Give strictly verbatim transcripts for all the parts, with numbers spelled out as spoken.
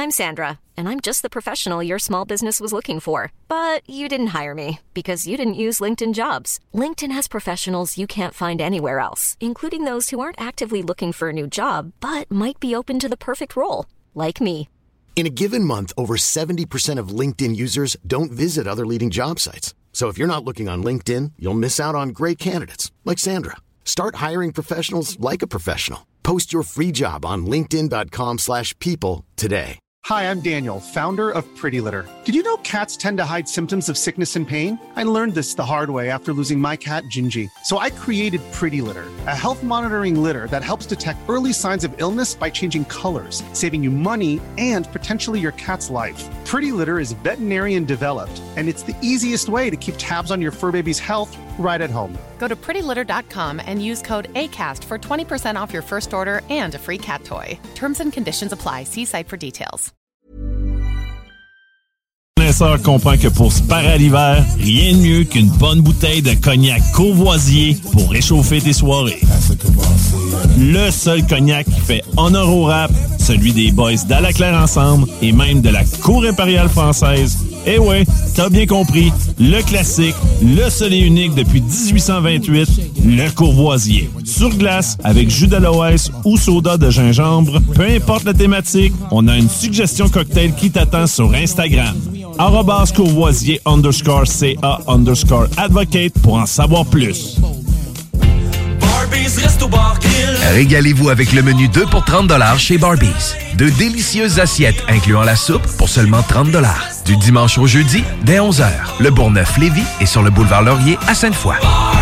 I'm Sandra, and I'm just the professional your small business was looking for. But you didn't hire me because you didn't use LinkedIn Jobs. LinkedIn has professionals you can't find anywhere else, including those who aren't actively looking for a new job, but might be open to the perfect role, like me. In a given month, over seventy percent of LinkedIn users don't visit other leading job sites. So if you're not looking on LinkedIn, you'll miss out on great candidates, like Sandra. Start hiring professionals like a professional. Post your free job on linkedin.com slash people today. Hi, I'm Daniel, founder of Pretty Litter. Did you know cats tend to hide symptoms of sickness and pain? I learned this the hard way after losing my cat, Gingy. So I created Pretty Litter, a health monitoring litter that helps detect early signs of illness by changing colors, saving you money and potentially your cat's life. Pretty Litter is veterinarian developed, and it's the easiest way to keep tabs on your fur baby's health right at home. Go to pretty litter dot com and use code ACAST for twenty percent off your first order and a free cat toy. Terms and conditions apply. See site for details. Le connaisseur comprend que pour se parer à l'hiver, rien de mieux qu'une bonne bouteille de cognac Courvoisier pour réchauffer tes soirées. Le seul cognac qui fait honneur au rap, celui des boys d'Alaclaire Ensemble et même de la Cour impériale française. Eh ouais, t'as bien compris, le classique, le seul et unique depuis dix-huit cent vingt-huit, le Courvoisier. Sur glace, avec jus d'aloès ou soda de gingembre, peu importe la thématique, on a une suggestion cocktail qui t'attend sur Instagram. arobase Courvoisier underscore CA underscore advocate pour en savoir plus. Régalez-vous avec le menu deux pour trente dollars chez Barbies. De délicieuses assiettes incluant la soupe pour seulement trente dollars. Du dimanche au jeudi, dès onze heures. Le Bourgneuf-Lévis est sur le boulevard Laurier à Sainte-Foy.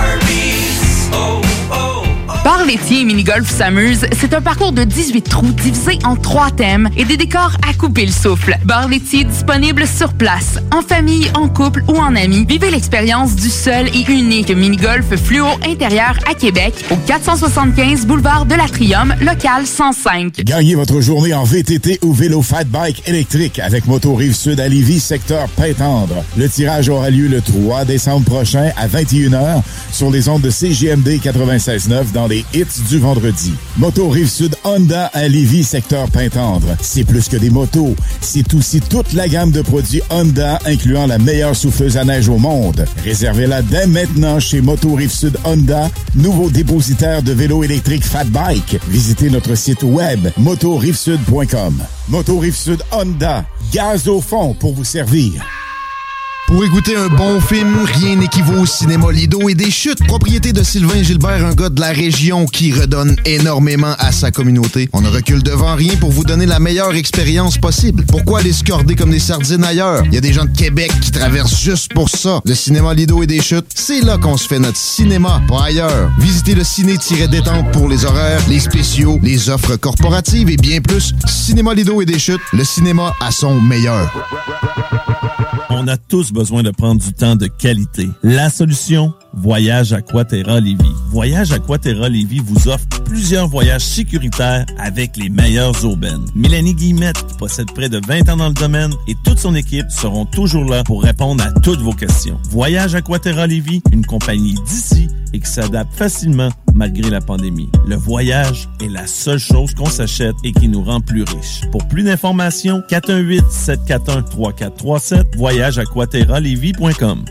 Bar laitier et mini-golf s'amuse, c'est un parcours de dix-huit trous divisé en trois thèmes et des décors à couper le souffle. Bar laitier disponible sur place, en famille, en couple ou en amis. Vivez l'expérience du seul et unique mini-golf fluo intérieur à Québec, au quatre cent soixante-quinze boulevard de l'Atrium, local cent cinq. Gagnez votre journée en V T T ou vélo fat bike électrique avec Moto Rive-Sud à Lévis, secteur Pintendre. Le tirage aura lieu le trois décembre prochain à vingt et une heures sur les ondes de C J M D quatre-vingt-seize neuf dans les hits du vendredi. Moto Rive-Sud Honda à Lévis, secteur Pintendre. C'est plus que des motos. C'est aussi toute la gamme de produits Honda, incluant la meilleure souffleuse à neige au monde. Réservez-la dès maintenant chez Moto Rive-Sud Honda, nouveau dépositaire de vélos électriques Fat Bike. Visitez notre site web moto rive sud point com. Moto Rive-Sud Honda, gaz au fond pour vous servir. Pour écouter un bon film, rien n'équivaut au cinéma Lido et des chutes, propriété de Sylvain Gilbert, un gars de la région qui redonne énormément à sa communauté. On ne recule devant rien pour vous donner la meilleure expérience possible. Pourquoi aller se corder comme des sardines ailleurs? Il y a des gens de Québec qui traversent juste pour ça. Le cinéma Lido et des chutes, c'est là qu'on se fait notre cinéma, pas ailleurs. Visitez le ciné-détente pour les horaires, les spéciaux, les offres corporatives et bien plus. Cinéma Lido et des chutes, le cinéma à son meilleur. On a tous besoin de prendre du temps de qualité. La solution, Voyage Aquaterra Lévis. Voyage Aquaterra Lévis vous offre plusieurs voyages sécuritaires avec les meilleures aubaines. Mélanie Guillemette, qui possède près de vingt ans dans le domaine, et toute son équipe seront toujours là pour répondre à toutes vos questions. Voyage Aquaterra Lévis, une compagnie d'ici et qui s'adapte facilement malgré la pandémie. Le voyage est la seule chose qu'on s'achète et qui nous rend plus riches. Pour plus d'informations, quatre un huit, sept quatre un, trois quatre trois sept, voyage aquaterra lévis point com.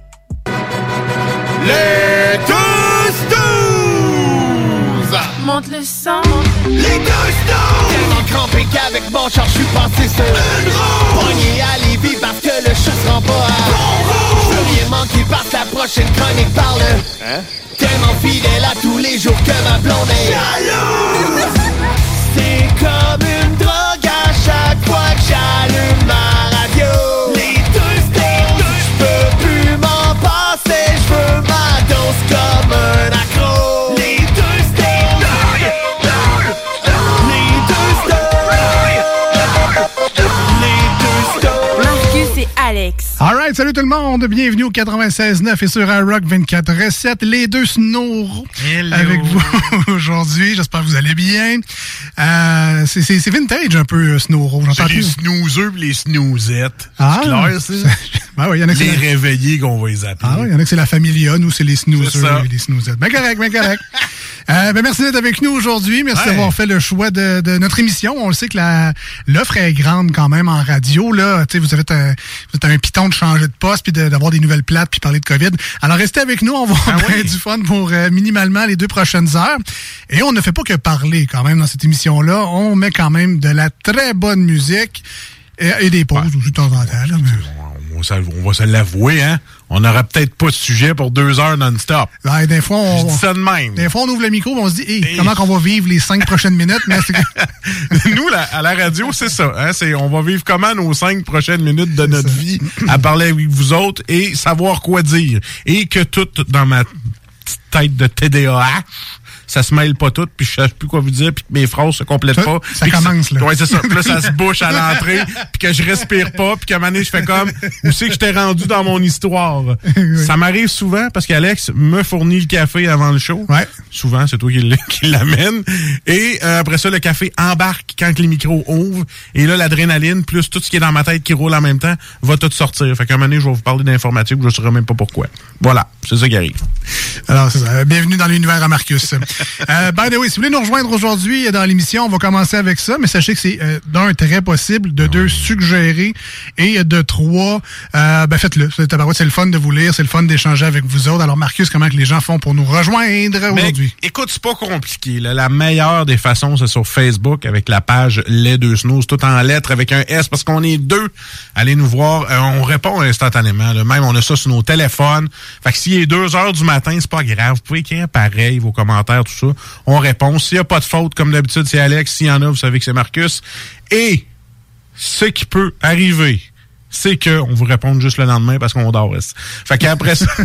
Les douze douze! Monte le sang. Les douze douze! Tellement crampé qu'avec mon char, je suis passé sur une roue. Pogné à Lévis parce que le chat se rend pas à bon roue. Je veux rien manquer parce que la prochaine chronique parle. Hein? Tellement fidèle à tous les jours que ma blonde est jalouse. C'est comme une drogue à chaque fois que j'allume ma radio. Les deux stars, je peux plus m'en passer, je veux ma dose comme un accro. Les deux stars, les deux stars, les deux stars. Marcus et Alex. Alright, salut tout le monde, bienvenue au quatre-vingt-seize neuf et sur iRock vingt-quatre sept, les deux snows avec vous aujourd'hui, j'espère que vous allez bien. Euh, c'est, c'est, c'est vintage un peu, Snowro. C'est les snoozeux et les snoozettes. Ah, c'est clair, c'est? Ben oui, y en a que les c'est réveillés qu'on va les appeler. Ah oui, il y en a que c'est la familia, nous c'est les snoozeux et les snoozettes. Ben correct, ben correct. Euh, ben merci d'être avec nous aujourd'hui. Merci ouais. d'avoir fait le choix de, de notre émission. On le sait que la, l'offre est grande quand même en radio. Là. Vous avez un, vous êtes un piton de changer de poste puis de, d'avoir des nouvelles plates puis parler de COVID. Alors restez avec nous. On va ah avoir oui. du fun pour euh, minimalement les deux prochaines heures. Et on ne fait pas que parler quand même dans cette émission-là. On met quand même de la très bonne musique et, et des pauses ouais. aussi de temps en temps. Là, mais... on, va, on va se l'avouer, hein? On n'aura peut-être pas de sujet pour deux heures non-stop. Ouais, des fois, on, Je dis ça de même. Des fois, on ouvre le micro et on se dit, hey, hey. comment qu'on va vivre les cinq prochaines minutes? Mais Nous, là, à la radio, c'est ça. Hein? C'est, on va vivre comment nos cinq prochaines minutes de notre vie à parler avec vous autres et savoir quoi dire. Et que tout dans ma petite tête de T D A H, ça se mêle pas tout, puis je sais plus quoi vous dire, puis que mes phrases se complètent ça, pas. Ça commence, ça, là. Ouais, c'est ça. Puis là, ça se bouche à l'entrée, puis que je respire pas, puis qu'à un moment donné, je fais comme, où c'est que je t'ai rendu dans mon histoire? Oui. Ça m'arrive souvent, parce qu'Alex me fournit le café avant le show. Ouais. Souvent, c'est toi qui, qui l'amène. Et euh, après ça, le café embarque quand les micros ouvrent. Et là, l'adrénaline, plus tout ce qui est dans ma tête qui roule en même temps, va tout sortir. Fait qu'à un moment donné, je vais vous parler d'informatique, je ne saurais même pas pourquoi. Voilà, c'est ça qui arrive. Alors, c'est ça. Bienvenue dans l'univers à Marcus. euh, by the way, si vous voulez nous rejoindre aujourd'hui dans l'émission, on va commencer avec ça, mais sachez que c'est euh, d'un très possible, de deux suggéré et de trois, euh, ben faites-le. C'est, c'est le fun de vous lire, c'est le fun d'échanger avec vous autres. Alors Marcus, comment que les gens font pour nous rejoindre mais, aujourd'hui? Écoute, c'est pas compliqué. Là. La meilleure des façons, c'est sur Facebook avec la page Les Deux Snooze, tout en lettres avec un S, parce qu'on est deux. Allez nous voir, euh, on répond instantanément. Là. Même on a ça sur nos téléphones. Fait que s'il est deux heures du matin, c'est pas grave. Vous pouvez écrire pareil, vos commentaires, tout ça. On répond. S'il n'y a pas de faute, comme d'habitude, c'est Alex. S'il y en a, vous savez que c'est Marcus. Et ce qui peut arriver, c'est qu'on vous réponde juste le lendemain parce qu'on dort. Fait qu'après ça,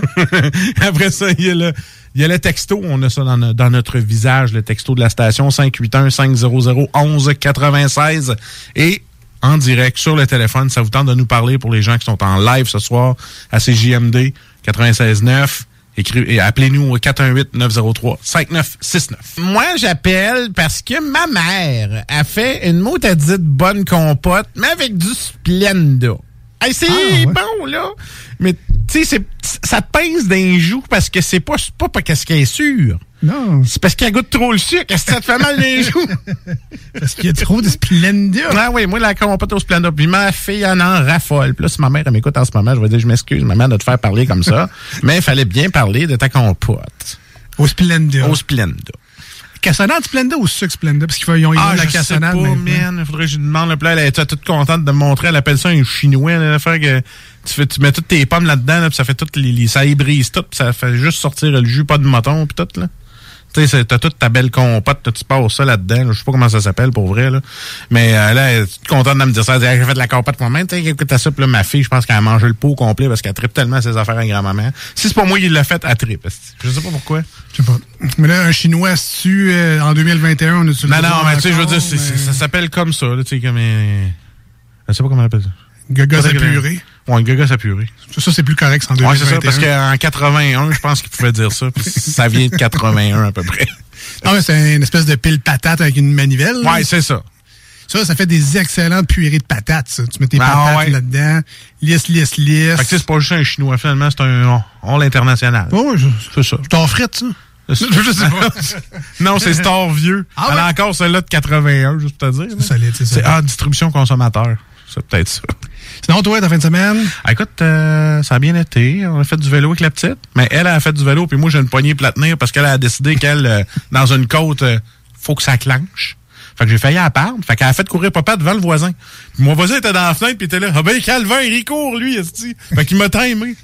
après ça, il y a le, il y a le texto. On a ça dans, no, dans notre visage, le texto de la station cinq huit un, cinq zéro zéro, onze quatre-vingt-seize. Et en direct sur le téléphone, ça vous tente de nous parler pour les gens qui sont en live ce soir à C J M D quatre-vingt-seize neuf. Écris, et appelez-nous au quatre un huit, neuf zéro trois, cinq neuf six neuf. Moi, j'appelle parce que ma mère a fait une motadite bonne compote, mais avec du Splenda. Hey, c'est ah, ouais. bon, là. Mais, tu sais, ça te pince d'un joue parce que c'est pas, c'est pas parce qu'elle est sûre. Non. C'est parce qu'elle goûte trop le sucre. Est-ce que ça te fait mal les joues? Parce qu'il y a trop de Splenda. Ah oui, moi, la compote au Splenda. Puis ma fille en en raffole. Puis là, si ma mère elle m'écoute en ce moment, je vais dire, je m'excuse, maman, de te faire parler comme ça. Mais il fallait bien parler de ta compote. Au Splenda. Au Splenda. Cassonade Splenda ou sucre Splenda? Parce qu'ils ont eu ah, la cassonade. Ah, je sais pas, man. Il faudrait que je lui demande. Là, elle est toute contente de me montrer. Elle appelle ça un chinois. Là, faire que tu, fais, tu mets toutes tes pommes là-dedans, là, puis ça fait toutes les, les... ça ébrise tout, puis ça fait juste sortir le jus, pas de mouton, puis tout, là. Tu sais, t'as toute ta belle compote, tu passes ça là-dedans. Là, je sais pas comment ça s'appelle pour vrai, là. Mais euh, là, elle est toute contente de me dire ça. Elle dit, j'ai fait de la compote moi-même. Tu sais, écoute à ça, puis là, ma fille, je pense qu'elle a mangé le pot complet parce qu'elle tripe tellement ses affaires à grand-maman. Si c'est pas moi qui l'ai fait, elle tripe. Je sais pas pourquoi. Je sais pas. Mais là, un Chinois, si tu euh, en deux mille vingt et un, on a tu Non, non, mais tu sais, je veux dire, c'est, mais... ça s'appelle comme ça, là, tu sais, comme. Euh... Je sais pas comment on appelle ça. Gogos à purée. Ouais, gogos à purée. Ça, c'est plus correct qu'en deux mille vingt et un. Ouais, c'est ça, parce qu'en quatre-vingt-un, je pense qu'il pouvait dire ça, puis ça vient de quatre-vingt-un à peu près. Non, mais c'est une espèce de pile patate avec une manivelle. Ouais, c'est ça. Ça, ça fait des excellentes purées de patates, ça. Tu mets tes ben, patates ouais. là-dedans, lisse, lisse, lisse. Fait que c'est pas juste un chinois, finalement, c'est un all international. Oh, oui, c'est ça. Je t'en frette, ça. Je sais pas. Non, c'est Star Vieux. Ah, elle ouais. a encore celle-là de quatre-vingt-un, juste pour te dire. C'est solide, c'est ça. C'est ah, distribution consommateur. C'est peut-être ça. Sinon, toi, ta fin de semaine? Ah, écoute, euh, ça a bien été. On a fait du vélo avec la petite. Mais elle, elle a fait du vélo, puis moi, j'ai une poignée pour la tenir parce qu'elle a décidé qu'elle, euh, dans une côte, euh, faut que ça clenche. Fait que j'ai failli à perdre. Fait qu'elle a fait courir papa devant le voisin. Puis mon voisin était dans la fenêtre, puis il était là. Ah ben, Calvin, il court, lui, esti. Fait qu'il m'a timé.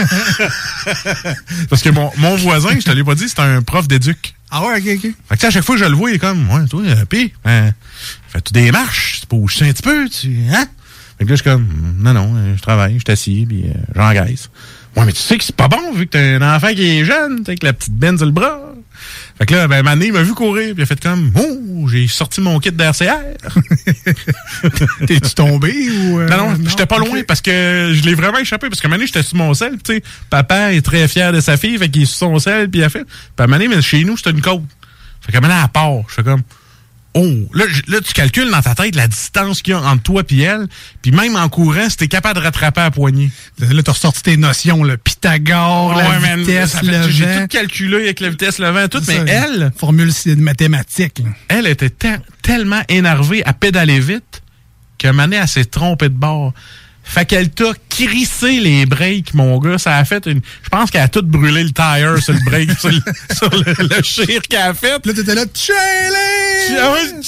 Parce que mon, mon voisin, je te l'ai pas dit, c'est un prof d'éduc. Ah ouais, ok, ok. Fait que à chaque fois que je le vois, il est comme, ouais, toi, euh, pis, euh, fais-tu des marches? Tu bouges un petit peu, tu, hein? Fait que là, je suis comme, non, non, je travaille, je t'assis, puis euh, j'engraisse. Ouais, mais tu sais que c'est pas bon, vu que t'as un enfant qui est jeune, tu sais, avec la petite benne sur le bras. Fait que là, ben, Mané, il m'a vu courir, puis il a fait comme, oh, j'ai sorti mon kit d'R C R. T'es-tu tombé ou. Euh, non, non, j'étais pas okay. loin, parce que je l'ai vraiment échappé, parce que Mané, j'étais sur mon sel, tu sais, papa est très fier de sa fille, fait qu'il est sur son sel, puis il a fait. Puis Mané, mais chez nous, c'était une côte. Fait que Mané, elle part. Je fais comme, oh, là, là, tu calcules dans ta tête la distance qu'il y a entre toi et elle, puis même en courant, si t'es capable de rattraper à la poignée. Là, t'as ressorti tes notions, le Pythagore, ouais, la man, vitesse, fait, le vent. J'ai tout calculé avec la vitesse, le vent, tout, mais ça, elle... Formule mathématique. Là. Elle était te- tellement énervée à pédaler vite qu'à un moment donné, elle s'est trompée de bord. Fait qu'elle t'a crissé les breaks, mon gars. Ça a fait une... Je pense qu'elle a tout brûlé le tire sur le break, sur le, sur le, le chire qu'elle a fait. Puis là, t'étais là, Chili!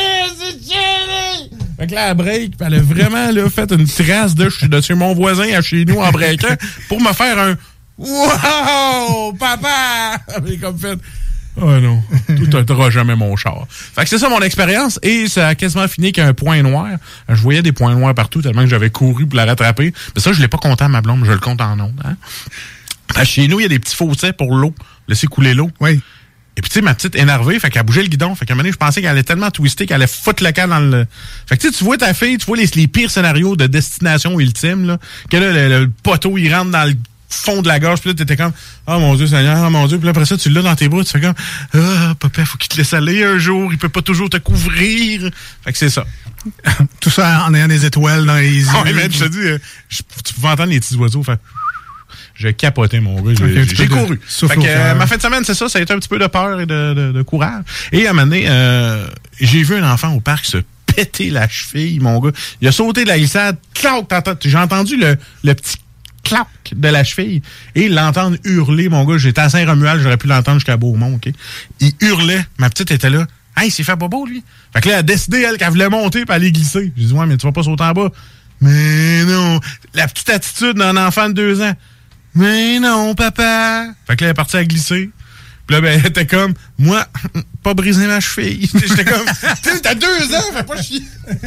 Chili! Fait que là, elle break, pis elle a vraiment là, fait une trace de, de chez mon voisin à chez nous en breakant pour me faire un « Wow! Papa! » Elle comme fait... Oh non, tout t'aura jamais mon char. Fait que c'est ça mon expérience et ça a quasiment fini qu'un point noir. Je voyais des points noirs partout tellement que j'avais couru pour la rattraper. Mais ça, je l'ai pas compté à ma blonde, je le compte en ondes. Hein? Parce que chez nous, il y a des petits fossés pour l'eau, laisser couler l'eau. Oui. Et puis tu sais, ma petite énervée, fait qu'elle bougeait le guidon. Fait qu'à un moment donné, je pensais qu'elle allait tellement twister qu'elle allait foutre le camp dans le... Fait que tu sais, tu vois ta fille, tu vois les, les pires scénarios de destination ultime, là. Que là, le, le poteau, il rentre dans le fond de la gorge, puis là, t'étais comme, oh mon Dieu, Seigneur, oh mon Dieu, puis là, après ça, tu l'as dans tes bras, tu fais comme, ah, oh, papa, faut qu'il te laisse aller un jour, il peut pas toujours te couvrir. Fait que c'est ça. Tout ça en ayant des étoiles dans les yeux. Oh, mais je te dis, euh, je, tu pouvais entendre les petits oiseaux faire. Je capotais, mon gars. J'ai, okay, j'ai couru. Fait que, euh, ma fin de semaine, c'est ça, ça a été un petit peu de peur et de, de, de courage. Et à un moment donné, euh, j'ai vu un enfant au parc se péter la cheville, mon gars. Il a sauté de la glissade, clac, j'ai entendu le, le petit clac de la cheville et l'entendre hurler, mon gars. J'étais à Saint-Romuald, j'aurais pu l'entendre jusqu'à Beaumont, OK? Il hurlait. Ma petite était là. Hey, il s'est fait bobo, lui. Fait que là, elle a décidé, elle, qu'elle voulait monter puis aller glisser. J'ai dit, ouais, mais tu vas pas sauter en bas. Mais non. La petite attitude d'un enfant de deux ans. Mais non, papa. Fait que là, elle est partie à glisser. Puis là, ben, elle était comme, moi, pas briser ma cheville. J'étais comme, tu t'as deux ans, fais pas chier.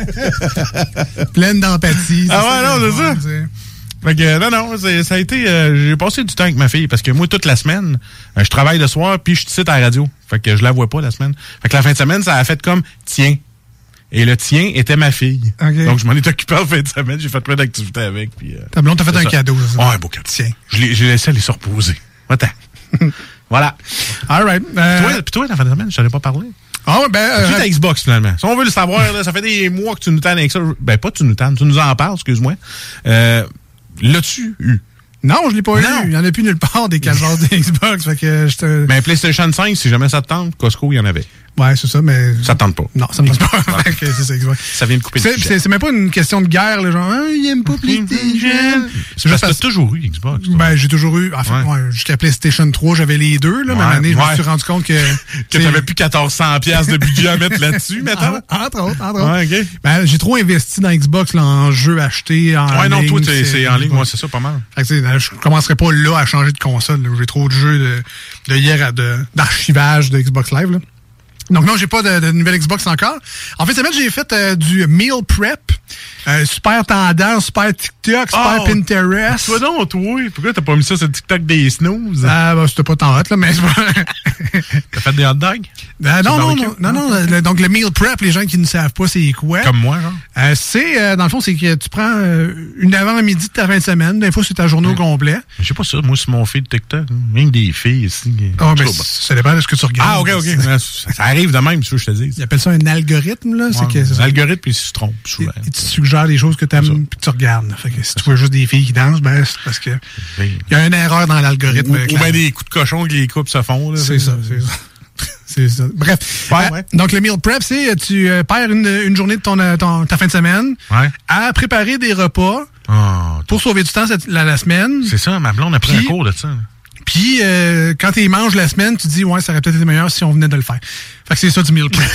Pleine d'empathie. Ah ouais, non, c'est ça. T'sais. Fait que, non, non, c'est, ça a été... Euh, j'ai passé du temps avec ma fille parce que moi, toute la semaine, euh, je travaille le soir puis je suis à la radio. Fait que je la vois pas la semaine. Fait que la fin de semaine, ça a fait comme, tiens. Et le tien était ma fille. Okay. Donc, je m'en ai occupé en fin de semaine. J'ai fait plein d'activités avec. Puis, euh, ta blonde t'a fait un ça. cadeau. Ça. Oh, un beau cadeau. Tiens. Je l'ai, j'ai laissé aller se reposer. Attends. Voilà. All right. Euh... Puis toi, puis toi, la fin de semaine, je t'en ai pas parlé. Ah ouais, ben... Euh, ta Xbox, finalement. Si on veut le savoir, là, ça fait des mois que tu nous tannes avec ça. Ben, pas tu nous tannes, tu nous en parles, excuse-moi. Euh... L'as-tu eu? Non, je l'ai pas non. eu. Il n'y en a plus nulle part des calvars de Xbox. Fait que je te... Mais PlayStation cinq, si jamais ça te tente, Costco, il y en avait. Ouais, c'est ça, mais... Ça te tente pas. Non, ça me tente pas. Voilà. Okay, c'est ça, exact. Ça vient de couper c'est, le c'est, c'est même pas une question de guerre, là, genre, ah, il aime pas PlayStation. C'est parce que t'as toujours eu Xbox. Toi. Ben, j'ai toujours eu... Enfin, ouais. Ouais, jusqu'à PlayStation trois, j'avais les deux, là, ouais, mais à l'année, ouais. je me suis rendu compte que... que t'avais plus quatorze cents dollars de budget à mettre là-dessus, maintenant. Entre autres, entre autres. Ouais, OK. Ben, j'ai trop investi dans Xbox, là, en jeux achetés, en ouais, ligne. Ouais, non, toi, c'est, c'est en ligne, moi, c'est ça, pas mal. Fait que, tu sais, je commencerai pas là à changer de console, là. J'ai trop de jeux de, de hier à de, d'archivage de Xbox Live, là. Donc non, j'ai pas de, de nouvelle Xbox encore. En fait, cette semaine, j'ai fait euh, du meal prep. Euh, super tendance, super TikTok, super oh, Pinterest. Toi donc, toi, pourquoi t'as pas mis ça sur TikTok des snooze? Ah, bah, c'était pas tant hot, là, mais c'est pas... T'as fait des hot dogs? Euh, non, non, non, non, non, non. Donc, le meal prep, les gens qui ne savent pas c'est quoi. Comme moi, genre? Euh, c'est, euh, dans le fond, c'est que tu prends euh, une avant-midi de ta fin de semaine. Des fois, c'est ta journée ouais. au complet. Je sais pas ça. Moi, c'est mon feed TikTok. Même des filles ici. Ah, oh, mais ça dépend de ce que tu regardes. Ah, OK, OK. ça, ça arrive de même, tu veux que je te dise. Ils appellent ça un algorithme, là. Ouais, c'est que, c'est un algorithme, puis ils se trompent souvent. Et, et tu suggères des choses que tu aimes, puis tu regardes. Fait que si tu vois juste des filles qui dansent, ben, c'est parce que il y a une erreur dans l'algorithme. Ou, ou bien des coups de cochon que les coupes se font, là. C'est, c'est ça, c'est ça. C'est ça. Bref. Ouais, euh, ouais. Donc, le meal prep, c'est tu euh, perds une, une journée de ton, ton, ta fin de semaine ouais. à préparer des repas oh, pour sauver du temps cette, la, la semaine. C'est ça, ma blonde a pris un cours de ça. Puis, euh, quand tu manges la semaine, tu te dis, ouais, ça aurait peut-être été meilleur si on venait de le faire. Fait que c'est ça du meal prep.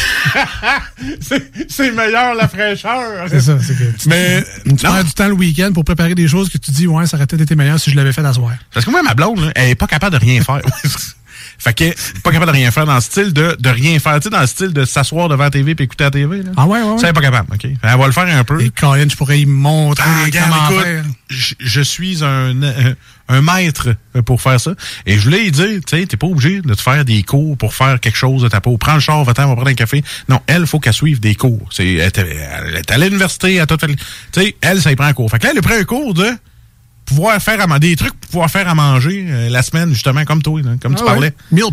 c'est, c'est meilleur la fraîcheur. C'est ça. C'est que tu, mais tu perds du temps le week-end pour préparer des choses que tu dis, ouais, ça aurait peut-être été meilleur si je l'avais fait à soir. Parce que moi, ma blonde, là, elle est pas capable de rien faire. Fait que, pas capable de rien faire dans le style de, de rien faire, tu sais, dans le style de s'asseoir devant la T V puis écouter la T V, là. Ah ouais, ouais, ouais. Ça, elle est pas capable, OK? Elle va le faire un peu. Et Colin, je pourrais y montrer ah, comment écoute, faire. Je, je suis un, un, un maître pour faire ça. Et je voulais lui dire, tu sais, t'es pas obligé de te faire des cours pour faire quelque chose de ta peau. Prends le char, va-t'en, va prendre un café. Non, elle, faut qu'elle suive des cours. C'est, elle, elle est à l'université, à tout. Tu sais, elle, ça y prend un cours. Fait que là, elle a pris un cours de pouvoir faire à, des trucs pour pouvoir faire à manger euh, la semaine, justement, comme toi, là, comme ah tu ouais. parlais. Meal prep.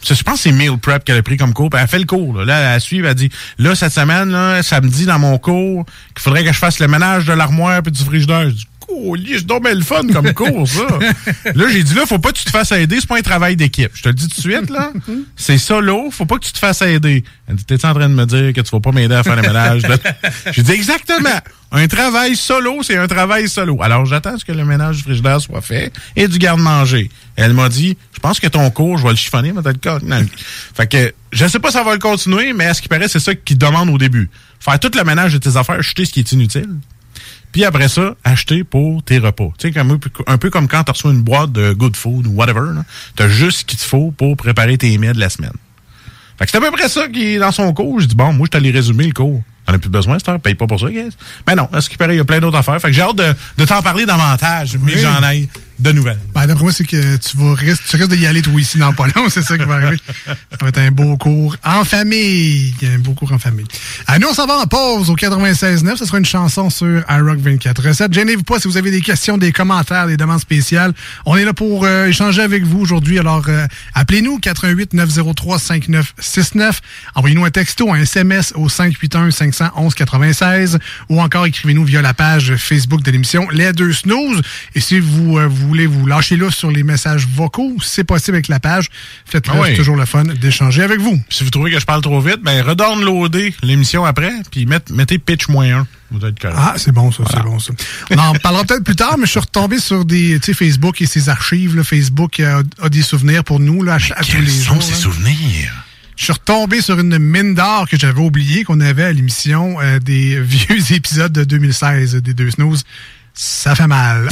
je pense que c'est Meal Prep qu'elle a pris comme cours. Puis elle fait le cours. Là, là elle suit, elle dit, là, cette semaine, là, samedi, dans mon cours, qu'il faudrait que je fasse le ménage de l'armoire puis du frigidaire. Je dis, oh, c'est donc bien le fun comme cours, ça. Là, j'ai dit, là, faut pas que tu te fasses aider, c'est pas un travail d'équipe. Je te le dis tout de suite, là. C'est solo, faut pas que tu te fasses aider. Elle dit, t'es en train de me dire que tu vas pas m'aider à faire le ménage? J'ai dit, exactement. Un travail solo, c'est un travail solo. Alors, j'attends ce que le ménage du frigidaire soit fait et du garde-manger. Elle m'a dit, je pense que ton cours, je vais le chiffonner, mais t'as le non. Fait que, je sais pas si ça va le continuer, mais à ce qui paraît, c'est ça qu'ils demandent au début. Faire tout le ménage de tes affaires, jeter ce qui est inutile. Puis après ça, acheter pour tes repas. Tu sais, comme, un peu comme quand tu reçois une boîte de good food ou whatever, tu as juste ce qu'il te faut pour préparer tes mets de la semaine. Fait que c'est à peu près ça qui est dans son cours. Je dis, bon, moi, je t'allais résumer le cours. T'en as plus besoin, cette heure, paye pas pour ça, guys. Mais non, à ce qui paraît, il y a plein d'autres affaires. Fait que j'ai hâte de, de t'en parler davantage, mais oui. J'en ai de nouvelles. Ben, d'après moi, c'est que tu vas risques, tu risques d'y aller, toi, ici, dans pas long. C'est ça qui va arriver. Ça va être un beau cours en famille. Un beau cours en famille. Ah, nous, on s'en va en pause au quatre-vingt-seize neuf. Ce sera une chanson sur iRock vingt-quatre sept. Gênez-vous pas si vous avez des questions, des commentaires, des demandes spéciales. On est là pour euh, échanger avec vous aujourd'hui. Alors, euh, appelez-nous quatre un huit neuf zéro trois cinq neuf six neuf. Envoyez-nous un texto, un S M S au cinq huit un cinq un un quatre-vingt-seize ou encore écrivez-nous via la page Facebook de l'émission Les Deux Snooze. Et si vous, euh, vous voulez vous lâcher là sur les messages vocaux, c'est possible avec la page. Faites-le, ah oui. C'est toujours le fun d'échanger avec vous. Si vous trouvez que je parle trop vite, ben redownloadez l'émission après, puis met, mettez pitch moins un. Vous êtes correct. Ah, c'est bon ça, voilà. C'est bon ça. On en parlera peut-être plus tard, mais je suis retombé sur des, tu sais, Facebook et ses archives. Là. Facebook a, a des souvenirs pour nous là, à, à tous les jours. Quels sont ces souvenirs? Je suis retombé sur une mine d'or que j'avais oublié qu'on avait à l'émission euh, des vieux épisodes de deux mille seize des Deux Snooze. Ça fait mal.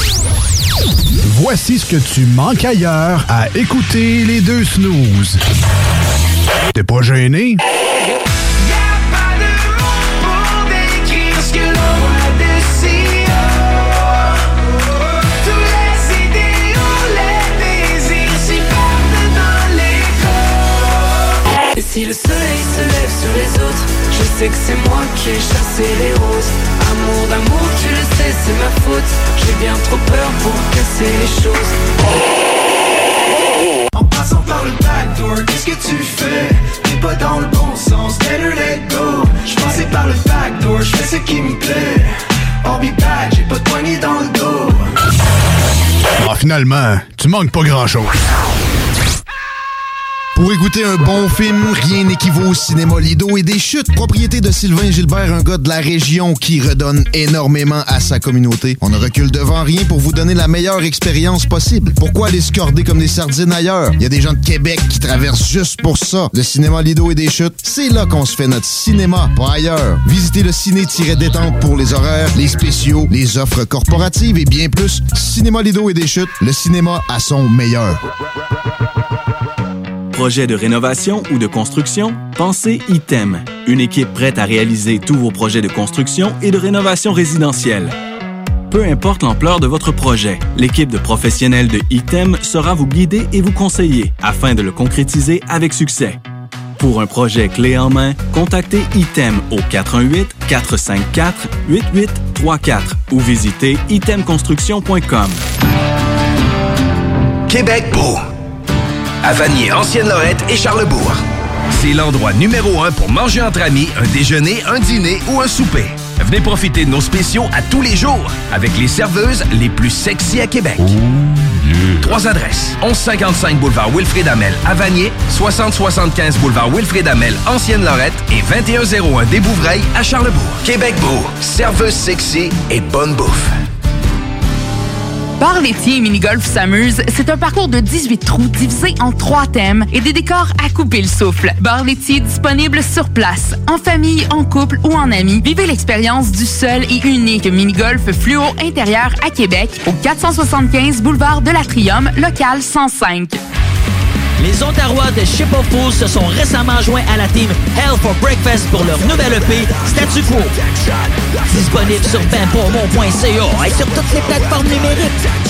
Voici ce que tu manques ailleurs à écouter les Deux Snooze. T'es pas gêné? Si le soleil se lève sur les autres, je sais que c'est moi qui ai chassé les roses. Amour d'amour, tu le sais, c'est ma faute. J'ai bien trop peur pour casser les choses. En passant par le backdoor, qu'est-ce que tu fais? T'es pas dans le bon sens, better let go. J'passais par le backdoor, j'fais ce qui me plaît. I'll be back, j'ai pas de poignée dans le dos. Ah, finalement, tu manques pas grand-chose. Pour écouter un bon film, rien n'équivaut au cinéma Lido et des chutes. Propriété de Sylvain Gilbert, un gars de la région qui redonne énormément à sa communauté. On ne recule devant rien pour vous donner la meilleure expérience possible. Pourquoi aller se corder comme des sardines ailleurs? Il y a des gens de Québec qui traversent juste pour ça. Le cinéma Lido et des chutes, c'est là qu'on se fait notre cinéma, pas ailleurs. Visitez le ciné-détente pour les horaires, les spéciaux, les offres corporatives et bien plus. Cinéma Lido et des chutes, le cinéma à son meilleur. Projet de rénovation ou de construction? Pensez Item. Une équipe prête à réaliser tous vos projets de construction et de rénovation résidentielle. Peu importe l'ampleur de votre projet, l'équipe de professionnels de Item sera vous guider et vous conseiller afin de le concrétiser avec succès. Pour un projet clé en main, contactez Item au quatre un huit quatre cinq quatre huit huit trois quatre ou visitez item construction point com. Québec beau. À Vanier, Ancienne-Lorette et Charlebourg. C'est l'endroit numéro un pour manger entre amis, un déjeuner, un dîner ou un souper. Venez profiter de nos spéciaux à tous les jours avec les serveuses les plus sexy à Québec. Oh yeah. Trois adresses. onze cinquante-cinq boulevard Wilfrid Hamel à Vanier, soixante soixante-quinze boulevard Wilfrid Hamel, Ancienne-Lorette et vingt et un zéro un des Bouvrailles à Charlebourg. Québec beau, serveuse sexy et bonne bouffe. Bar laitier et mini-golf s'amuse, c'est un parcours de dix-huit trous divisé en trois thèmes et des décors à couper le souffle. Bar laitier disponible sur place, en famille, en couple ou en amis. Vivez l'expérience du seul et unique mini-golf fluo intérieur à Québec au quatre cent soixante-quinze boulevard de l'Atrium, local cent cinq. Les Ontarois de Ship of Fools se sont récemment joints à la team Hell for Breakfast pour leur nouvelle E P Statu Quo. Disponible sur ben pour mon point c a et sur toutes les plateformes numériques.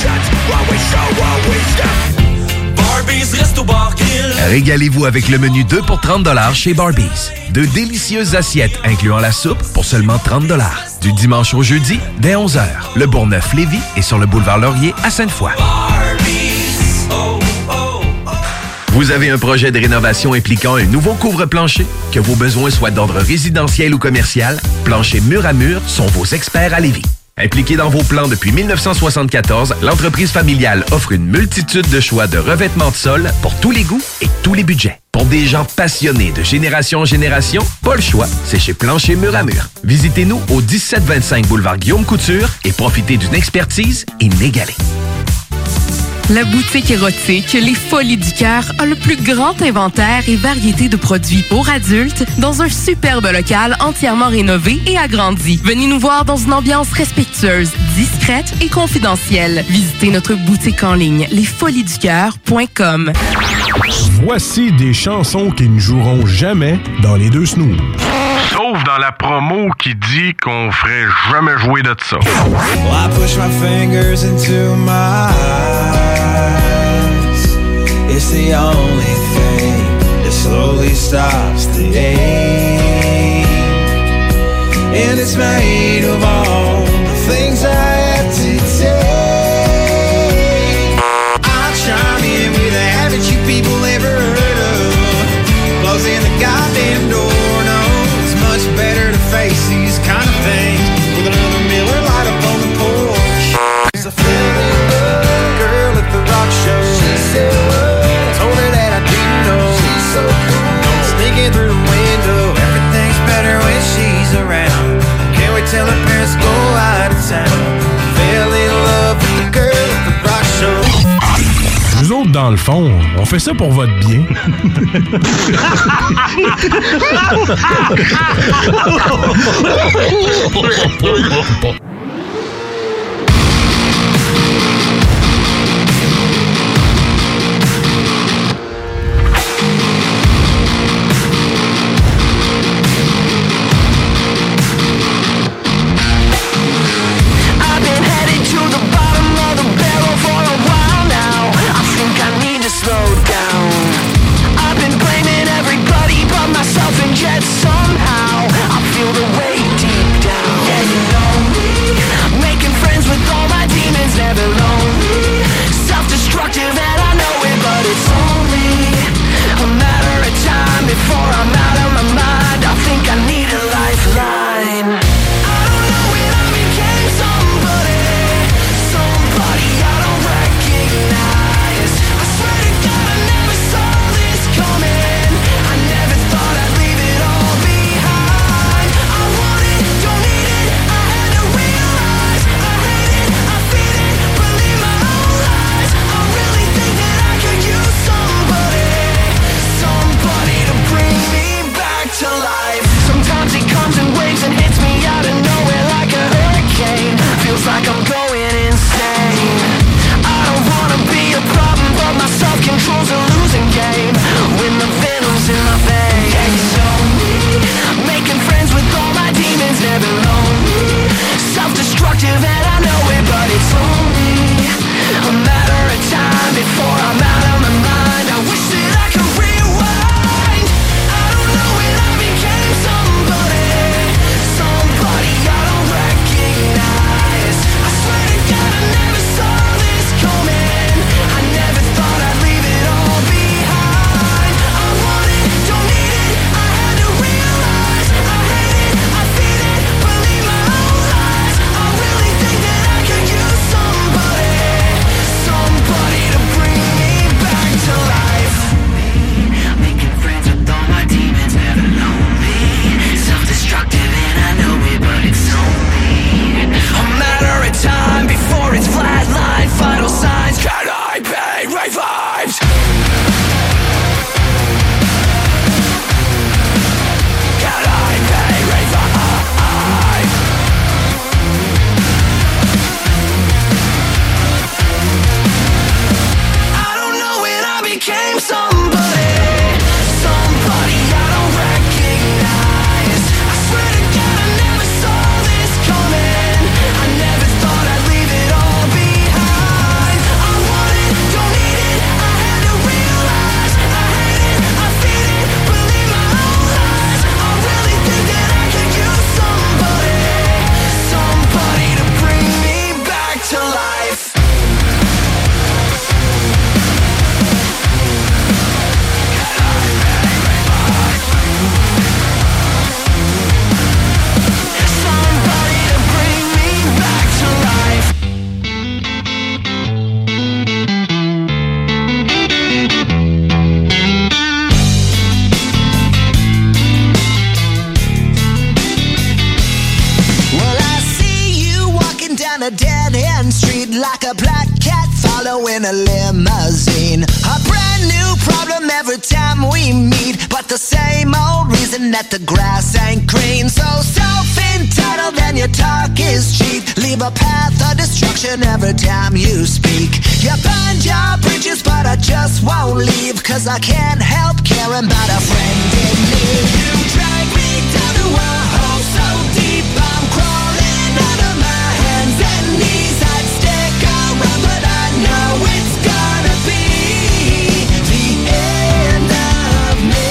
Régalez-vous avec le menu deux pour trente dollars chez Barbies. De délicieuses assiettes incluant la soupe pour seulement trente dollars. Du dimanche au jeudi, dès onze heures. Le Bourgneuf-Lévis est sur le boulevard Laurier à Sainte-Foy. Vous avez un projet de rénovation impliquant un nouveau couvre-plancher? Que vos besoins soient d'ordre résidentiel ou commercial, Plancher Mur à Mur sont vos experts à Lévis. Impliquée dans vos plans depuis mille neuf cent soixante-quatorze, l'entreprise familiale offre une multitude de choix de revêtements de sol pour tous les goûts et tous les budgets. Pour des gens passionnés de génération en génération, pas le choix, c'est chez Plancher Mur à Mur. Visitez-nous au dix-sept vingt-cinq boulevard Guillaume Couture et profitez d'une expertise inégalée. La boutique érotique Les Folies du Cœur a le plus grand inventaire et variété de produits pour adultes dans un superbe local entièrement rénové et agrandi. Venez nous voir dans une ambiance respectueuse, discrète et confidentielle. Visitez notre boutique en ligne les folies du cœur point com. Voici des chansons qui ne joueront jamais dans les deux snooze. Sauf dans la promo qui dit qu'on ferait jamais jouer de ça. Well, I push my fingers into my eyes. It's the only thing that slowly stops the ache. And it's made of all the things I had to take. I chime in with a habit you people never heard of. Closing the goddamn door. Much better to face these kind of things with another Miller Lite up on the porch. There's a feeling love girl at the rock show. She said what? Told her that I didn't know. She's so cool. Sneaking through the window. Everything's better when she's around. Can't wait till her parents go out of town. Fell in love with the girl at the rock show. Nous autres, dans le fond, on fait ça pour votre bien. Somehow I feel the weight deep down. Yeah, you know me. a dead-end street like a black cat following a limousine. A brand new problem every time we meet, but the same old reason that the grass ain't green. So self-entitled and your talk is cheap. Leave a path of destruction every time you speak. You burn your bridges, but I just won't leave, cause I can't help caring about a friend in need. You drag me down to a hole so deep, I'm crawling out of my hands and knees. I'd stick around, but I know it's gonna be the end of me.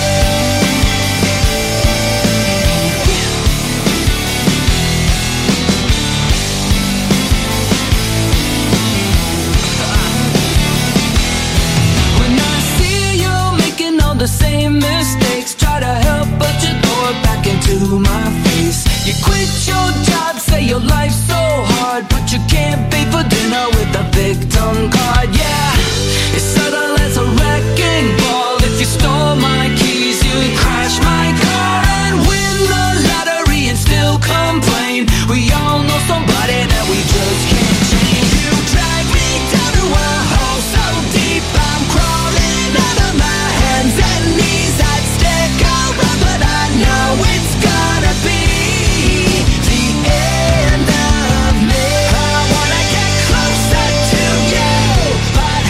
When I see you making all the same mistakes, try to help but you throw it back into my face. You quit your job, say your life's so hard, but you can't pay for dinner with a victim card. Yeah, it's subtle as a wrecking ball. If you stole my keys, you'd crash my car and win the lottery and still complain. We all know somebody that we just can't change. You drag me down to a hole so deep, I'm crawling out of my hands and knees. I'd stick around, but I know it's gonna be the end of me. I wanna get closer to you, but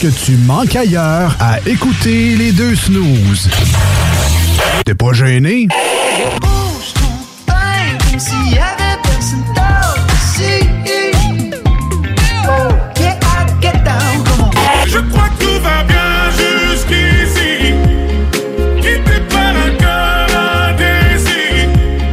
que tu manques ailleurs à écouter les deux snooze. T'es pas gêné? Bouge ton pain comme s'il y avait personne d'autre ici. Oh, get out, get down, come on. Je crois que tout va bien jusqu'ici. Qui prépare un cœur à désir.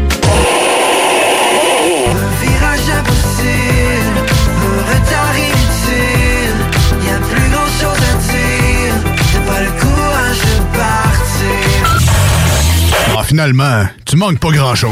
Le virage impossible, le retard inutile. Y'a plus grand chose à dire. T'as pas le courage de partir. Ah, finalement, tu manques pas grand-chose.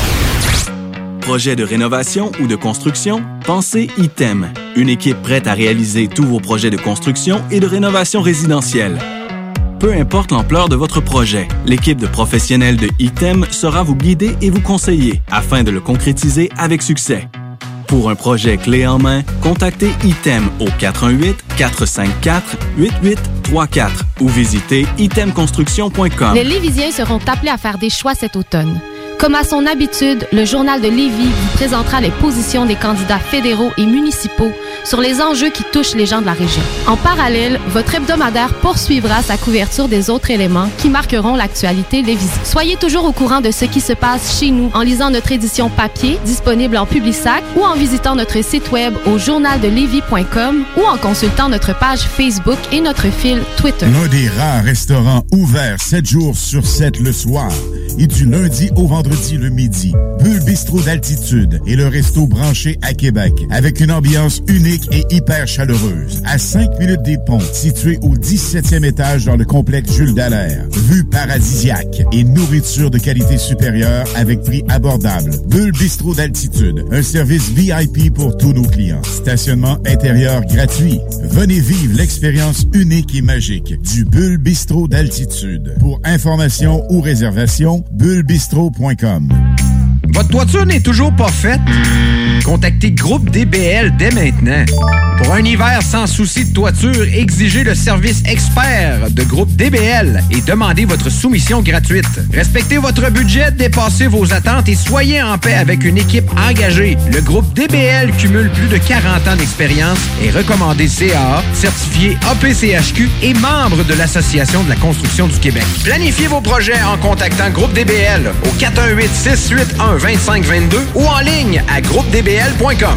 Projet de rénovation ou de construction? Pensez Item. Une équipe prête à réaliser tous vos projets de construction et de rénovation résidentielle. Peu importe l'ampleur de votre projet, l'équipe de professionnels de Item sera vous guider et vous conseiller afin de le concrétiser avec succès. Pour un projet clé en main, contactez Item au quatre un huit, quatre cinq quatre, huit huit trois quatre ou visitez item construction point com. Les Lévisiens seront appelés à faire des choix cet automne. Comme à son habitude, le Journal de Lévis vous présentera les positions des candidats fédéraux et municipaux sur les enjeux qui touchent les gens de la région. En parallèle, votre hebdomadaire poursuivra sa couverture des autres éléments qui marqueront l'actualité lévisienne. Soyez toujours au courant de ce qui se passe chez nous en lisant notre édition papier, disponible en Publisac, ou en visitant notre site web au journal de lévis point com ou en consultant notre page Facebook et notre fil Twitter. L'un des rares restaurants ouverts sept jours sur sept le soir et du lundi au vendredi le midi. Bulle Bistrot d'altitude et le resto branché à Québec avec une ambiance unique et hyper chaleureuse. À cinq minutes des ponts, situé au dix-septième étage dans le complexe Jules Dallaire. Vue paradisiaque et nourriture de qualité supérieure avec prix abordable. Bulle Bistrot d'altitude, un service V I P pour tous nos clients. Stationnement intérieur gratuit. Venez vivre l'expérience unique et magique du Bulle Bistrot d'altitude. Pour information ou réservation, bulle bistrot point com. Votre toiture n'est toujours pas faite? Contactez Groupe D B L dès maintenant. Pour un hiver sans souci de toiture, exigez le service expert de Groupe D B L et demandez votre soumission gratuite. Respectez votre budget, dépassez vos attentes et soyez en paix avec une équipe engagée. Le Groupe D B L cumule plus de quarante ans d'expérience, est recommandé C A A, certifié A P C H Q et membre de l'Association de la construction du Québec. Planifiez vos projets en contactant Groupe D B L au quatre un huit, six huit un, deux cinq deux deux ou en ligne à groupe d b l point com.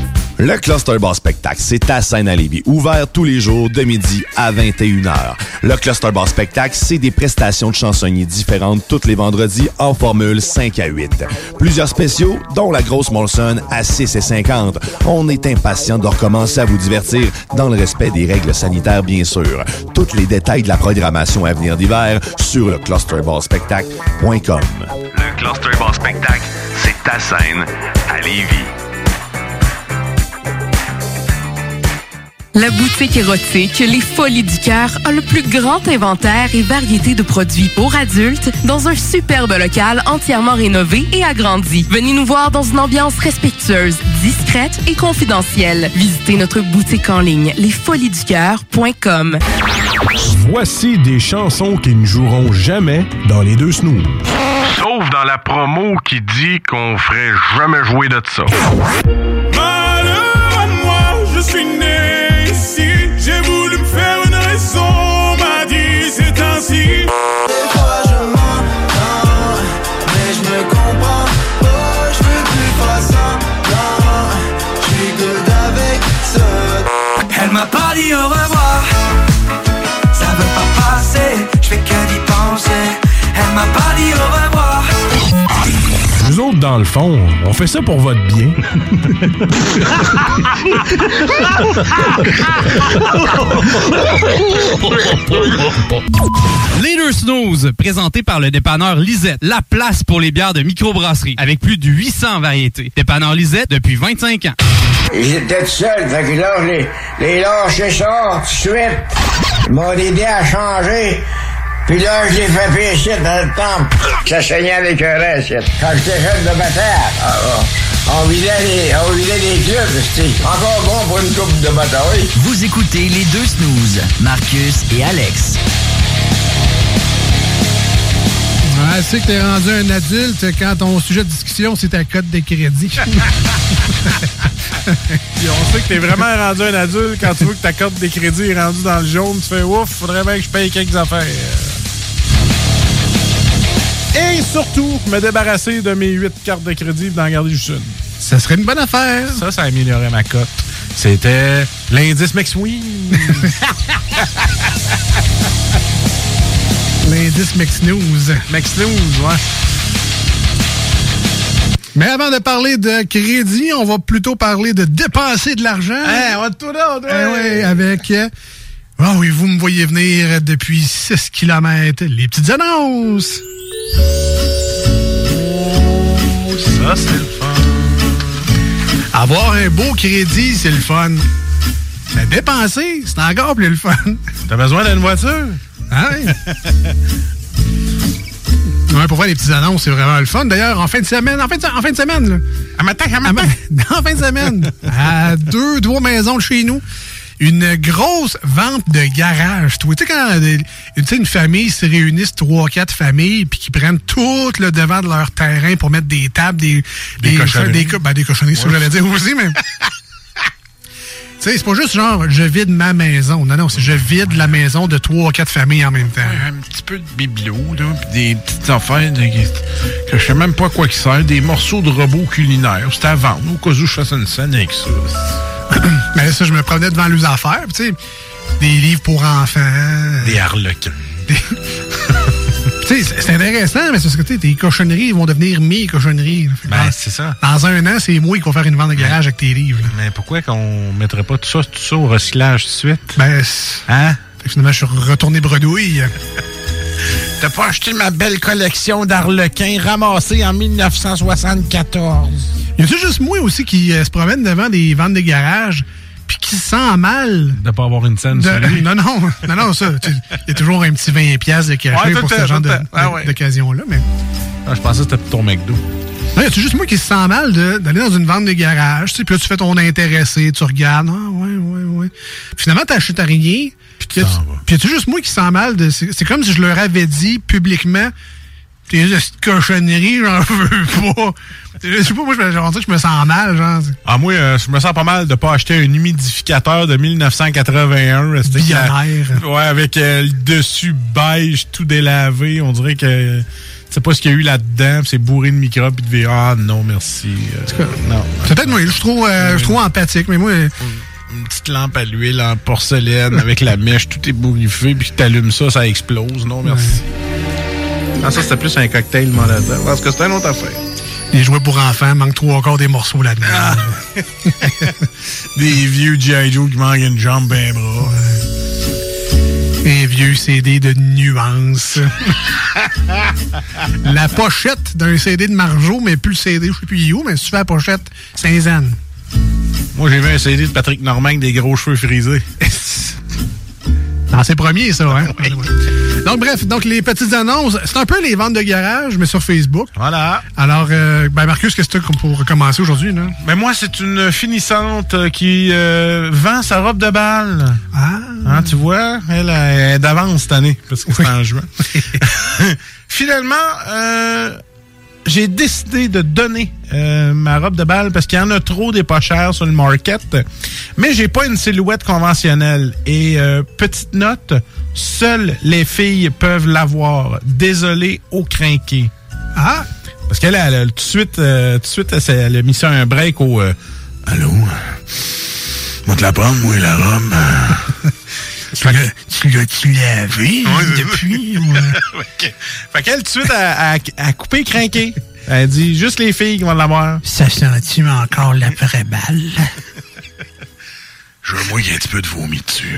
Le Cluster Bar Spectacle, c'est à Seine-à-Lévis, ouvert tous les jours de midi à vingt et une heures. Le Cluster Bar Spectacle, c'est des prestations de chansonniers différentes tous les vendredis en formule cinq à huit. Plusieurs spéciaux, dont la grosse Molson à six et cinquante. On est impatient de recommencer à vous divertir dans le respect des règles sanitaires, bien sûr. Tous les détails de la programmation à venir d'hiver sur le cluster bar spectacle point com. Le Cluster Bar Spectacle, c'est à Seine, à Lévis. La boutique érotique Les Folies du Cœur a le plus grand inventaire et variété de produits pour adultes dans un superbe local entièrement rénové et agrandi. Venez nous voir dans une ambiance respectueuse, discrète et confidentielle. Visitez notre boutique en ligne les folies du cœur point com. Voici des chansons qui ne joueront jamais dans les deux snooze. Sauf dans la promo qui dit qu'on ferait jamais jouer de ça. Malheur à moi, je suis né ici. J'ai voulu me faire une raison, on m'a dit c'est ainsi. Des fois je m'entends, mais je me comprends. Oh, je veux plus faire semblant. Je suis good avec ça. Elle m'a pas dit au revoir. Ça veut pas passer, je fais que d'y penser. Elle m'a pas dit au revoir. Nous autres, dans le fond, on fait ça pour votre bien. Les deux snooze, présenté par le dépanneur Lisette, la place pour les bières de microbrasserie, avec plus de huit cents variétés. Dépanneur Lisette depuis vingt-cinq ans. J'étais tout seul, fait que là, les, les lâchais ça tout de suite. Ils m'ont aidé à changer. Puis là, je l'ai fait pécher dans le temple. Ça saignait avec un reste. Quand j'étais jeune de bataille, on vidait les, on vidait les clubs. C'était encore bon pour une coupe de bataille. Vous écoutez les deux snooze, Marcus et Alex. Ouais, c'est que t'es rendu un adulte quand ton sujet de discussion, c'est ta cote de crédit. Puis on sait que t'es vraiment rendu un adulte quand tu vois que ta carte de crédit est rendue dans le jaune. Tu fais ouf, faudrait bien que je paye quelques affaires. Et surtout, me débarrasser de mes huit cartes de crédit et d'en garder juste une. Ça serait une bonne affaire. Ça, ça améliorerait ma cote. C'était l'indice McSween. L'indice McSnooze. McSnooze, ouais. Mais avant de parler de crédit, on va plutôt parler de dépenser de l'argent. Hey, on va tout là, on eh oui, avec... Euh, oh oui, vous me voyez venir depuis six kilomètres. Les petites annonces. Oh, ça, c'est le fun. Avoir un beau crédit, c'est le fun. Mais dépenser, c'est encore plus le fun. T'as besoin d'une voiture? Hein? Ouais, pour voir les petites annonces, c'est vraiment le fun. D'ailleurs, en fin de semaine, en fin de, en fin de semaine, là, à matin, à matin. À, en fin de semaine, à deux, trois maisons de chez nous, une grosse vente de garage. Tu sais, quand une, une famille se réunissent, trois, quatre familles, puis qui prennent tout le devant de leur terrain pour mettre des tables, des, des, des cochonneries. Des, ben, des cochonneries, c'est ouais. ce que j'allais dire aussi, mais... Tu sais, c'est pas juste genre, je vide ma maison. Non, non, c'est je vide la maison de trois ou quatre familles en même temps. Ouais, un petit peu de bibelot, là, pis des petites affaires de, que je sais même pas à quoi qui sert, des morceaux de robots culinaires. C'était à vendre, au cas où je fasse une scène avec ça. Mais là, ça, je me promenais devant les affaires, tu sais, des livres pour enfants. Des harlequins. Des... Tu sais, c'est intéressant, mais c'est ce que tu sais, tes cochonneries vont devenir mes cochonneries. Ben, dans, c'est ça. Dans un an, c'est moi qui vais faire une vente de garage avec tes livres. Là. Mais pourquoi qu'on mettrait pas tout ça, tout ça au recyclage tout de suite? Ben, hein? Finalement, je suis retourné bredouille. T'as pas acheté ma belle collection d'harlequins ramassée en dix-neuf cent soixante-quatorze? Y a-tu juste moi aussi qui euh, se promène devant des ventes de garage puis qui se sent mal de pas avoir une scène de, sur lui? Non, non, non, non, ça. Il y a toujours un petit vingt piastres de cachet ouais, pour ce genre de, ah, ouais. d'occasion-là. Mais... Ah, je pensais que c'était pour ton McDo. Non, y a-tu juste moi qui se sent mal de, d'aller dans une vente de garage, tu sais, puis là, tu fais ton intéressé, tu regardes, ah, ouais, ouais, ouais. Puis finalement, t'achètes rien. Puis y a-tu juste moi qui se sent mal de. C'est, c'est comme si je leur avais dit publiquement, t'es juste cochonnerie, j'en veux pas. Je sais pas, moi, je me, genre, je me sens mal, genre. Ah, moi, euh, je me sens pas mal de pas acheter un humidificateur de dix-neuf cent quatre-vingt-un. Billionnaire. La, ouais, avec euh, le dessus beige, tout délavé. On dirait que... Tu sais pas ce qu'il y a eu là-dedans, c'est bourré de microbes et de V A. Ah, non, merci. Euh, non. Peut-être, moi, je suis trop, euh, oui. trop empathique, mais moi... Une petite lampe à l'huile en porcelaine avec la mèche, tout ébouriffé, puis t'allumes ça, ça explose. Non, merci. Ouais. Ah, ça, c'était plus un cocktail Molotov. Parce que c'était une autre affaire. Les jouets pour enfants, manquent trois quarts des morceaux là-dedans. Ah. Des vieux G I. Joe qui manquent une jambe ben bras. Ouais. Un vieux C D de nuances. La pochette d'un C D de Marjo, mais plus le C D, je sais plus où, mais si tu fais la pochette, Saint-Anne. Moi, j'ai vu un C D de Patrick Normand avec des gros cheveux frisés. Dans ses premiers, ça, hein? Oui. Donc, bref, donc les petites annonces, c'est un peu les ventes de garage, mais sur Facebook. Voilà. Alors, euh, ben Marcus, qu'est-ce que tu as pour commencer aujourd'hui, là? Ben moi, c'est une finissante qui euh, vend sa robe de bal. Ah. Hein, tu vois, elle, elle est d'avance cette année, parce que oui. C'est en juin. Finalement, euh... j'ai décidé de donner euh, ma robe de bal parce qu'il y en a trop des pas chers sur le market. Mais j'ai pas une silhouette conventionnelle. Et euh, petite note, seules les filles peuvent l'avoir. Désolé au crinqué. Ah! Parce qu'elle a, elle a tout de suite, euh, tout de suite, elle, elle a mis ça un break au euh, allô? Moi te la prendre, moi, la robe. Tu l'as, tu l'as-tu lavé ouais, depuis? Ouais. Okay. Fait qu'elle, tout de suite, a, a, a coupé crinqué. Elle dit juste les filles qui vont l'avoir. Ça sent-tu encore l'après-balle? Je veux moi qu'il y ait un petit peu de vomi dessus.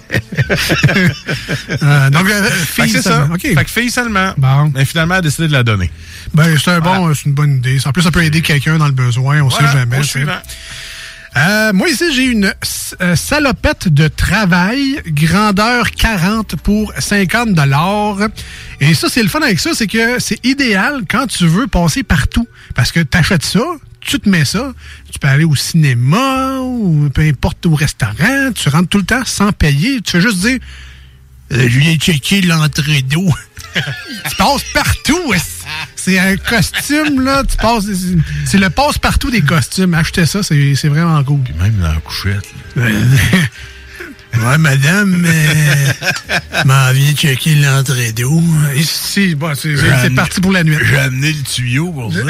euh, donc, euh, fille c'est ça. Okay. Fait que fille seulement. Bon. Mais finalement, elle a décidé de la donner. Ben, c'est un bon, voilà. C'est une bonne idée. En plus, ça peut aider quelqu'un dans le besoin. On voilà, sait jamais. Euh, moi, ici, j'ai une euh, salopette de travail, grandeur quarante pour cinquante dollars. Et ça, c'est le fun avec ça, c'est que c'est idéal quand tu veux passer partout. Parce que t'achètes ça, tu te mets ça, tu peux aller au cinéma ou peu importe au restaurant, tu rentres tout le temps sans payer. Tu fais juste dire, Euh, je viens checker l'entrée d'eau. Tu passes partout. C'est un costume, là. Tu passes. C'est le passe-partout des costumes. Achetez ça, c'est, c'est vraiment cool. Puis même dans la couchette. Ouais, madame, euh, m'en vient checker l'entrée d'eau. Ici, bon, c'est, c'est, c'est parti pour la nuit. J'ai amené le tuyau pour ça.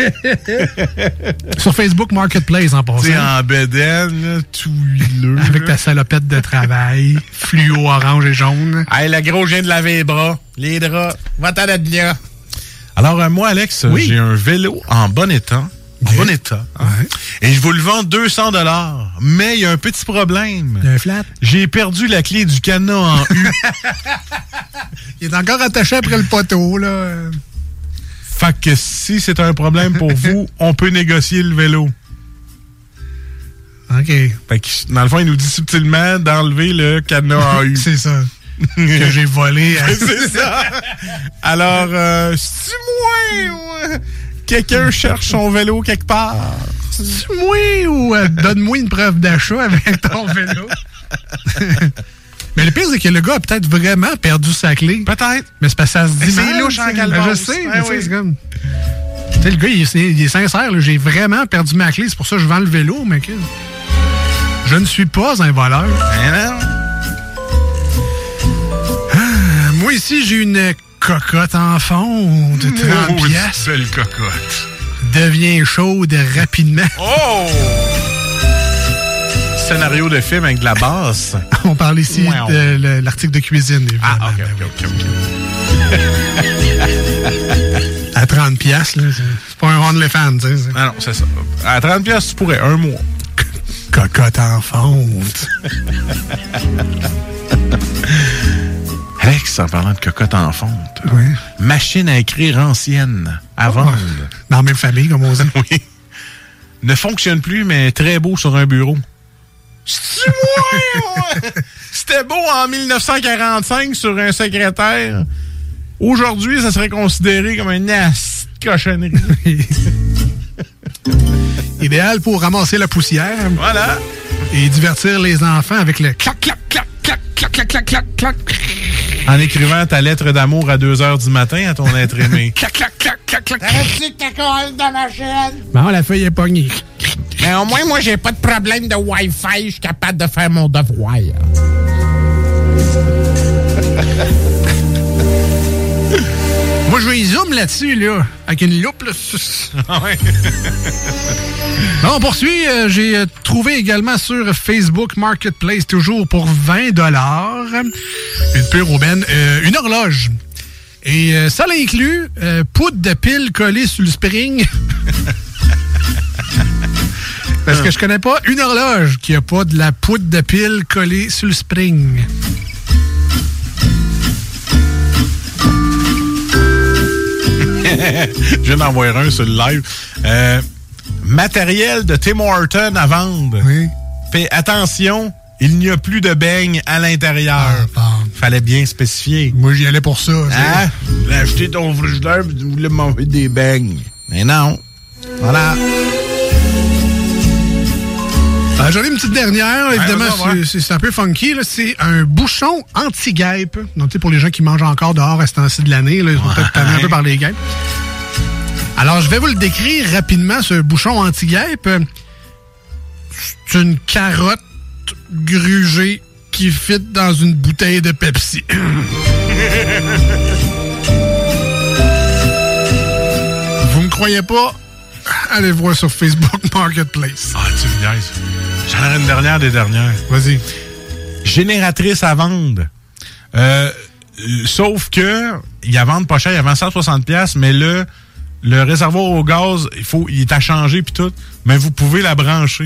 Sur Facebook Marketplace, en passant. C'est en bédaine, là, tout huileux. Avec ta salopette de travail, fluo orange et jaune. Hey, le gros, je viens de laver les bras. Les draps. Va-t'en de là. Alors, euh, moi, Alex, oui. j'ai un vélo en bon état. En bon état. Hein? Ouais. Et je vous le vends deux cents dollars. Mais il y a un petit problème. Il y a un flat. J'ai perdu la clé du cadenas en U. Il est encore attaché après le poteau, là. Fait que si c'est un problème pour vous, on peut négocier le vélo. OK. Fait que, dans le fond, il nous dit subtilement d'enlever le cadenas en U. C'est ça. Que j'ai volé. À... c'est ça. Alors, euh, c'est moi, ouais. Quelqu'un cherche son vélo quelque part. C'est moi ou euh, donne-moi une preuve d'achat avec ton vélo. Mais le pire, c'est que le gars a peut-être vraiment perdu sa clé. Peut-être. Mais c'est parce que ça se dit c'est mal. louche en Je sais, mais oui. C'est comme... Tu sais, le gars, il est, il est sincère. Là. J'ai vraiment perdu ma clé. C'est pour ça que je vends le vélo, mais que... Je ne suis pas un voleur. Ah, moi, ici, j'ai une... cocotte en fond de trente oh, piastres. Belle cocotte. Devient chaude rapidement. Oh! Scénario de film avec de la basse. On parle ici wow. de le, l'article de cuisine. Ah, ok, ok, ok. okay. À trente piastres, là, c'est pas un OnlyFans, tu sais. Ah non, c'est ça. À trente piastres, tu pourrais, un mois. Cocotte en fonte. Alex, en parlant de cocotte en fonte, oui. Machine à écrire ancienne, à vendre. Dans la même famille, comme on dit. Oui. Ne fonctionne plus, mais très beau sur un bureau. C'est moi! C'était beau en dix-neuf cent quarante-cinq sur un secrétaire. Aujourd'hui, ça serait considéré comme une ass de cochonnerie. Idéal pour ramasser la poussière. Voilà. Et divertir les enfants avec le clac, clac, clac, clac, clac, clac, clac, clac, clac. En écrivant ta lettre d'amour à deux heures du matin à ton être aimé. Clac, clac, clac, clac, clac. T'arrêtes-tu que ta colle dans ma chaîne? Bon, la feuille est pognée. Mais au moins, moi, j'ai pas de problème de Wi-Fi. Je suis capable de faire mon devoir. Moi, je vais zoom là-dessus, là, avec une loupe. Là. Ah ouais. Bon, on poursuit. Euh, j'ai euh, trouvé également sur Facebook Marketplace, toujours pour vingt dollars, une pure aubaine, euh, une horloge. Et euh, ça l'inclut euh, poudre de pile collée sur le spring. Parce que je connais pas une horloge qui a pas de la poudre de pile collée sur le spring. Je viens d'en voir un sur le live. Euh, matériel de Tim Hortons à vendre. Oui. Fait attention, il n'y a plus de beignes à l'intérieur. Ah, bon. Fallait bien spécifier. Moi, j'y allais pour ça. Hein? Tu voulais acheter ton frigidaire et tu voulais manger des beignes. Mais non. Voilà. Alors, j'en ai une petite dernière. Évidemment, ouais, c'est, c'est un peu funky. Là. C'est un bouchon anti-guêpe. Donc, tu sais, pour les gens qui mangent encore dehors à ce temps-ci de l'année, là, ils vont ouais. peut-être tanner un peu par les guêpes. Alors, je vais vous le décrire rapidement, ce bouchon anti-guêpe. C'est une carotte grugée qui fit dans une bouteille de Pepsi. Vous me croyez pas? Allez voir sur Facebook Marketplace. Ah, tu me niaises. J'en ai une dernière des dernières. Vas-y. Génératrice à vendre. Euh, sauf que, il y a vendre pas cher, il y a cent soixante dollars, mais là, le réservoir au gaz, il faut, il est à changer puis tout, mais vous pouvez la brancher.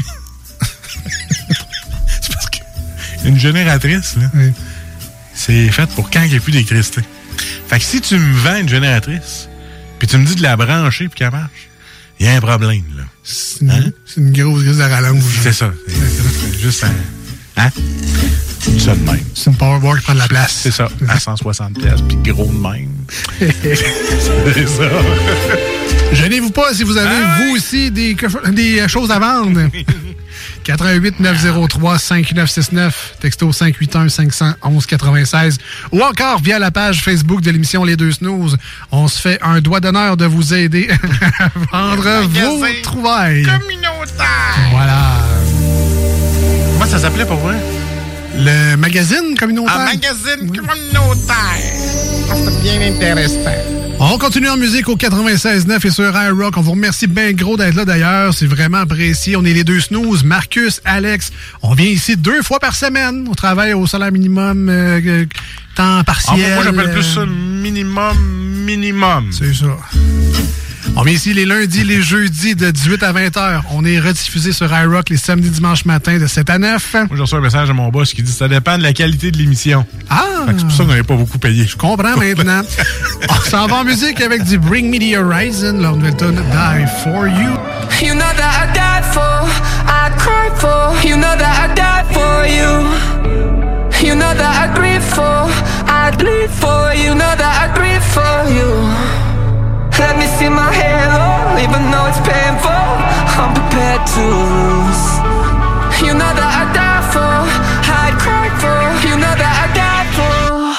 C'est parce que une génératrice, là, oui. c'est fait pour quand il n'y a plus d'électricité. Fait que si tu me vends une génératrice, puis tu me dis de la brancher puis qu'elle marche, il y a un problème, là. C'est une, hein? c'est une grosse grise à rallonge. C'est ça. C'est, c'est juste un... Hein? C'est ça de même. C'est une powerboard qui prend de la place. C'est ça. À cent soixante dollars, puis gros de même. C'est ça. Gênez-vous pas si vous avez, ah, vous aussi, des, des choses à vendre. quatre un huit neuf zéro trois cinq neuf six neuf, texto cinq huit un cinq un un neuf six ou encore via la page Facebook de l'émission Les Deux Snooze. On se fait un doigt d'honneur de vous aider à vendre vos trouvailles. Communautaire. Voilà. Comment ça s'appelait pour vrai? Le magazine communautaire. Un magazine communautaire. C'est bien intéressant. On continue en musique au quatre-vingt-seize neuf et sur iRock. On vous remercie bien gros d'être là d'ailleurs. C'est vraiment apprécié. On est les deux snooze, Marcus, Alex. On vient ici deux fois par semaine. On travaille au salaire minimum, euh, temps partiel. Ah, moi, j'appelle plus ça minimum, minimum. C'est ça. On vient ici les lundis, les jeudis de dix-huit à vingt heures. On est rediffusé sur iRock les samedis, dimanches matin de sept à neuf. Moi, j'ai reçu un message de mon boss qui dit que ça dépend de la qualité de l'émission. Ah! C'est pour ça qu'on n'avait pas beaucoup payé. Je comprends maintenant. On s'en va en musique avec du Bring Me the Horizon, leur nouvelle tune Die For You. You know that I died for, I cried for. You know that I died for you. You know that I grieve for, I bleed for. You know that I grieve for you. Let me see my halo, even though it's painful, I'm prepared to lose. You know that I die for, I'd cry for. You know that I died for.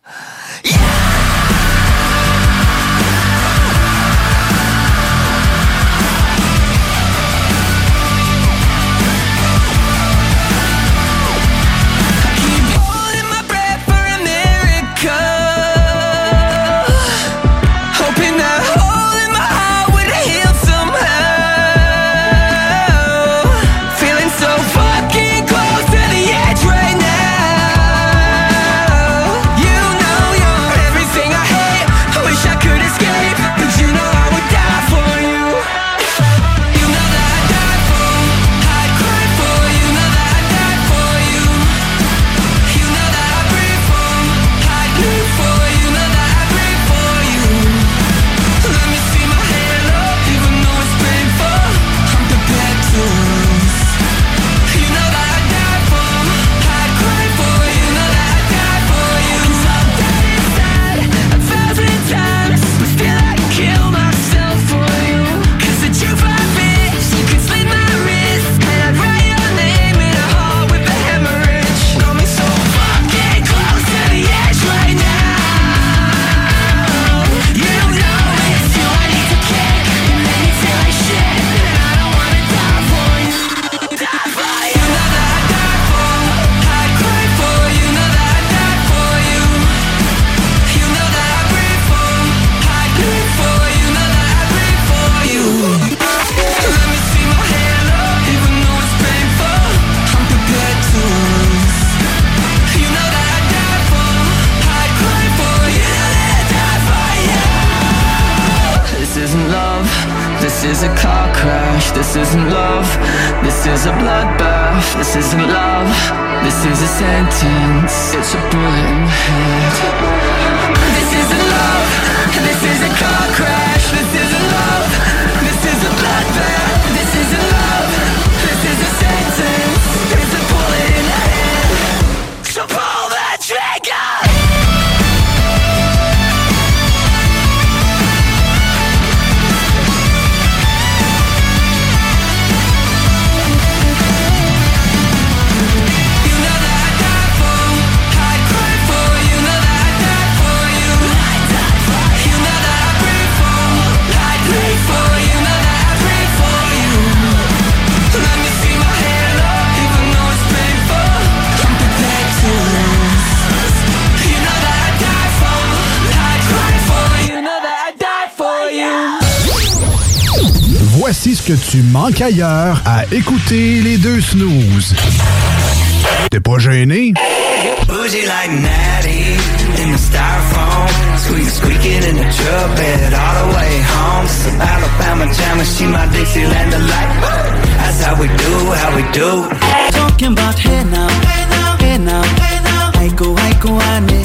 is a car crash, this isn't love. This is a bloodbath, this isn't love. This is a sentence, it's a bullet in the head. This isn't love, this is a car crash. This isn't love, this is a bloodbath. This isn't love, this is a sentence, it's a bullet in the head. So pull that trigger. Voici ce que tu manques ailleurs à écouter les deux snooze. T'es pas gêné? Bougie like Natty in the styrofoam, squeak squeaking in the truck bed all the way home. It's an Alabama jam and she my Dixieland delight. That's how we do, how we do. Talking about hey now, hey now, hey now, hey now. I go, I go, I need.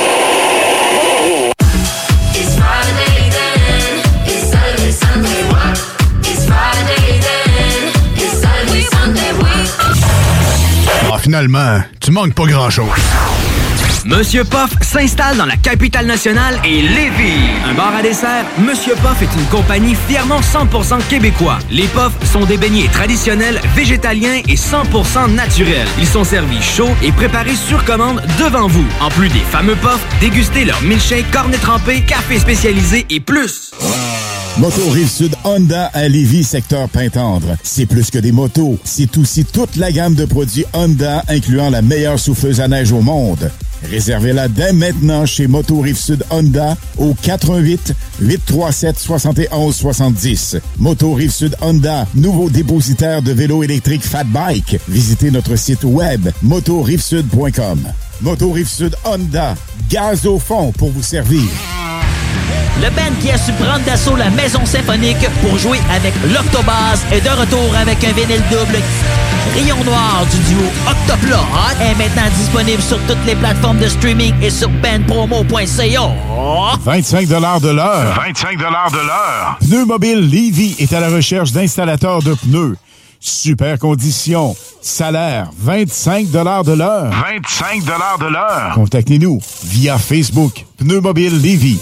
It's Friday then, it's Saturday, Sunday, what? It's Friday then, it's Saturday, Sunday, what? Ah, finalement, tu manques pas grand-chose. Monsieur Poff s'installe dans la capitale nationale et Lévis. Un bar à dessert, Monsieur Poff est une compagnie fièrement cent pour cent québécois. Les Poffs sont des beignets traditionnels, végétaliens et cent pour cent naturels. Ils sont servis chauds et préparés sur commande devant vous. En plus des fameux Poffs, dégustez leur milkshake, cornet trempé, café spécialisé et plus. Moto Rive-Sud Honda à Lévis, secteur Pintendre. C'est plus que des motos, c'est aussi toute la gamme de produits Honda, incluant la meilleure souffleuse à neige au monde. Réservez-la dès maintenant chez Moto Rive-Sud Honda au quatre un huit, huit trois sept, six un six dix. Moto Rive-Sud Honda, nouveau dépositaire de vélos électriques Fat Bike. Visitez notre site web moto rive sud point com. Moto Rive-Sud Honda, gaz au fond pour vous servir. Le band qui a su prendre d'assaut la Maison Symphonique pour jouer avec l'Octobase est de retour avec un vinyle double. Rayon Noir du duo Octoplot est maintenant disponible sur toutes les plateformes de streaming et sur ben promo point c a. vingt-cinq dollars de l'heure. vingt-cinq dollars de l'heure. Pneumobile Lévis est à la recherche d'installateurs de pneus. Super conditions. Salaire, vingt-cinq dollars de l'heure. vingt-cinq dollars de l'heure. Contactez-nous via Facebook. Pneumobile Lévis.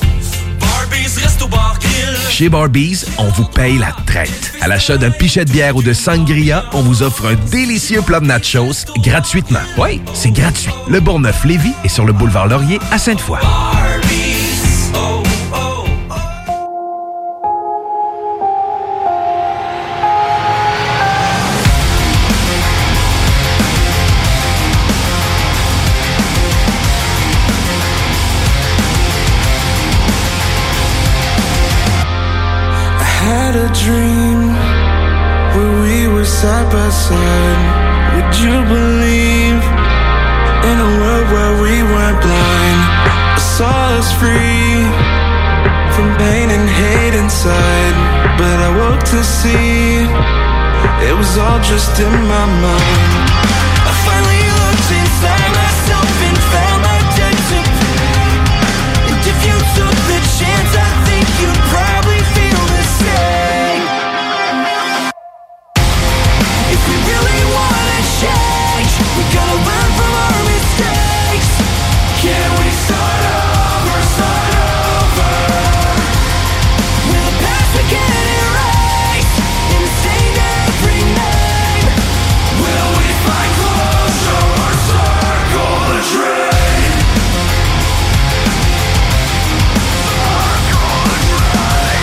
Chez Barbies, on vous paye la traite. À l'achat d'un pichet de bière ou de sangria, on vous offre un délicieux plat de nachos gratuitement. Oui, c'est gratuit. Le Bourgneuf-Lévis est sur le boulevard Laurier à Sainte-Foy. Had a dream where we were side by side. Would you believe in a world where we weren't blind? I saw us free from pain and hate inside, but I woke to see it was all just in my mind. I finally looked inside myself and found my debt to pay. And if you took the chance, I think you'd probably feel the same. If we really wanna change, we gotta learn from our mistakes. Can we start over, start over? With the past we can erase and sing every name. Will we find closure or circle the drain? Circle the drain.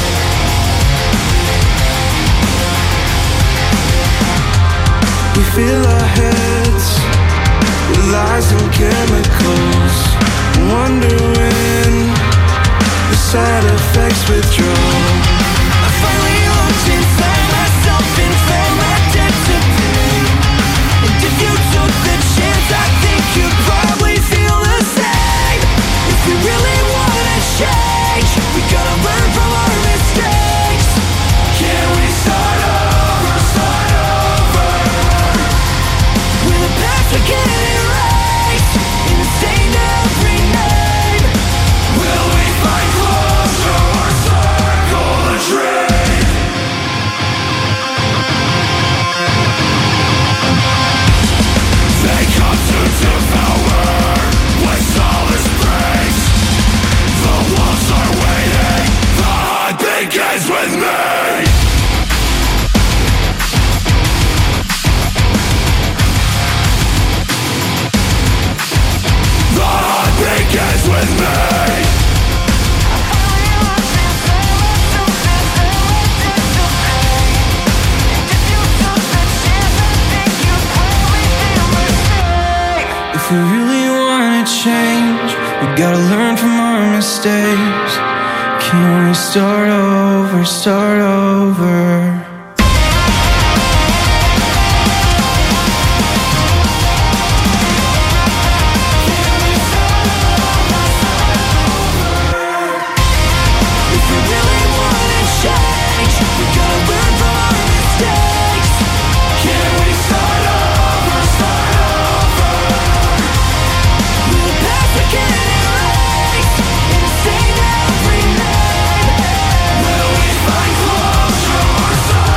We fill our heads with lies and chemicals, wonder when the side effects withdraw. I finally looked inside myself and found my debt to pay. And if you took the chance, I think you'd probably feel the same. If we really wanna change, we gotta learn from our mistakes. Can we start over, start over? With the past we can erase and sing every name. Will we find closure or circle the drain? They come to devour waste all this praise. The wolves are waiting, the hunt begins with me. The hunt begins with me. If we really wanna change, we gotta learn from our mistakes. Can we start over, start over? If we really wanna change, we gotta learn from our mistakes. Can we start over, start over? With the past we can erase and sing every name. Will we find closure or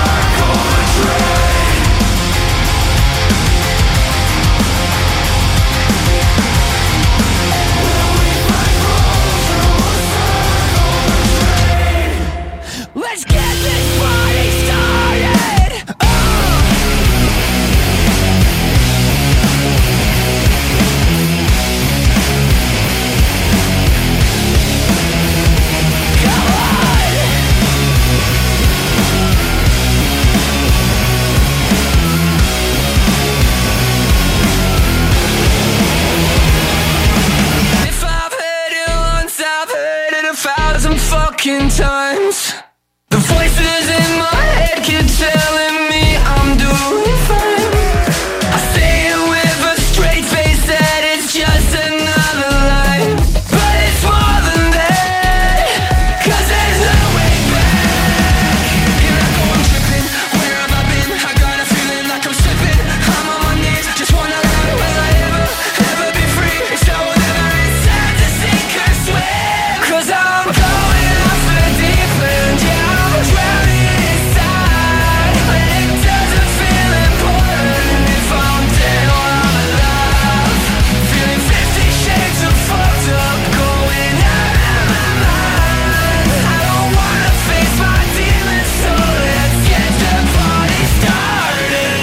fucking times. The voices in my head keep telling me I'm doing fine. I say it with a straight face that it's just another line. But it's more than that, 'cause there's no way back. Here I go, I'm tripping. Where have I been? I got a feeling like I'm slipping. I'm on my knees, just wanna run. Will I ever, ever be free? It's so whatever it's sad to sink or swim. 'Cause I'm going off the deep end, yeah, I'm drowning inside. And it doesn't feel important if I'm dead or I'm alive. Feeling fifty shades of fucked up, going out of my mind. I don't wanna face my demons, so let's get the party started.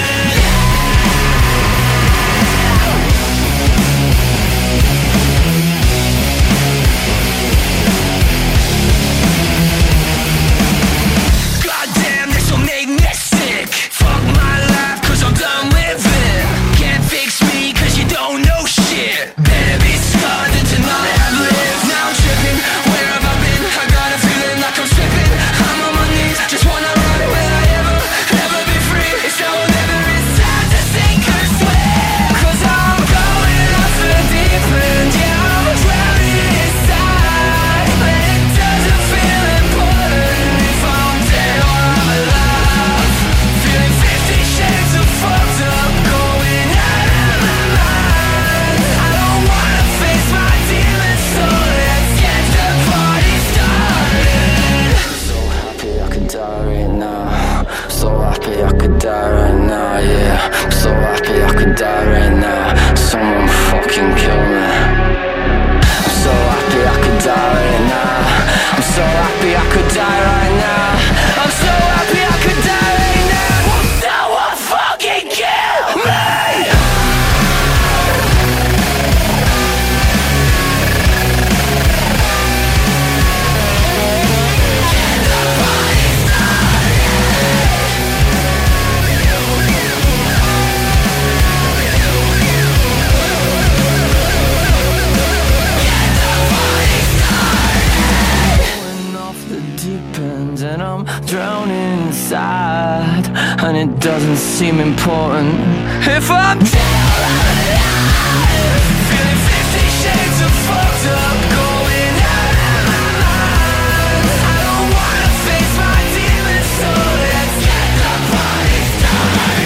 Goddamn, this'll make me sick. Fuck my life, 'cause I'm done with it. Can't fix me, 'cause you don't know shit. Better be scarred than to not have lived. Now I'm tripping, where have I been? I got a feeling like I'm slipping. I'm on my knees, just wanna run. Will I ever, ever be free? It's so never it's time to sink or swim. 'Cause I'm going off the deep end, yeah, I'm drowning inside. And it doesn't feel important if I'm dead or I'm alive. Feeling fifty shades of fucked up, going out of my mind. I don't wanna face my demons, so let's get the party started. So happy I could die right now. So happy I could die right now, yeah. So happy I could die right now. Someone fucking kill me. I'm so happy I could die right now. I'm so happy I could die right now. I'm so happy I could die right now. Someone fucking kill me. Going off the deep end and I'm drowning inside. And it doesn't seem important if I'm dead or alive. Feeling fifty shades of fucked up, going out of my mind. I don't wanna face my demons, so let's get the party started.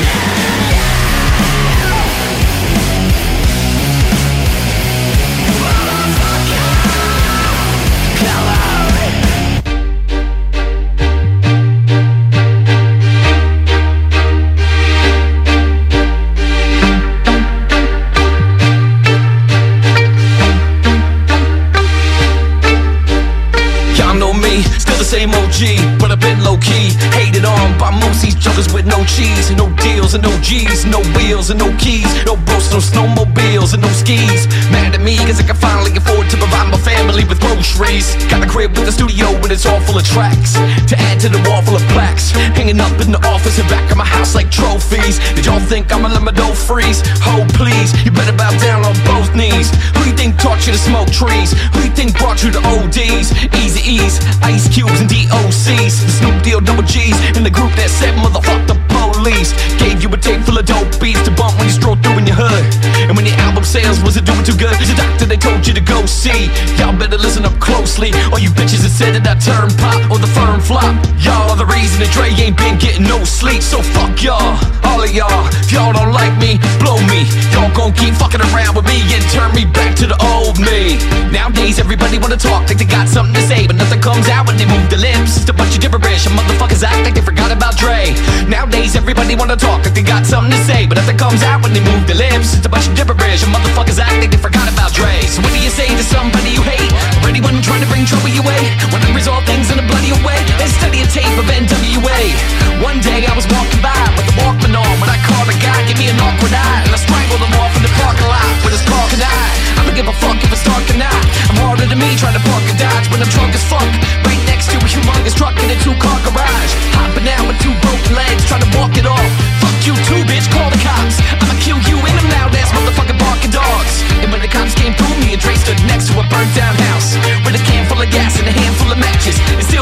Y'all know me, still the same O G, but I've been low-key. Hated on by most these jokers with no cheese, and no deals, and no G's, no wheels, and no keys, no boats, no snowmobiles, and no skis. Mad at me, cause I can finally afford to provide my family with groceries. Got a crib with a studio, and it's all full of tracks, to add to the wall full of plaques, hanging up in the office and back of my house like trophies. Did y'all think I'ma let my dough freeze? Oh please, you better bow down on both knees. Who you think taught you to smoke trees? Who you think brought you to O Ds? Easy E's, Ice Cubes, and D O C's. The Snoop Deal double G's in the group that said motherfuck the police. Gave you a tape full of dope beats to bump when you stroll through in your hood. And when your album sales wasn't doing too good, the doctor they told you to go see. Y'all better listen up closely. All you bitches that said that I turn pop or the firm flop, y'all are the reason that Dre ain't been getting no sleep. So fuck y'all, all of y'all. If y'all don't like me, blow me. Y'all gon' keep fucking around with me and turn me back to the old me. Nowadays everybody wanna talk like they got something to say, but nothing comes out when they move their lips. It's a bunch of gibberish and motherfuckers act like they forgot about Dre. Nowadays everybody wanna talk like they got something to say, but nothing comes out when they move their lips. It's a bunch of gibberish and motherfuckers act like they forgot about Dre. So what do you say to somebody you hate, or anyone trying to bring trouble your way? When I resolve things in a bloody way, then study a tape of N W A. One day I was walking by with the Walkman on when I called a guy, give me an awkward eye, and I strangled him off in the parking lot with his car and I. I don't give a fuck if it's dark or not. I'm harder than me trying to park a Dodge when I'm drunk as fuck, right next to a humongous truck in a two-car garage. Hopping out with two broken legs, trying to walk it off. Fuck you too, bitch, call the cops. I'ma kill you and them loud-ass motherfucking barking dogs. And when the cops came through, me and Dre stood next to a burnt-down house with a can full of gas and a handful of matches. It's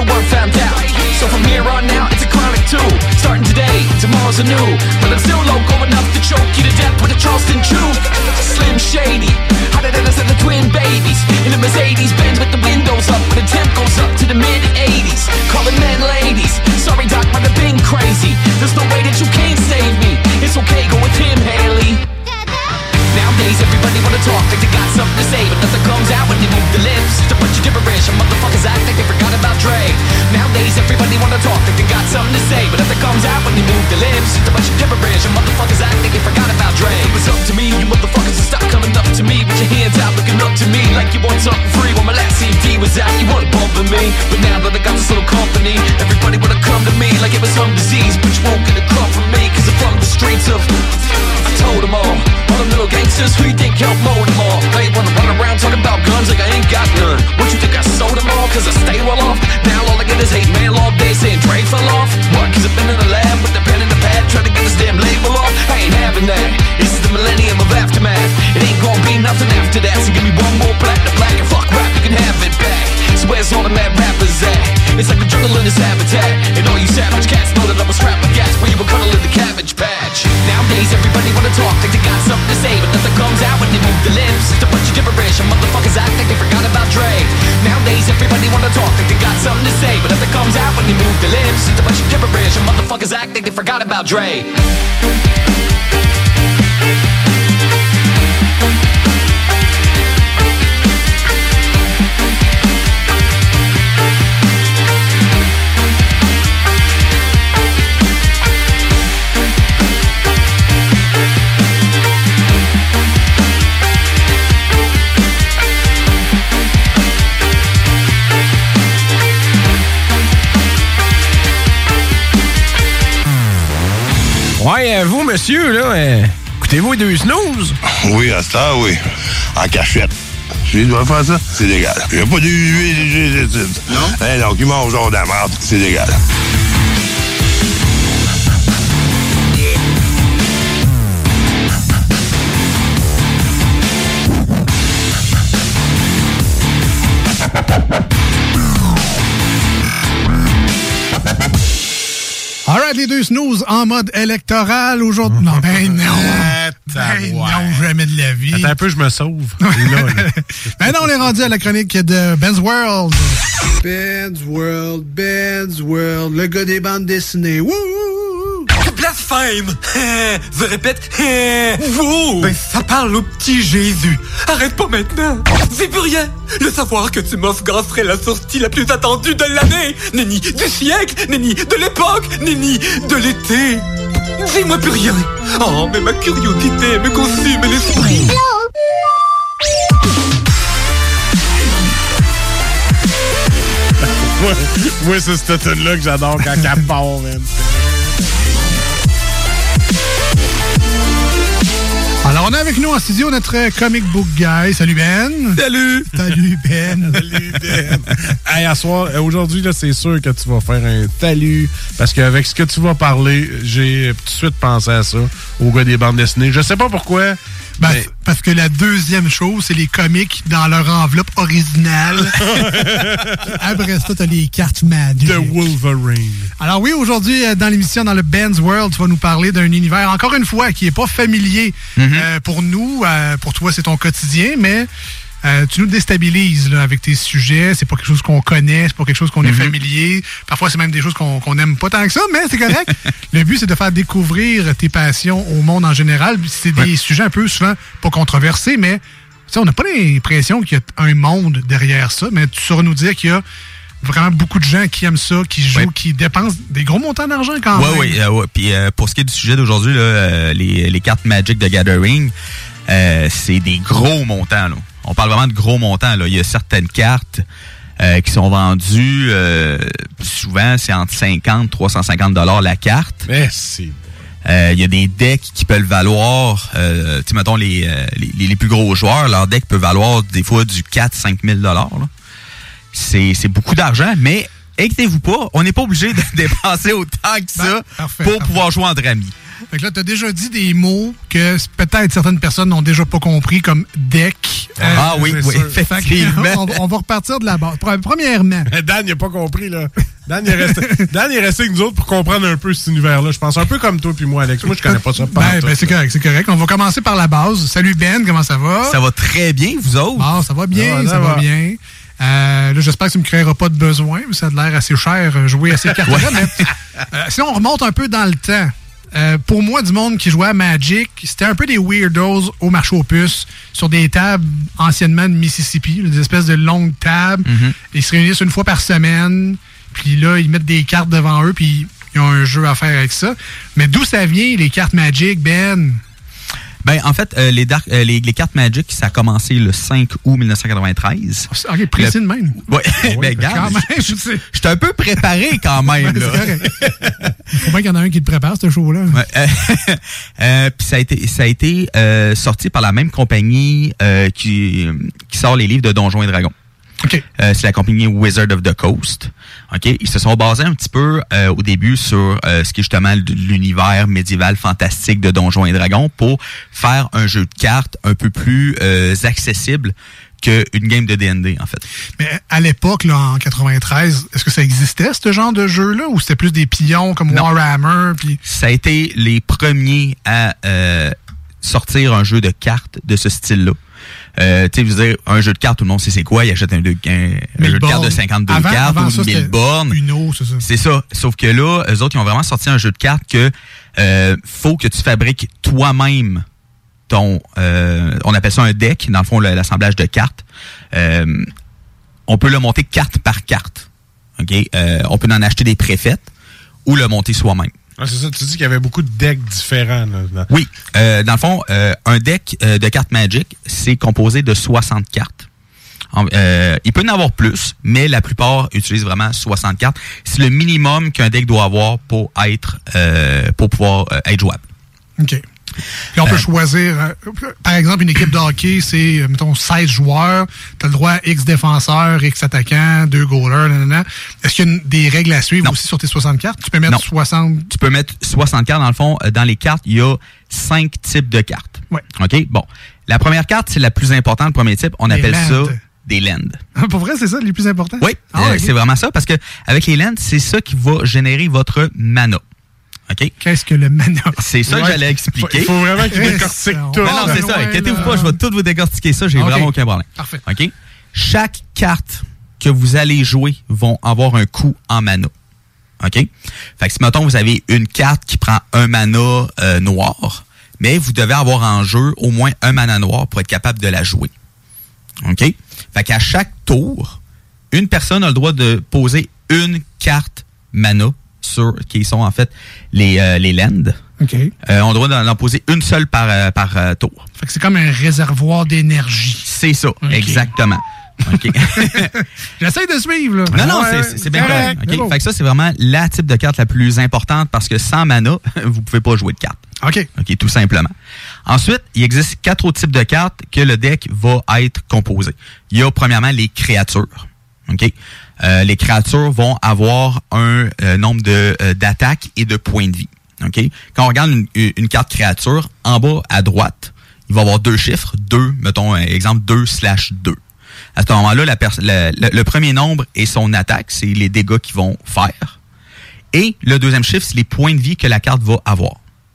true, but I'm still loco enough to choke you to death with a Charleston Chew. Slim Shady, hotter than us and the twin babies. In a Mercedes Benz with the windows up, when the temp goes up to the mid eighties. Calling men ladies, sorry doc, might have been crazy. There's no way that you can't save me. It's okay, go with him, Haley. Nowadays everybody wanna talk like they got something to say, but nothing comes out when they move the lips. Just a bunch of gibberish, and motherfuckers act like they forgot about Dre. Nowadays everybody wanna talk like they got something to say, but nothing comes out when they move the lips. Just a bunch of gibberish, and motherfuckers act like they forgot about Dre. If it was up to me, you motherfuckers would stop coming up to me with your hands out, looking up to me like you want something free. When my last C D was out, you wanna bump with me, but now that I got this little company, everybody wanna come to me like it was some disease, but you won't get a crumb from me, cause I'm from the streets of. I told them all, all them little gangsters who you think help mold them all. They wanna run around talking about guns like I ain't got none. What you think I sold them all cause I stay well off? Now all I get is hate mail all day saying Dre fell off. What, cause I've been in the lab with the pen and the pad trying to get this damn label off? I ain't having that. This is the millennium of aftermath. It ain't gonna be nothing after that. So give me one more black to black and fuck rap, you can have it back. So where's all the mad rappers at? It's like the jungle in this habitat. And all you savage cats know that I was strapped with gas where you were cuddling the cabbage patch. Nowadays everybody wanna talk like they got something to say, but nothing comes out when they move the lips. Just a bunch of gibberish, and motherfuckers act like they forgot about Dre. Nowadays everybody wanna talk like they got something to say, but nothing comes out when they move the lips. Just a bunch of gibberish, and motherfuckers act like they forgot about Dre. Ouais, euh, vous, monsieur, là, euh, écoutez-vous les deux snooze? Oui, à ça, oui. En cachette. Je dois faire ça, c'est légal. Il n'y a pas de huile. Non? Eh non, qui mange genre de la merde, c'est légal. Alright, les deux snooze en mode électoral aujourd'hui. Non, ben non. Ben non, jamais de la vie. Attends un peu, je me sauve. là, là. Ben non, on est rendu à la chronique de Ben's World. Ben's World, Ben's World, le gars des bandes dessinées. Wouh! Blasphème! Je répète, vous! Ben, ça parle au petit Jésus. Arrête pas maintenant! C'est plus rien! Le savoir que tu m'offres serait la sortie la plus attendue de l'année! Nenni du siècle! Nenni de l'époque! Nenni de l'été! Dis-moi plus rien! Oh, mais ma curiosité me consume l'esprit! Moi, moi c'est cette tune-là que j'adore quand elle part, man. Alors, on a avec nous en studio notre comic book guy. Salut Ben. Salut. Salut Ben. Salut Ben. Hey, à soir, aujourd'hui, là, c'est sûr que tu vas faire un salut. Parce qu'avec ce que tu vas parler, j'ai tout de suite pensé à ça, au gars des bandes dessinées. Je sais pas pourquoi. Ben, mais... Parce que la deuxième chose, c'est les comics dans leur enveloppe originale. Après ça, t'as les cartes Magic. The Wolverine. Alors oui, aujourd'hui, dans l'émission, dans le Ben's World, tu vas nous parler d'un univers, encore une fois, qui est pas familier mm-hmm. euh, pour nous. Euh, pour toi, c'est ton quotidien, mais... Euh, tu nous déstabilises là, avec tes sujets. C'est pas quelque chose qu'on connaît, c'est pas quelque chose qu'on mm-hmm. est familier. Parfois, c'est même des choses qu'on qu'on aime pas tant que ça, mais c'est correct. Le but, c'est de faire découvrir tes passions au monde en général. C'est des ouais. sujets un peu souvent pas controversés, mais on n'a pas l'impression qu'il y a un monde derrière ça. Mais tu sauras nous dire qu'il y a vraiment beaucoup de gens qui aiment ça, qui jouent, ouais. qui dépensent des gros montants d'argent quand ouais, même. Oui, oui. Euh, Puis euh, pour ce qui est du sujet d'aujourd'hui, là, euh, les, les cartes Magic de Gathering, euh, c'est des gros montants, là. On parle vraiment de gros montants, là. Il y a certaines cartes euh, qui sont vendues, euh, souvent, c'est entre cinquante et trois cent cinquante dollars la carte. Merci. Euh, il y a des decks qui peuvent valoir, euh, tu sais, mettons, les, les, les plus gros joueurs, leur deck peut valoir des fois du quatre à cinq mille dollars. C'est, c'est beaucoup d'argent, mais inquiétez-vous pas, on n'est pas obligé de dépenser autant que ça ben, parfait, pour parfait. pouvoir jouer entre amis. Fait que là, t'as déjà dit des mots que peut-être certaines personnes n'ont déjà pas compris, comme deck, Euh, ah oui, oui, sûr. effectivement. On, on va repartir de la base. Premièrement. Dan, il n'a pas compris, là. Dan, il est resté, Dan est resté avec nous autres pour comprendre un peu cet univers-là. Je pense un peu comme toi puis moi, Alex. Moi, je connais pas ça. Ben, ben c'est correct, c'est correct. On va commencer par la base. Salut Ben, comment ça va? Ça va très bien, vous autres? Bon, ça va bien, ah, ça, ça va, va bien. Euh, là, j'espère que tu ne me créeras pas de besoin. Ça a l'air assez cher euh, jouer à ces cartes-là. mais, euh, sinon, on remonte un peu dans le temps. Euh, pour moi, du monde qui jouait à Magic, c'était un peu des weirdos au marché aux puces, sur des tables anciennement de Mississippi, des espèces de longues tables. Mm-hmm. Ils se réunissent une fois par semaine, puis là, ils mettent des cartes devant eux, puis ils ont un jeu à faire avec ça. Mais d'où ça vient, les cartes Magic, Ben? Ben, en fait, euh, les, dark, euh, les, les cartes Magic, ça a commencé le cinq août mille neuf cent quatre-vingt-treize. OK, précis de même. Ouais, ouais ben, regarde, je suis un peu préparé quand même. Ouais, là. Il faut bien qu'il y en ait un qui te prépare, ce show-là. Ouais, euh, euh, puis ça a été, ça a été euh, sorti par la même compagnie euh, qui, qui sort les livres de Donjons et Dragons. Okay. Euh, c'est la compagnie Wizard of the Coast. Okay? Ils se sont basés un petit peu euh, au début sur euh, ce qui est justement l'univers médiéval fantastique de Donjons et Dragons pour faire un jeu de cartes un peu plus euh, accessible qu'une game de D and D, en fait. Mais à l'époque, là, en quatre-vingt-treize, est-ce que ça existait, ce genre de jeu-là, ou c'était plus des pions comme non. Warhammer? Pis... Ça a été les premiers à euh, sortir un jeu de cartes de ce style-là. Euh, tu sais, je veux dire, un jeu de cartes, tout le monde sait c'est quoi, il achète un, un, un jeu de cartes de cinquante-deux avant, cartes avant ou ça, mille bornes. Uno, c'est ça. C'est ça. Sauf que là, eux autres, ils ont vraiment sorti un jeu de cartes que euh, faut que tu fabriques toi-même ton, euh, on appelle ça un deck, dans le fond, l'assemblage de cartes. Euh, on peut le monter carte par carte. OK? Euh, on peut en acheter des préfaites ou le monter soi-même. Ah, c'est ça, tu dis qu'il y avait beaucoup de decks différents. Là. Oui. Euh, dans le fond, euh, un deck euh, de cartes Magic, c'est composé de soixante cartes. Euh, il peut y en avoir plus, mais la plupart utilisent vraiment soixante cartes. C'est le minimum qu'un deck doit avoir pour être euh, pour pouvoir euh, être jouable. OK. Puis on peut euh, choisir, euh, par exemple, une équipe de hockey, c'est, mettons, seize joueurs. Tu as le droit à X défenseurs, X attaquants, deux goalers, nanana. Est-ce qu'il y a une, des règles à suivre non. aussi sur tes soixante cartes? Tu peux mettre non. soixante... Tu peux mettre soixante cartes. Dans le fond, dans les cartes, il y a cinq types de cartes. Ouais. OK? Bon. La première carte, c'est la plus importante, le premier type. On les appelle lands. ça des lands. Pour vrai, c'est ça, les plus importants? Oui. Ah, euh, okay. C'est vraiment ça, parce que avec les lands, c'est ça qui va générer votre mana. OK? Qu'est-ce que le mana? C'est ça ouais. que j'allais expliquer. Il faut vraiment qu'il décortique tout. Non, non, c'est ça. Inquiétez-vous pas, je vais tout vous décortiquer ça. J'ai okay. vraiment aucun problème. Parfait. OK? Chaque carte que vous allez jouer vont avoir un coût en mana. OK? Fait que si, mettons, vous avez une carte qui prend un mana euh, noir, mais vous devez avoir en jeu au moins un mana noir pour être capable de la jouer. OK? Fait qu'à chaque tour, une personne a le droit de poser une carte mana sur qui sont en fait les euh, les lands. OK. Euh, on doit en poser une seule par euh, par euh, tour. Fait que c'est comme un réservoir d'énergie. C'est ça, okay. Exactement. OK. J'essaie de suivre là. Non non, ouais, c'est c'est bien correct. OK. Bon. Fait que ça c'est vraiment la type de carte la plus importante parce que sans mana, vous pouvez pas jouer de carte. OK. OK, tout simplement. Ensuite, il existe quatre autres types de cartes que le deck va être composé. Il y a premièrement les créatures. OK? Euh, les créatures vont avoir un euh, nombre de euh, d'attaques et de points de vie. OK? Quand on regarde une, une carte créature, en bas à droite, il va y avoir deux chiffres. deux, mettons, exemple, deux slash deux. À ce moment-là, la pers- le, le, le premier nombre est son attaque, c'est les dégâts qu'ils vont faire. Et le deuxième chiffre, c'est les points de vie que la carte va avoir.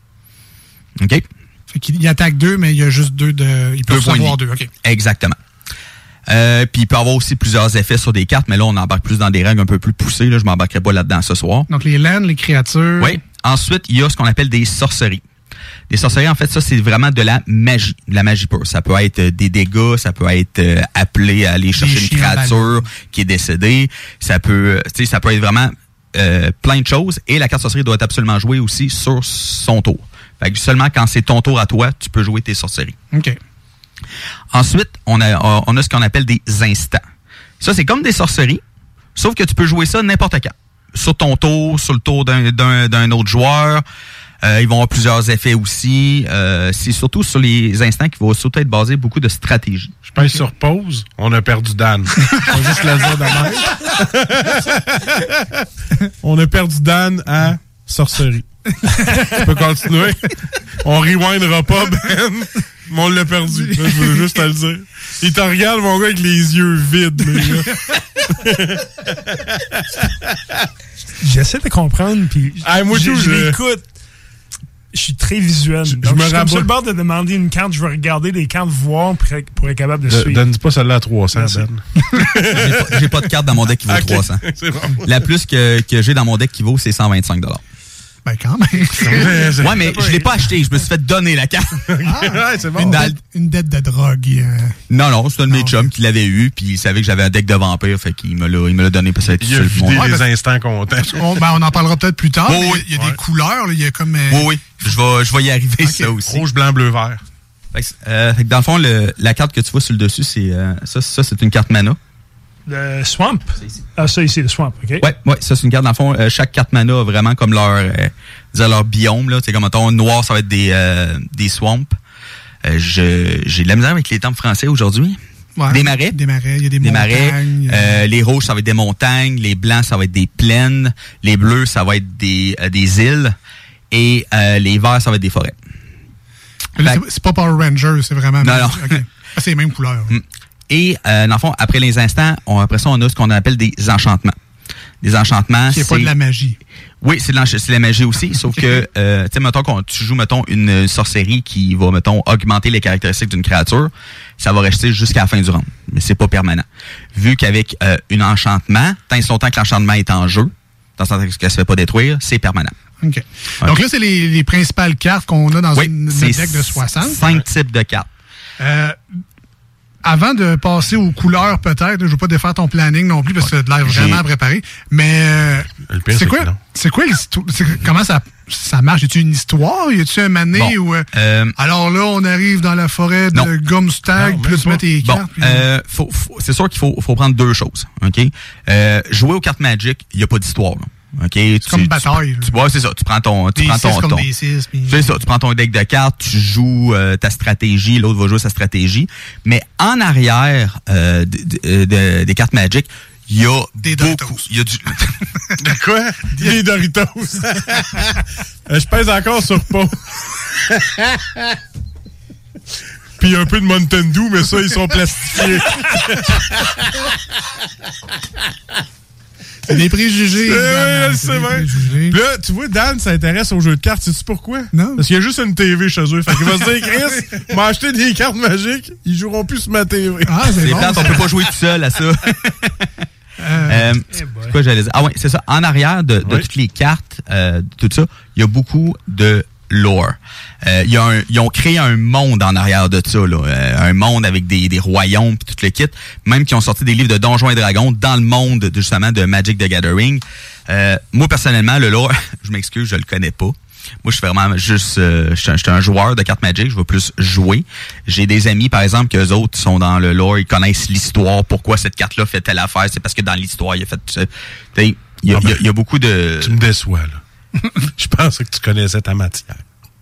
OK? Fait qu'il y attaque deux, mais il y a juste deux de. Il peut avoir deux. OK. Exactement. Euh, puis il peut y avoir aussi plusieurs effets sur des cartes, mais là, on embarque plus dans des règles un peu plus poussées. Là, je m'embarquerai pas là-dedans ce soir. Donc, les lands, les créatures. Oui. Ensuite, il y a ce qu'on appelle des sorceries. Les sorceries, en fait, ça, c'est vraiment de la magie. De la magie pure. Ça peut être des dégâts, ça peut être euh, appelé à aller chercher une créature qui est décédée. Ça peut, tu sais, ça peut être vraiment euh, plein de choses. Et la carte sorcerie doit être absolument jouée aussi sur son tour. Fait que seulement quand c'est ton tour à toi, tu peux jouer tes sorceries. OK. Ensuite, on a, on a ce qu'on appelle des instants. Ça, c'est comme des sorceries, sauf que tu peux jouer ça n'importe quand. Sur ton tour, sur le tour d'un, d'un, d'un autre joueur. Euh, ils vont avoir plusieurs effets aussi. Euh, c'est surtout sur les instants qui vont surtout être basés beaucoup de stratégie. Je pèse sur pause, on a perdu Dan. On va juste le dire de même. On a perdu Dan à sorcerie. Tu peux continuer. On rewindera pas, Ben. Mais on l'a perdu. Là, je veux juste te le dire. Il te regarde, mon gars, avec les yeux vides. J'essaie de comprendre, puis ah, moi, je, tout, je je... l'écoute. Je suis très visuel. Je, Donc, je me je suis comme sur rabat. le bord de demander une carte. Je vais regarder les cartes, voir pour, pour être capable de De, suivre. donne pas celle-là à trois cents, Ben. J'ai pas, j'ai pas de carte dans mon deck qui vaut Okay. trois cents. C'est bon. La plus que, que j'ai dans mon deck qui vaut, c'est cent vingt-cinq dollars. Ben, quand même. Ouais, mais je l'ai pas acheté. Je me suis fait donner la carte. Ah, ouais, c'est bon. Une, Dans dette, une dette de drogue. Euh... Non, non, c'est un de mes chums qui l'avait eu, puis il savait que j'avais un deck de vampire, fait qu'il me l'a, il me l'a donné parce que Il a vidé les ouais, instants contents. On, ben, on en parlera peut-être plus tard. Oh, mais oui. Il y a Ouais. des couleurs, là, il y a comme. Euh... Oui, oui. Je vais, je vais y arriver, Okay. ça aussi. Rouge, blanc, bleu, vert. Fait que, euh, fait que dans le fond, le, la carte que tu vois sur le dessus, c'est euh, ça, ça, c'est une carte mana. Le Swamp? Ah, ça ici, le Swamp, OK? Ouais, ouais, ça, c'est une carte. Dans le fond, euh, chaque carte mana a vraiment comme leur, euh, disons, leur biome, là. C'est comme, mettons, noir, ça va être des, euh, des swamps. Euh, je, j'ai de la misère avec les termes français aujourd'hui. Ouais, des marais. Des marais, il y a des, des montagnes. marais. Euh, les rouges, ça va être des montagnes. Les blancs, ça va être des plaines. Les bleus, ça va être des, euh, des îles. Et euh, les verts, ça va être des forêts. Là, c'est, c'est pas Power Rangers, c'est vraiment... Non, non. Okay. Ah, c'est les mêmes couleurs. Et, euh, dans le fond, après les instants, on, après ça, on a ce qu'on appelle des enchantements. Des enchantements, c'est... C'est pas de la magie. Oui, c'est de, c'est de la magie aussi, sauf que, euh, tu sais, mettons, quand tu joues, mettons, une sorcellerie qui va, mettons, augmenter les caractéristiques d'une créature, ça va rester jusqu'à la fin du round. Mais c'est pas permanent. Vu qu'avec euh, un enchantement, tant et si longtemps que l'enchantement est en jeu, tant et si longtemps qu'elle se fait pas détruire, c'est permanent. OK. Okay. Donc là, c'est les, les principales cartes qu'on a dans oui, une, une deck de soixante. Cinq types de cartes. Euh, avant de passer aux couleurs, peut-être, je ne veux pas défaire ton planning non plus parce que tu as l'air vraiment préparé, mais euh, pire, c'est, c'est quoi, c'est quoi l'histoire? C'est, comment ça, ça marche? Y a-tu une histoire? Y a-tu un mané? Bon, ou, euh, euh, alors là, on arrive dans la forêt de non. Gumstag, puis là, tu mets tes bon, cartes. Puis... Euh, faut, faut, c'est sûr qu'il faut, faut prendre deux choses. OK? Euh, jouer aux cartes Magic, il n'y a pas d'histoire. Là. Okay, c'est tu, comme bataille. Tu, tu, ouais, c'est ça. Tu prends ton, tu des prends ton, six ton, comme des six, puis... c'est ça. Tu prends ton deck de cartes, tu joues euh, ta stratégie, l'autre va jouer sa stratégie. Mais en arrière euh, de, de, de, des cartes Magic, il y a des beaucoup, Doritos. Il y a du. De quoi? Des Doritos. Je pèse encore sur pause. Puis un peu de Mountain Dew, mais ça, ils sont plastifiés. C'est des préjugés. Euh, c'est c'est vrai. Puis là, tu vois, Dan s'intéresse aux jeux de cartes. Sais-tu pourquoi? Non. Parce qu'il y a juste une T V chez eux. Fait qu'il va se dire, Chris, m'a acheté des cartes magiques, ils joueront plus sur ma T V. Ah, c'est, c'est bon, plate, on peut pas jouer tout seul à ça. euh, euh, c'est quoi j'allais dire? Ah ouais, c'est ça. En arrière de, de oui. toutes les cartes, euh, de tout ça, il y a beaucoup de lore. Euh, y a un, ils ont créé un monde en arrière de ça, là, euh, un monde avec des, des royaumes puis tout le kit. Même qui ont sorti des livres de Donjons et Dragons dans le monde de, justement de Magic the Gathering. Euh, moi personnellement, le lore, je m'excuse, je le connais pas. Moi, je suis vraiment juste, euh, je suis un, un joueur de cartes Magic, je veux plus jouer. J'ai des amis, par exemple, qu'eux autres sont dans le lore, ils connaissent l'histoire, pourquoi cette carte-là fait telle affaire, c'est parce que dans l'histoire, il a fait, il y a, il y a, il y a beaucoup de. Tu me déçois là. Je pensais que tu connaissais ta matière.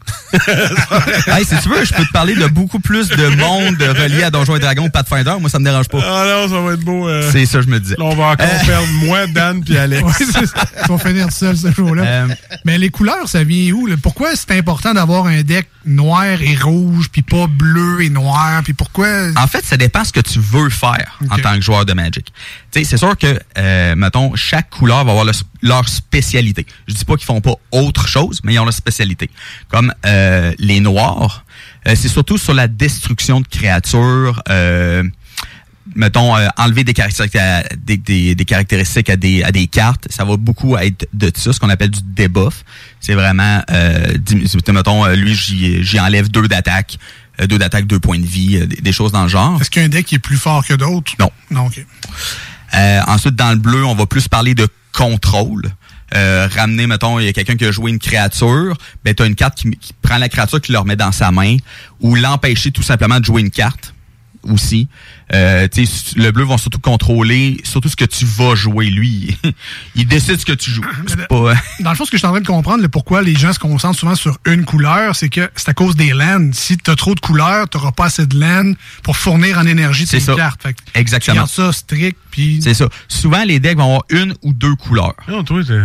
Hey, si tu veux, je peux te parler de beaucoup plus de monde relié à Donjons et Dragons ou Pathfinder. Moi, ça me dérange pas. Ah non, ça va être beau. Euh... C'est ça, je me disais. Là, on va encore euh... perdre moi, Dan puis Alex. Ouais, c'est ça. Ils vont finir tout seul ce jour-là. Euh... Mais les couleurs, ça vient où? Là? Pourquoi c'est important d'avoir un deck noir et rouge, puis pas bleu et noir? Puis pourquoi? En fait, ça dépend ce que tu veux faire okay. en tant que joueur de Magic. Tu sais, c'est sûr que, euh, mettons, chaque couleur va avoir le, leur spécialité. Je dis pas qu'ils font pas autre chose, mais ils ont leur spécialité. Comme euh, les noirs, euh, c'est surtout sur la destruction de créatures, euh, mettons, euh, enlever des caractéristiques, à, des, des, des caractéristiques à des, à des cartes. Ça va beaucoup être de ça, ce qu'on appelle du debuff. C'est vraiment, euh, mettons, lui, j'y, j'y enlève deux d'attaque. Euh, deux d'attaque, deux points de vie, euh, des, des choses dans le genre. Est-ce qu'il y a un deck qui est plus fort que d'autres? Non. Non, OK. Euh, ensuite, dans le bleu, on va plus parler de contrôle. Euh, ramener, mettons, il y a quelqu'un qui a joué une créature, ben t'as une carte qui, qui prend la créature, qui le remet dans sa main, ou l'empêcher tout simplement de jouer une carte aussi. Euh, tu sais, le bleu va surtout contrôler, surtout ce que tu vas jouer, lui. Il décide ce que tu joues. C'est pas... Dans le fond, ce que je suis en train de comprendre, le pourquoi les gens se concentrent souvent sur une couleur, c'est que c'est à cause des lands. Si tu as trop de couleurs, tu n'auras pas assez de lands pour fournir en énergie tes cartes. Fait que exactement. Tu gardes ça strict. Puis... C'est ça. Souvent, les decks vont avoir une ou deux couleurs. Non, toi,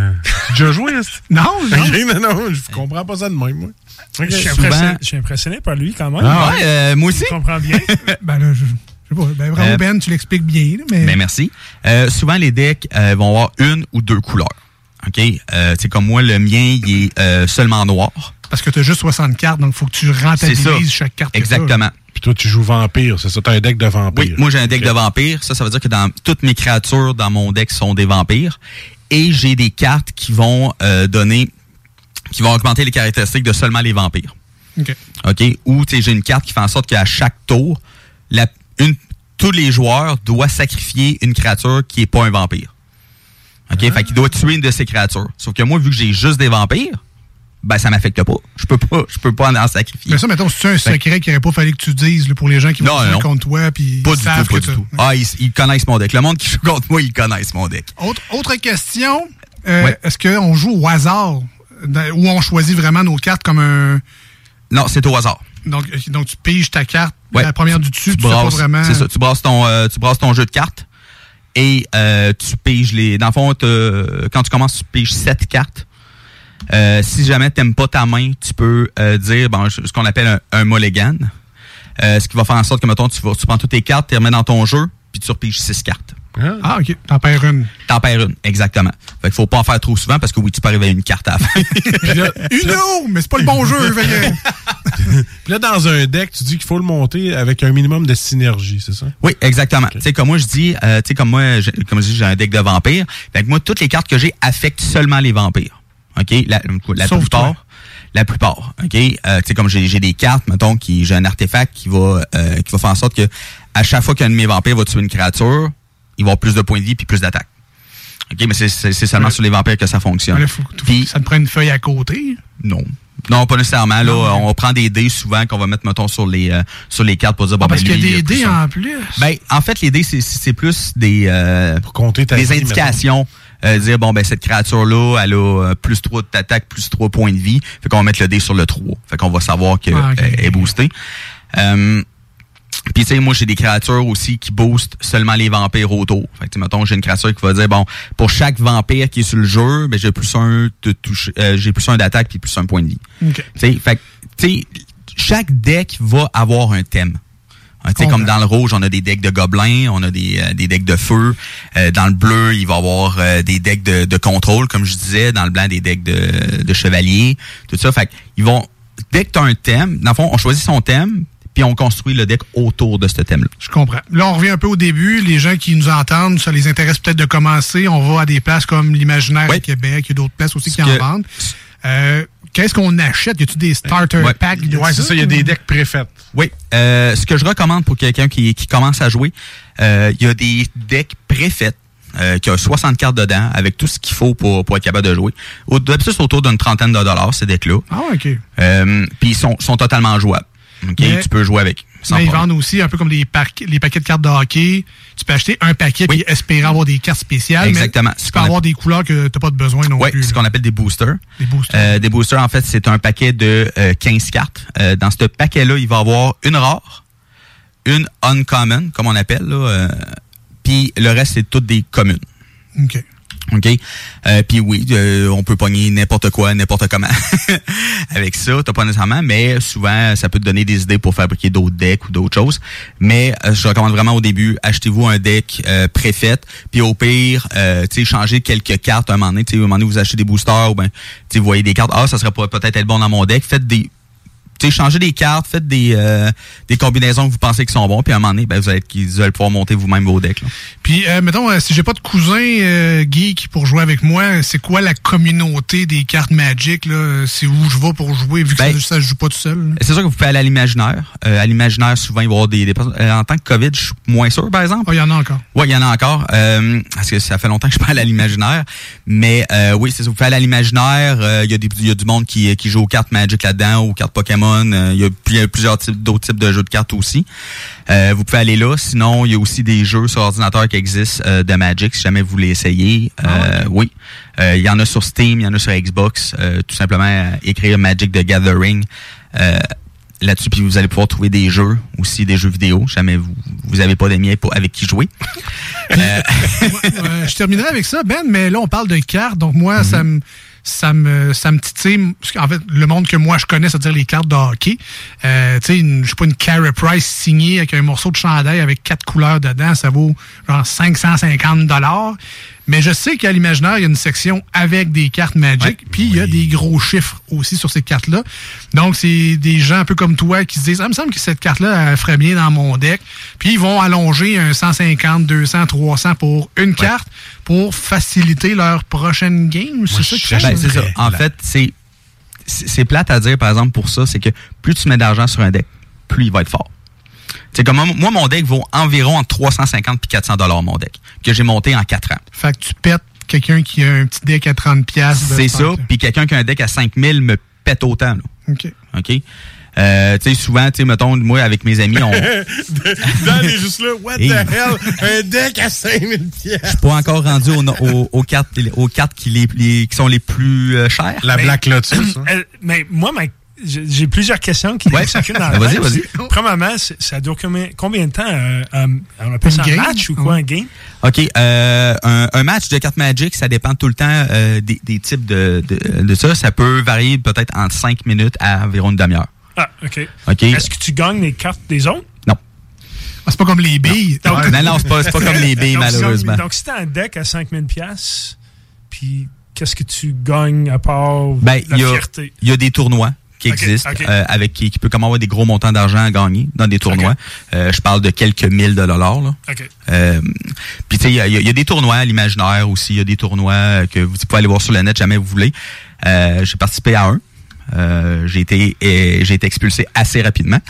déjà joué? Non, non. Okay, non, non, je comprends pas ça de même, moi. Okay. Je, suis Souvent... impressionné, je suis impressionné par lui, quand même. Ah ouais, euh, moi aussi. Je comprends bien. ben là, je... Je sais pas. Ben, bravo, euh, Ben, tu l'expliques bien. Là, mais... Ben, merci. Euh, souvent, les decks euh, vont avoir une ou deux couleurs. OK? Euh, tu sais, comme moi, le mien, il est euh, seulement noir. Parce que tu as juste soixante cartes, donc il faut que tu rentabilises chaque carte. Exactement. Puis toi, tu joues vampire, c'est ça? Tu as un deck de vampire. Oui, moi, j'ai un deck okay. de vampire. Ça, ça veut dire que dans toutes mes créatures dans mon deck sont des vampires. Et j'ai des cartes qui vont euh, donner, qui vont augmenter les caractéristiques de seulement les vampires. OK. OK? Ou, tu sais, j'ai une carte qui fait en sorte qu'à chaque tour, la Une, tous les joueurs doivent sacrifier une créature qui n'est pas un vampire. OK? Ah. Fait qu'il doit tuer une de ces créatures. Sauf que moi, vu que j'ai juste des vampires, ben, ça m'affecte pas. Je peux pas, je peux pas en, en sacrifier. Mais ça, mettons, c'est un secret qu'il n'aurait pas fallu que tu dises, là, pour les gens qui vont non, jouer non. contre toi, puis pas ils du savent tout, pas que du tout. Ah, ils, ils connaissent mon deck. Le monde qui joue contre moi, ils connaissent mon deck. Autre, autre question. Euh, ouais. Est-ce qu'on joue au hasard, ou on choisit vraiment nos cartes comme un... Non, c'est au hasard. Donc, donc tu piges ta carte, ouais. la première du dessus, tu, tu sais brasses, pas vraiment... C'est ça, tu brasses ton, euh, tu brasses ton jeu de cartes et euh, tu piges les... Dans le fond, quand tu commences, tu piges sept cartes. Euh, si jamais t'aimes pas ta main, tu peux euh, dire bon, ce qu'on appelle un, un mulligan. Euh, ce qui va faire en sorte que, mettons, tu, vas, tu prends toutes tes cartes, tu les remets dans ton jeu, puis tu repiges six cartes. Ah, OK. T'en perds une. T'en perds une, exactement. Fait qu'il faut pas en faire trop souvent parce que oui, tu peux arriver à une carte à la fin. Une eau, mais c'est pas le bon jeu. Puis là, dans un deck, tu dis qu'il faut le monter avec un minimum de synergie, c'est ça? Oui, exactement. Okay. Tu sais, comme moi, je dis, euh, tu sais, comme moi, comme je dis, j'ai un deck de vampires. Fait que moi, toutes les cartes que j'ai affectent seulement les vampires. OK? La, la Sauf plupart. Toi. La plupart, OK? Euh, tu sais, comme j'ai, j'ai des cartes, mettons, qui, j'ai un artefact qui va, euh, qui va faire en sorte que à chaque fois qu'un de mes vampires va tuer une créature, il va avoir plus de points de vie puis plus d'attaque. OK? Mais c'est, c'est, c'est seulement ouais. sur les vampires que ça fonctionne. Ouais, faut, puis, ça te prend une feuille à côté? Non. Non, pas nécessairement. Là, non, on prend des dés souvent qu'on va mettre, mettons, sur les euh, sur les cartes pour dire bon, ah, parce ben, lui, qu'il y a des dés en plus. Ben, en fait, les dés, c'est, c'est plus des euh, pour compter ta des vie, indications. Euh, dire bon ben cette créature-là, elle a euh, plus trois d'attaque, plus trois points de vie. Fait qu'on va mettre le dé sur le trois. Fait qu'on va savoir qu'elle ah, okay. est boostée. Euh, Puis tu sais, moi j'ai des créatures aussi qui boostent seulement les vampires autour. Fait que mettons, j'ai une créature qui va dire bon, pour chaque vampire qui est sur le jeu, ben j'ai plus un de touche, euh, j'ai plus un d'attaque puis plus un point de vie. Okay. Tu sais, fait que tu sais, chaque deck va avoir un thème. Tu sais, comme dans le rouge, on a des decks de gobelins, on a des, euh, des decks de feu. Euh, dans le bleu, il va y avoir euh, des decks de, de contrôle, comme je disais. Dans le blanc, des decks de, de chevaliers. Tout ça. Fait ils vont. Dès que tu as un thème, dans le fond, on choisit son thème, puis on construit le deck autour de ce thème-là. Je comprends. Là, on revient un peu au début. Les gens qui nous entendent, ça les intéresse peut-être de commencer. On va à des places comme l'Imaginaire oui. à Québec. Il y a d'autres places aussi qui que... en vendent. Euh, Qu'est-ce qu'on achète? Y a-tu des starter ouais. packs? Ouais, c'est ça, il y a des decks préfaits. Oui. Euh, ce que je recommande pour quelqu'un qui, qui commence à jouer, il euh, y a des decks préfaits euh, qui ont soixante cartes dedans avec tout ce qu'il faut pour, pour être capable de jouer. D'habitude, c'est autour d'une trentaine de dollars, ces decks-là. Ah, OK. Euh, Puis ils sont, sont totalement jouables. OK? Mais, tu peux jouer avec. Mais ils vendent aussi un peu comme des paquets, les paquets de cartes de hockey. Tu peux acheter un paquet oui. puis espérer avoir des cartes spéciales. Exactement. Mais tu peux avoir a... des couleurs que tu n'as pas de besoin non oui, plus. Oui, c'est ce qu'on appelle des boosters. Des boosters. Euh, des boosters, en fait, c'est un paquet de euh, quinze cartes. Euh, dans ce paquet-là, il va y avoir une rare, une uncommon, comme on appelle, là, euh, puis le reste, c'est toutes des communes. OK. OK? Euh, puis oui, euh, on peut pogner n'importe quoi, n'importe comment avec ça, t'as pas nécessairement, mais souvent, ça peut te donner des idées pour fabriquer d'autres decks ou d'autres choses. Mais euh, je recommande vraiment au début, achetez-vous un deck euh, préfait, puis au pire, euh, tu sais, changez quelques cartes à un moment donné. Tu sais, à un moment donné, vous achetez des boosters ou ben, tu sais, vous voyez des cartes, ah, ça serait peut-être être bon dans mon deck. Faites des... Tu sais, changez des cartes, faites des euh, des combinaisons que vous pensez qui sont bons, puis à un moment donné, ben, vous, allez, vous allez pouvoir monter vous-même vos decks. Là. Puis, euh, mettons, euh, si j'ai pas de cousin euh, geek pour jouer avec moi, c'est quoi la communauté des cartes Magic? Là? C'est où je vais pour jouer, vu que ben, ça, ça joue pas tout seul? Là. C'est sûr que vous pouvez aller à l'Imaginaire. Euh, à l'Imaginaire, souvent, il va y avoir des, des personnes. Euh, en tant que COVID, je suis moins sûr, par exemple. Il oh, y en a encore. Oui, il y en a encore. Euh, parce que ça fait longtemps que je parle à l'Imaginaire. Mais euh, oui, c'est ça. Vous pouvez aller à l'Imaginaire. Il euh, y, y a du monde qui, qui joue aux cartes Magic là-dedans, aux cartes Pokémon. Il euh, y a Il y a plusieurs types, d'autres types de jeux de cartes aussi. Euh, vous pouvez aller là. Sinon, il y a aussi des jeux sur ordinateur qui existent euh, de Magic, si jamais vous voulez essayer. Euh, ah ouais. Oui. Euh, il y en a sur Steam, il y en a sur Xbox. Euh, tout simplement, euh, écrire Magic the Gathering. Euh, là-dessus, puis vous allez pouvoir trouver des jeux, aussi des jeux vidéo. Jamais vous vous avez pas d'amis avec qui jouer. euh... ouais, je terminerai avec ça, Ben, mais là, on parle de cartes, donc moi, mm-hmm. ça me... ça me ça me titille. En fait, le monde que moi je connais, c'est-à-dire les cartes de hockey. Euh, tu sais, je sais pas, une Carey Price signée avec un morceau de chandail avec quatre couleurs dedans, ça vaut genre cinq cent cinquante dollars. Mais je sais qu'à l'imaginaire, il y a une section avec des cartes Magic, puis il oui. y a des gros chiffres aussi sur ces cartes-là. Donc, c'est des gens un peu comme toi qui se disent « Ah, il me semble que cette carte-là, elle ferait bien dans mon deck. » Puis ils vont allonger un cent cinquante, deux cents, trois cents pour une ouais. carte pour faciliter leur prochaine game. C'est ça que ben, c'est ça. En fait, c'est, c'est plate à dire, par exemple, pour ça, c'est que plus tu mets d'argent sur un deck, plus il va être fort. C'est comme moi, mon deck vaut environ entre trois cent cinquante et quatre cents dollars mon deck, que j'ai monté en quatre ans. Fait que tu pètes quelqu'un qui a un petit deck à trente dollars. C'est ça, puis quelqu'un qui a un deck à cinq mille me pète autant. Là. OK. OK? Euh, tu sais, souvent, tu sais, mettons, moi, avec mes amis, on... Dan est juste là, what the hell? Un deck à cinq mille dollars. Je suis pas encore rendu aux, aux, aux cartes, aux cartes qui, les, les, qui sont les plus euh, chères. La mais, Black Lotus. Hein? Euh, mais moi, ma j'ai plusieurs questions qui ouais. chacune dans la vas-y, vas-y. Premièrement, ça dure combien, combien de temps? Euh, um, on appelle ça un match ou quoi, un game? OK. Euh, un, un match de cartes Magic, ça dépend tout le temps euh, des, des types de, de, de ça. Ça peut varier peut-être entre cinq minutes à environ une demi-heure. Ah, OK. OK. Est-ce que tu gagnes les cartes des autres? Non. Ah, c'est pas comme les billes. Non, donc, non, non c'est pas, c'est pas comme les billes, donc, malheureusement. Donc, si t'as un deck à cinq mille dollars, puis qu'est-ce que tu gagnes à part ben, la y a, fierté? Il y a des tournois qui okay, existent, okay. Euh, avec qui, qui peut comme avoir des gros montants d'argent à gagner dans des tournois. Okay. Euh, je parle de quelques mille de dollars. Là. Okay. Euh, puis tu sais, il y a, y a des tournois à l'imaginaire aussi. Il y a des tournois que vous pouvez aller voir sur le net jamais vous voulez. Euh, j'ai participé à un. Euh, j'ai été et, j'ai été expulsé assez rapidement.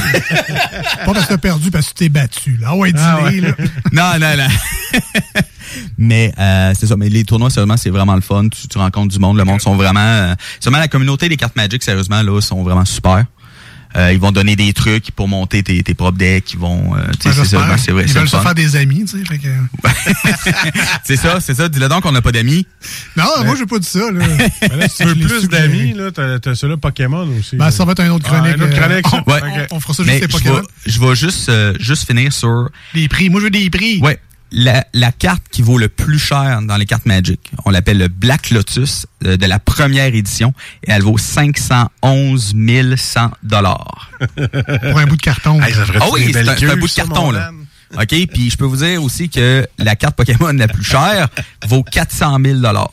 Pas parce que t'as perdu, parce que tu t'es battu. Là, ouais, ah ouais. Là. non, non, non. Mais euh, c'est ça. Mais les tournois, sérieusement, c'est vraiment le fun. Tu, tu rencontres du monde. Le monde sont vraiment... Euh, seulement la communauté des cartes Magic, sérieusement, là, sont vraiment super. Euh, ils vont donner des trucs pour monter tes, tes propres decks. Ils vont... Euh, ouais, c'est, ça, c'est vrai, ils c'est veulent se faire des amis, tu sais. Fait que... c'est ça, c'est ça. Dis-le donc qu'on n'a pas d'amis. Non, mais... moi, j'ai pas dit ça. Là. Mais là, si tu veux plus d'amis, là, t'as, t'as ceux-là Pokémon aussi. Ben, ça va être un autre chronique. Ah, un autre chronique, ça. On, ouais. on, on fera ça juste les Pokémon. Je vais juste, euh, juste finir sur... Les prix. Moi, je veux des prix. Ouais. La, la carte qui vaut le plus cher dans les cartes Magic, on l'appelle le Black Lotus euh, de la première édition et elle vaut cinq cent onze mille cent dollars. Pour un bout de carton. Hey, ah oui, c'est un, c'est un bout de carton, là. OK, puis je peux vous dire aussi que la carte Pokémon la plus chère vaut quatre cent mille dollars.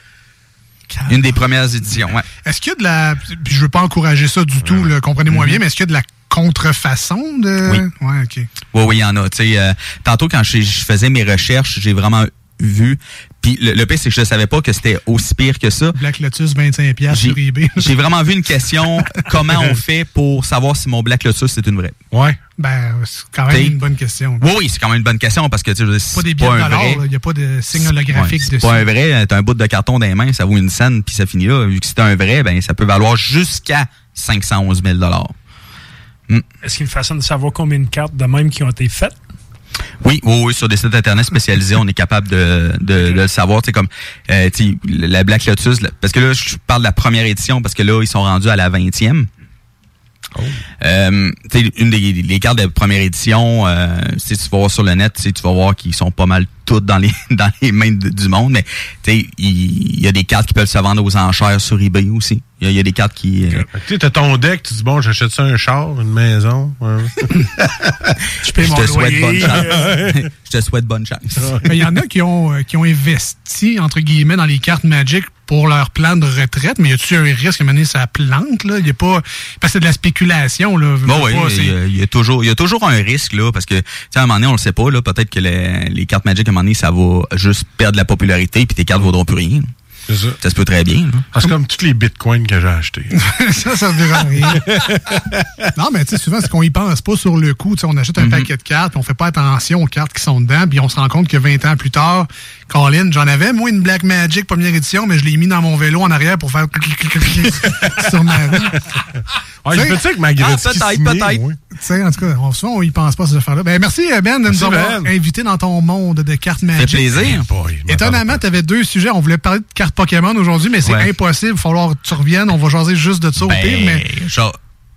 Une des premières éditions, ouais. Est-ce qu'il y a de la... Puis je veux pas encourager ça du tout, là, comprenez-moi mm-hmm. bien, mais est-ce qu'il y a de la contrefaçon de... Oui. Ouais, OK. Oui, oui, il y en a. Tu sais, euh, tantôt, quand je, je faisais mes recherches, j'ai vraiment vu... Puis le, le pire, c'est que je ne savais pas que c'était aussi pire que ça. Black Lotus, vingt-cinq dollars sur eBay. J'ai vraiment vu une question, comment on fait pour savoir si mon Black Lotus, c'est une vraie? Ouais. Ben, c'est quand même T'sais, une bonne question. Oui, oui, c'est quand même une bonne question parce que tu sais, c'est pas des billets de dollars, il n'y a pas de signe holographique ouais, dessus. C'est pas un vrai, t'as un bout de carton dans les mains, ça vaut une scène puis ça finit là. Vu que c'est un vrai, ben ça peut valoir jusqu'à cinq cent onze mille dollars. Mm. Est-ce qu'il y a une façon de savoir combien de cartes de même qui ont été faites? Oui, oui, oui, sur des sites internet spécialisés, on est capable de, de, okay. de le savoir. Tu sais, comme euh, tu sais, la Black Lotus, là, parce que là, je parle de la première édition, parce que là, ils sont rendus à la vingtième. Oh. Euh, tu sais, une des les cartes de première édition, euh, si tu vas voir sur le net, tu vas voir qu'ils sont pas mal toutes dans les dans les mains de, du monde, mais tu sais, il y, y a des cartes qui peuvent se vendre aux enchères sur eBay aussi. Il y, y a des cartes qui... Okay. Euh... Tu sais, t'as ton deck, tu dis, bon, j'achète ça un char, une maison. Ouais. Je paye mon te souhaite loyer. Bonne chance. Je te souhaite bonne chance. Il y en a qui ont, qui ont investi, entre guillemets, dans les cartes Magic pour leur plan de retraite, mais y a-tu un risque à mener ça plante, là? Il y a pas... Parce que c'est de la spéculation, là. Bon, oui, il y, y, a toujours, y a toujours un risque, là, parce que, tu sais, à un moment donné, on le sait pas, là, peut-être que les, les cartes Magic, à un moment donné, ça va juste perdre de la popularité, puis tes cartes vaudront plus rien. C'est ça. Ça se peut très bien. Ah, c'est comme tous les bitcoins que j'ai achetés. ça, ça ne veut rien. Non, mais tu sais, souvent, c'est qu'on y pense pas sur le coup. T'sais, on achète un mm-hmm. paquet de cartes, puis on fait pas attention aux cartes qui sont dedans, puis on se rend compte que vingt ans plus tard, Colin, j'en avais, moi, une Black Magic première édition, mais je l'ai mis dans mon vélo en arrière pour faire sur ma rue. Ah, je peux dire que ma Gretzky ah, peut-être, peut-être. Oui. En tout cas, on, souvent, on y pense pas, ces affaires-là. Ben, merci, Ben, de nous avoir invités dans ton monde de cartes Magic. Ça fait plaisir. Boy, étonnamment, tu avais deux sujets. On voulait parler de cartes Pokémon aujourd'hui, mais c'est ouais. impossible. Il va falloir que tu reviennes. On va jaser juste de ça ben, au pire. Mais... Genre,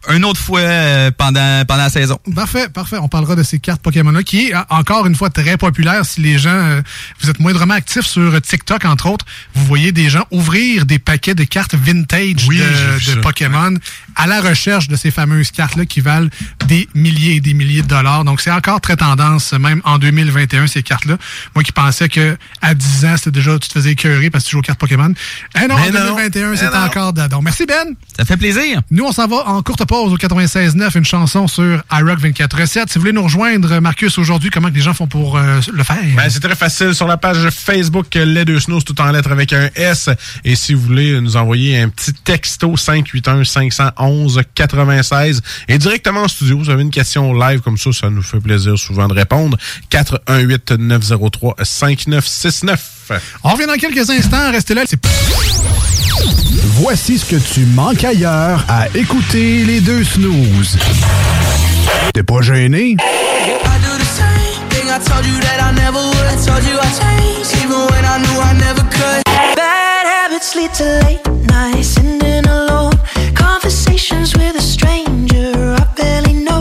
une autre fois euh, pendant, pendant la saison. Parfait, parfait. On parlera de ces cartes Pokémon-là, qui est encore une fois très populaire. Si les gens, euh, vous êtes moindrement actifs sur TikTok, entre autres, vous voyez des gens ouvrir des paquets de cartes vintage oui, de, de Pokémon à la recherche de ces fameuses cartes-là qui valent des milliers et des milliers de dollars. Donc, c'est encore très tendance, même en deux mille vingt et un, ces cartes-là. Moi qui pensais que à dix ans, c'était déjà, tu te faisais écœurer parce que tu joues aux cartes Pokémon. Eh non, Mais en non. deux mille vingt et un, Mais c'est non. encore d'adon. Merci, Ben. Ça fait plaisir. Nous, on s'en va en courte pause au quatre-vingt-seize neuf, une chanson sur iRock vingt-quatre sept. Si vous voulez nous rejoindre, Marcus, aujourd'hui, comment que les gens font pour euh, le faire? Ben, c'est très facile. Sur la page Facebook, Les Deux Snooze, tout en lettres avec un S. Et si vous voulez nous envoyer un petit texto, cinq huit un, cinq un un, quatre-vingt-seize. Et directement en studio, vous avez une question live comme ça, ça nous fait plaisir souvent de répondre. quatre un huit, neuf zéro trois, cinq neuf six neuf. On revient dans quelques instants. Restez là. C'est... Voici ce que tu manques ailleurs à écouter les deux snooze. T'es pas gêné? I do the same thing I told you that I never would. I told you I changed, even when I knew I never could. Bad habits lead to late nights, sitting alone. Conversations with a stranger I barely know.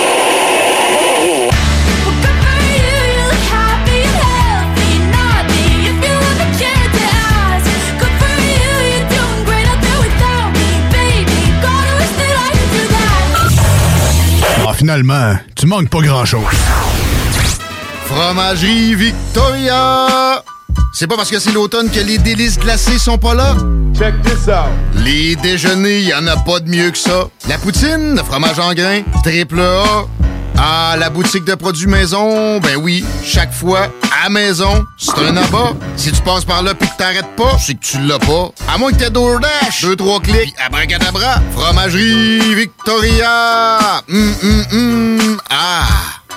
Well, good for you, you look happy and healthy, nothing. If you ever cared to ask, good for you, you're doing great out there without me, baby. God, I wish that I could do that. Ah, finalement, tu manques pas grand-chose. Fromagerie Victoria! C'est pas parce que c'est l'automne que les délices glacées sont pas là? Check this out! Les déjeuners, y en a pas de mieux que ça. La poutine, le fromage en grains, triple A. Ah, la boutique de produits maison, ben oui, chaque fois, à maison, c'est un abat. Si tu passes par là pis que t'arrêtes pas, c'est que tu l'as pas. À moins que t'aies DoorDash, deux, trois clics, abracadabra. Fromagerie Victoria! Hum, hum, hum, ah!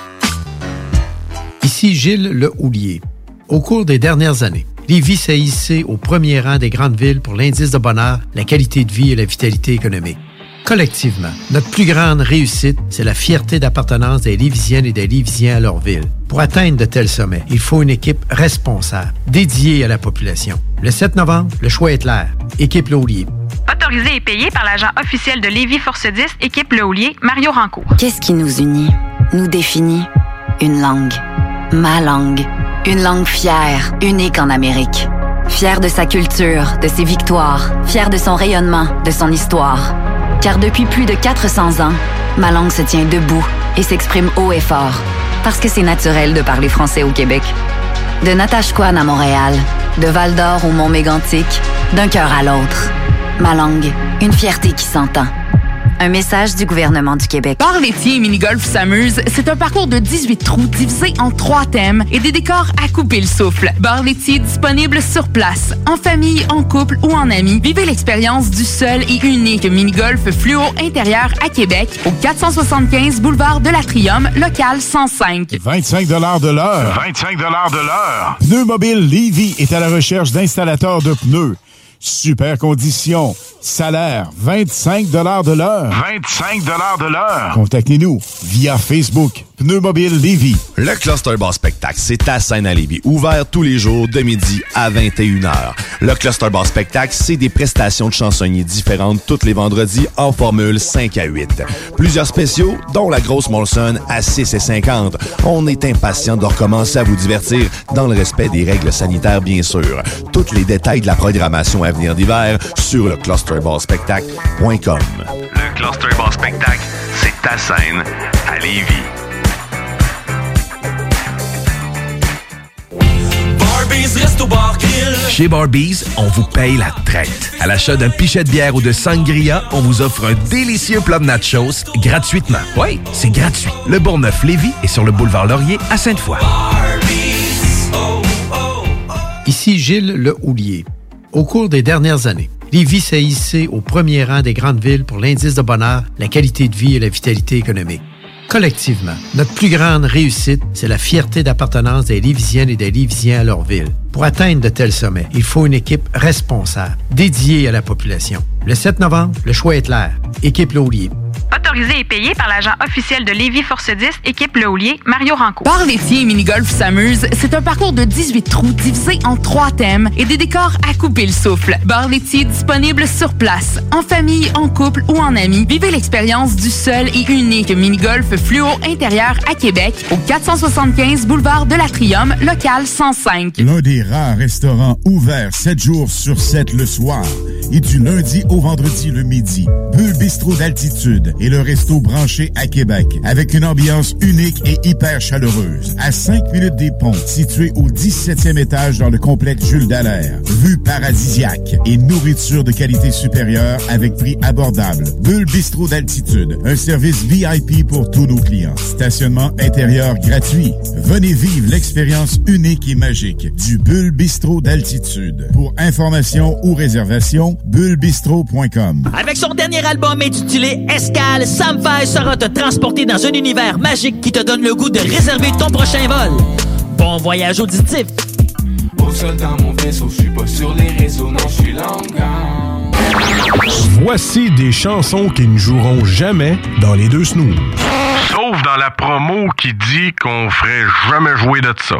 Ici Gilles Le Houlier. Au cours des dernières années, Lévis s'est hissé au premier rang des grandes villes pour l'indice de bonheur, la qualité de vie et la vitalité économique. Collectivement, notre plus grande réussite, c'est la fierté d'appartenance des Lévisiennes et des Lévisiens à leur ville. Pour atteindre de tels sommets, il faut une équipe responsable, dédiée à la population. Le sept novembre, le choix est clair. Équipe Le Houlier. Autorisé et payé par l'agent officiel de Lévis Force dix, équipe Le Houlier, Mario Rancourt. Qu'est-ce qui nous unit, nous définit? Une langue. Ma langue. Une langue fière, unique en Amérique. Fière de sa culture, de ses victoires, fière de son rayonnement, de son histoire. Car depuis plus de quatre cents ans, ma langue se tient debout et s'exprime haut et fort. Parce que c'est naturel de parler français au Québec. De Natashquan à Montréal, de Val-d'Or au Mont-Mégantic, d'un cœur à l'autre. Ma langue, une fierté qui s'entend. Un message du gouvernement du Québec. Bar laitier et mini-golf s'amuse, c'est un parcours de dix-huit trous divisé en trois thèmes et des décors à couper le souffle. Bar laitier disponible sur place, en famille, en couple ou en amis. Vivez l'expérience du seul et unique mini-golf fluo intérieur à Québec, au quatre cent soixante-quinze boulevard de l'Atrium, local cent cinq. vingt-cinq dollars de l'heure. vingt-cinq dollars de l'heure. Pneu Mobile Lévis est à la recherche d'installateurs de pneus. Super conditions. Salaire, vingt-cinq dollars de l'heure. vingt-cinq dollars de l'heure. Contactez-nous via Facebook. Pneu Mobile Lévis. Le Cluster Bar Spectacle, c'est à Seine à Lévis, ouvert tous les jours de midi à vingt et une heures. Le Cluster Bar Spectacle, c'est des prestations de chansonniers différentes tous les vendredis en formule cinq à huit. Plusieurs spéciaux, dont la grosse Molson à six et cinquante. On est impatient de recommencer à vous divertir dans le respect des règles sanitaires, bien sûr. Tous les détails de la programmation à venir d'hiver sur le cluster bar spectacle point com. Le Cluster Bar Spectacle, c'est à Seine à Lévis. Chez Barbies, on vous paye la traite. À l'achat d'un pichet de bière ou de sangria, on vous offre un délicieux plat de nachos gratuitement. Oui, c'est gratuit. Le Bourgneuf-Lévis est sur le boulevard Laurier à Sainte-Foy. Ici Gilles Le Houlier. Au cours des dernières années, Lévis s'est hissé au premier rang des grandes villes pour l'indice de bonheur, la qualité de vie et la vitalité économique. Collectivement, notre plus grande réussite, c'est la fierté d'appartenance des Lévisiennes et des Lévisiens à leur ville. Pour atteindre de tels sommets, il faut une équipe responsable, dédiée à la population. Le sept novembre, le choix est clair. Équipe Le Houlier. Autorisé et payé par l'agent officiel de Lévis Force dix, équipe Le Houlier, Mario Ranco. Bar laitier et mini-golf s'amuse, c'est un parcours de dix-huit trous divisé en trois thèmes et des décors à couper le souffle. Bar laitier disponible sur place, en famille, en couple ou en amis. Vivez l'expérience du seul et unique mini-golf fluo intérieur à Québec, au quatre cent soixante-quinze boulevard de l'Atrium, local cent cinq. L'un des rares restaurants ouverts sept jours sur sept le soir et du lundi au vendredi le midi. Bulle Bistrot d'altitude et le resto branché à Québec avec une ambiance unique et hyper chaleureuse. À cinq minutes des ponts, situé au dix-septième étage dans le complexe Jules Dallaire. Vue paradisiaque et nourriture de qualité supérieure avec prix abordable. Bulle Bistrot d'altitude, un service V I P pour tous nos clients. Stationnement intérieur gratuit. Venez vivre l'expérience unique et magique du Bulle Bistrot d'altitude. Pour information ou réservation, bulle bistrot point com. Avec son dernier album intitulé Escale, Sam Fay saura te transporter dans un univers magique qui te donne le goût de réserver ton prochain vol. Bon voyage auditif! Au sol dans mon vaisseau, je suis pas sur les réseaux, non, je suis longueur. Voici des chansons qui ne joueront jamais dans les deux snooze. Sauf dans la promo qui dit qu'on ferait jamais jouer de ça.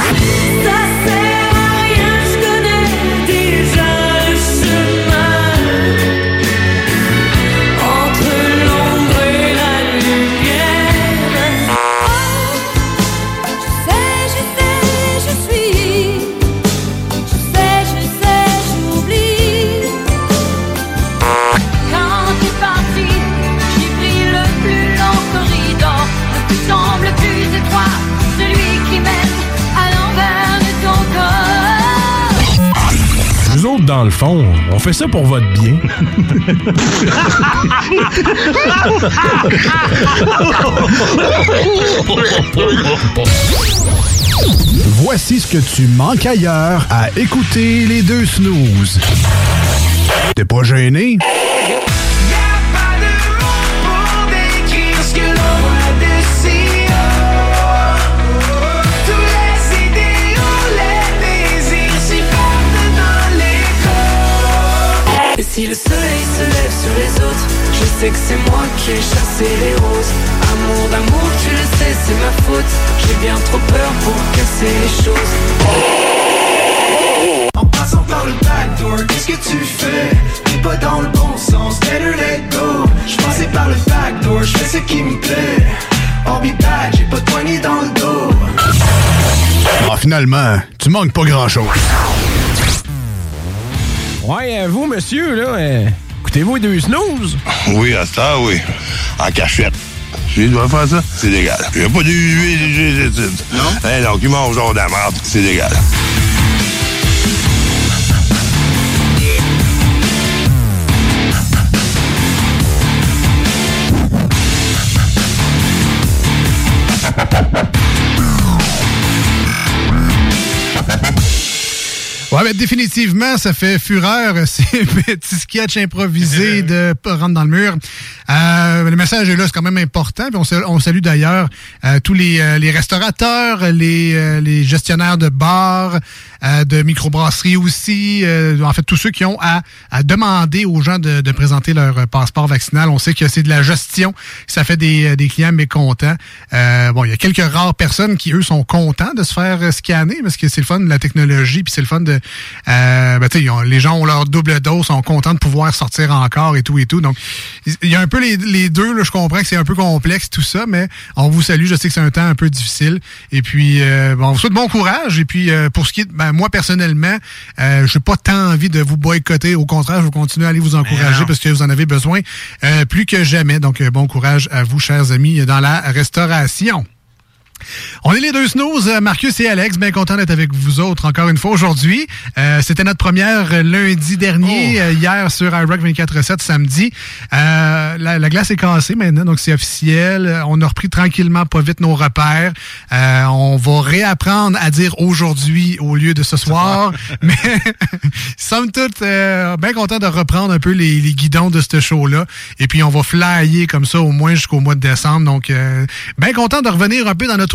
Nous autres, dans le fond, on fait ça pour votre bien. Voici ce que tu manques ailleurs à écouter les deux snooze. T'es pas gêné? Et si le soleil se lève sur les autres, je sais que c'est moi qui ai chassé les roses. Amour d'amour, tu le sais, c'est ma faute. J'ai bien trop peur pour casser les choses. En passant par le backdoor, qu'est-ce que tu fais? T'es pas dans le bon sens, better let go. J'passais par le backdoor, j'fais ce qui me plaît. I'll be back, j'ai pas de poignée dans le dos. Ah, finalement, tu manques pas grand-chose. Ouais, euh, vous, monsieur, là, euh, écoutez-vous les deux snooze? Oui, à ça, oui. En cachette. Je dois faire ça, c'est légal. Il n'y a pas de huile. Non? Hein, donc, il mange genre de la merde, c'est légal. Ouais, ben, définitivement, ça fait fureur, ces petits sketchs improvisés de rentre dans le mur. Euh, le message est là, c'est quand même important. Puis on, salue, on salue d'ailleurs euh, tous les, euh, les restaurateurs, les, euh, les gestionnaires de bars, euh, de microbrasseries aussi. Euh, en fait, tous ceux qui ont à, à demander aux gens de, de présenter leur passeport vaccinal. On sait que c'est de la gestion. Ça fait des, des clients mécontents. Euh, bon, il y a quelques rares personnes qui, eux, sont contents de se faire scanner parce que c'est le fun de la technologie puis c'est le fun de Euh, ben, ils ont, les gens ont leur double dose, sont contents de pouvoir sortir encore et tout et tout. Donc, il y a un peu les, les deux. Là, je comprends que c'est un peu complexe tout ça, mais on vous salue. Je sais que c'est un temps un peu difficile. Et puis, euh, bon, on vous souhaite bon courage. Et puis, euh, pour ce qui est, ben, moi personnellement, euh, je n'ai pas tant envie de vous boycotter. Au contraire, je vais continuer à aller vous encourager parce que vous en avez besoin euh, plus que jamais. Donc, euh, bon courage à vous, chers amis, dans la restauration. On est les deux snooze, Marcus et Alex, bien content d'être avec vous autres encore une fois aujourd'hui. Euh, c'était notre première lundi dernier, oh. euh, hier sur iRock vingt-quatre sept, samedi. Euh, la, la glace est cassée maintenant, donc c'est officiel. On a repris tranquillement, pas vite, nos repères. Euh, on va réapprendre à dire aujourd'hui au lieu de ce soir. Mais somme toute, euh, bien content de reprendre un peu les, les guidons de ce show-là. Et puis on va flyer comme ça au moins jusqu'au mois de décembre. Donc, euh, bien content de revenir un peu dans notre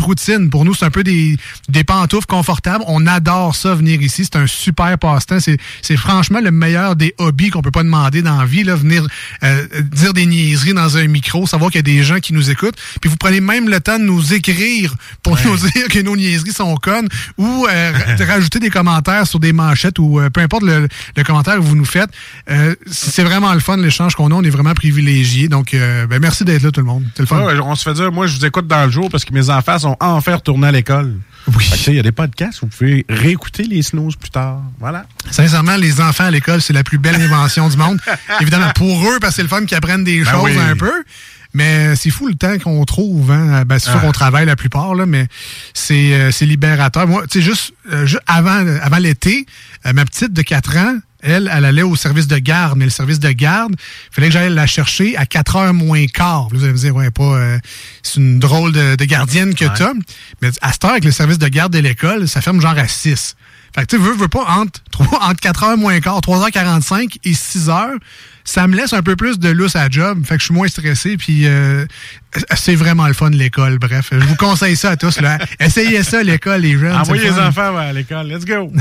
notre routine. Pour nous, c'est un peu des, des pantoufles confortables. On adore ça, venir ici. C'est un super passe-temps. C'est, c'est franchement le meilleur des hobbies qu'on peut pas demander dans la vie. Là, venir euh, dire des niaiseries dans un micro, savoir qu'il y a des gens qui nous écoutent. Puis vous prenez même le temps de nous écrire pour ouais. nous dire que nos niaiseries sont connes ou euh, rajouter des commentaires sur des manchettes ou euh, peu importe le, le commentaire que vous nous faites. Euh, c'est vraiment le fun, l'échange qu'on a. On est vraiment privilégiés. Donc, euh, ben, merci d'être là, tout le monde. C'est le fun. Ouais, on se fait dire, moi, je vous écoute dans le jour parce que mes enfants sont enfin retournés à l'école. Oui. Il y a des podcasts, vous pouvez réécouter les snooze plus tard. Voilà. Sincèrement, les enfants à l'école, c'est la plus belle invention du monde. Évidemment, pour eux, parce que c'est le fun qu'ils apprennent des ben choses oui. un peu. Mais c'est fou le temps qu'on trouve, hein. Ben, c'est sûr ah. qu'on travaille la plupart, là, mais c'est, euh, c'est libérateur. Moi, tu sais, juste, euh, juste avant, avant l'été, euh, ma petite de quatre ans, elle, elle allait au service de garde. Mais le service de garde, il fallait que j'aille la chercher à quatre heures moins quart. Vous allez me dire, ouais, pas, euh, c'est une drôle de, de gardienne que ouais. t'as. Mais à cette heure, avec le service de garde de l'école, ça ferme genre à six. Fait que tu sais, veux, veux pas, entre, entre quatre heures moins quart, trois heures quarante-cinq et six heures, ça me laisse un peu plus de lousse à la job. Fait que je suis moins stressé, puis euh, c'est vraiment le fun, l'école. Bref, je vous conseille ça à tous. Là. Essayez ça, l'école, les jeunes. Envoyez les enfants ouais, à l'école. Let's go!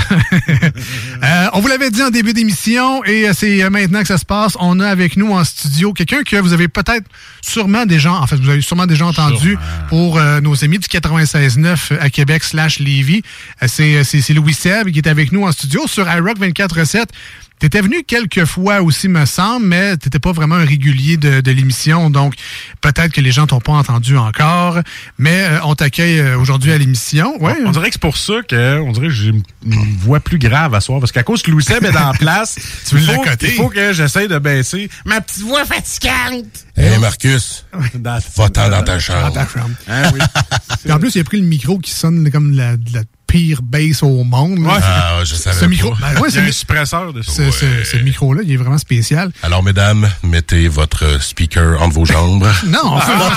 euh, on vous l'avait dit en début d'émission, et c'est maintenant que ça se passe. On a avec nous en studio quelqu'un que vous avez peut-être sûrement déjà, en fait, vous avez sûrement déjà entendu sûrement. pour euh, nos amis du quatre-vingt-seize neuf à Québec slash Lévis. Euh, c'est, c'est, c'est Louis Seb qui est avec nous en studio sur iRock vingt-quatre sept. T'étais venu quelques fois aussi, me semble, mais t'étais pas vraiment un régulier de, de l'émission, donc peut-être que les gens t'ont pas entendu encore, mais euh, on t'accueille aujourd'hui à l'émission. Ouais. On, on dirait que c'est pour ça que on dirait que j'ai une voix plus grave à soir, parce qu'à cause que Louis Seb est dans la place, tu veux l'accoter. Il faut que j'essaye de baisser ma petite voix fatigante. Hé hey, Marcus, va-t'en dans ta chambre. Dans ta chambre. Hein, oui. Puis en plus, il a pris le micro qui sonne comme de la, de la pire bass au monde. Ouais. Ah, je savais ce micro, pas. Ben ouais, il y a un suppresseur dessus. Ce, ouais. ce, ce micro-là, il est vraiment spécial. Alors, mesdames, mettez votre speaker entre vos jambes. Non!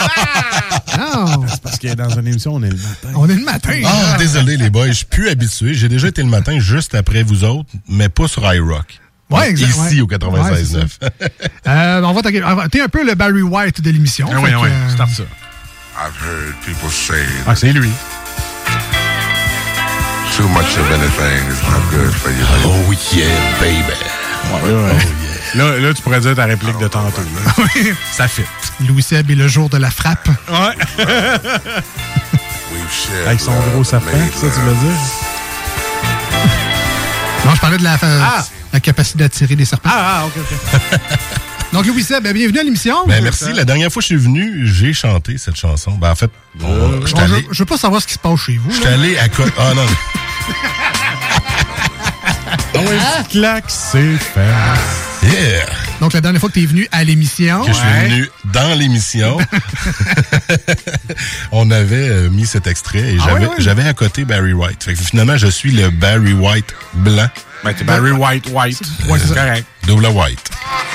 non! C'est parce qu'il est dans une émission, on est le matin. On est le matin. Ah, désolé les boys, je suis plus habitué. J'ai déjà été le matin juste après vous autres, mais pas sur iRock. Ouais, exactement. Ici, ouais. au quatre-vingt-seize neuf. Ouais, euh, on va t'accueillir. T'es un peu le Barry White de l'émission. Ah oui, oui, euh... start ça. I've heard people say... Ah, c'est lui. Too much of anything is not good for you. Oh yeah, baby. Ouais, ouais. Oh, yeah. Là, là, tu pourrais dire ta réplique de tantôt. Ça fit. Louis Seb est le jour de la frappe. Ouais. Avec son gros sapin, ça, tu veux dire? Non, je parlais de la, ah. la capacité d'attirer des serpents. Ah, ah, ok, ok. Donc, Louis Seb, bienvenue à l'émission. Ben, merci. La dernière fois que je suis venu, j'ai chanté cette chanson. Ben, en fait, bon, euh, je, allé... je veux pas savoir ce qui se passe chez vous. Je suis allé à côté. Ah, non. Ah oui, claque, c'est fait. Yeah. Donc, la dernière fois que tu es venu à l'émission. Que ouais. je suis venu dans l'émission. On avait euh, mis cet extrait et ah, j'avais, ouais, ouais. j'avais à côté Barry White. Fait que finalement, je suis le Barry White blanc. Ben, t'es Barry White White. Ouais, c'est, c'est correct. Double White.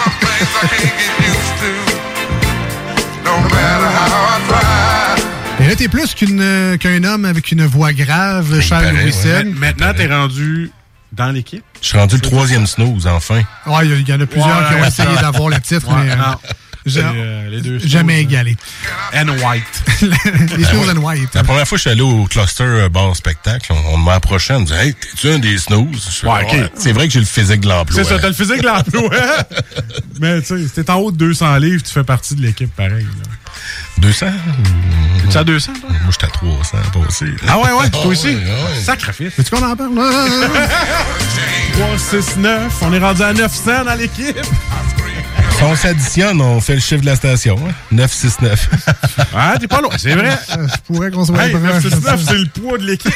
Et là, t'es plus qu'une, euh, qu'un homme avec une voix grave, cher Louis Seb. Ouais. Maintenant, t'es rendu dans l'équipe. Je suis rendu le troisième snooze, enfin. Ouais, il y, y en a plusieurs ouais, qui ont essayé ça. d'avoir le titre, ouais, mais... Non. J'ai, euh, les deux jamais égalé. And white. Les snooze and white. La première fois que je suis allé au Cluster Bar Spectacle, on, on m'a approché, on me dit « Hey, t'es-tu un des snooze? » Ouais, OK. Ouais, c'est vrai que j'ai le physique de l'emploi. C'est ça, t'as le physique de l'emploi. Mais tu sais, si t'es en haut de deux cents livres, tu fais partie de l'équipe pareil. Là. deux cents? Tu à deux cents, toi? Moi, j'étais à trois cents, pas aussi. Ah ouais, ouais, toi oh, aussi? Ouais, ouais. Sacrifice. Veux-tu qu'on en parle? trois, six, neuf. On est rendu à neuf cents dans l'équipe. Si on s'additionne, on fait le chiffre de la station. Hein? neuf six neuf. Ah, t'es pas loin, c'est vrai. Je pourrais qu'on soit hey, neuf six neuf, c'est le poids de l'équipe.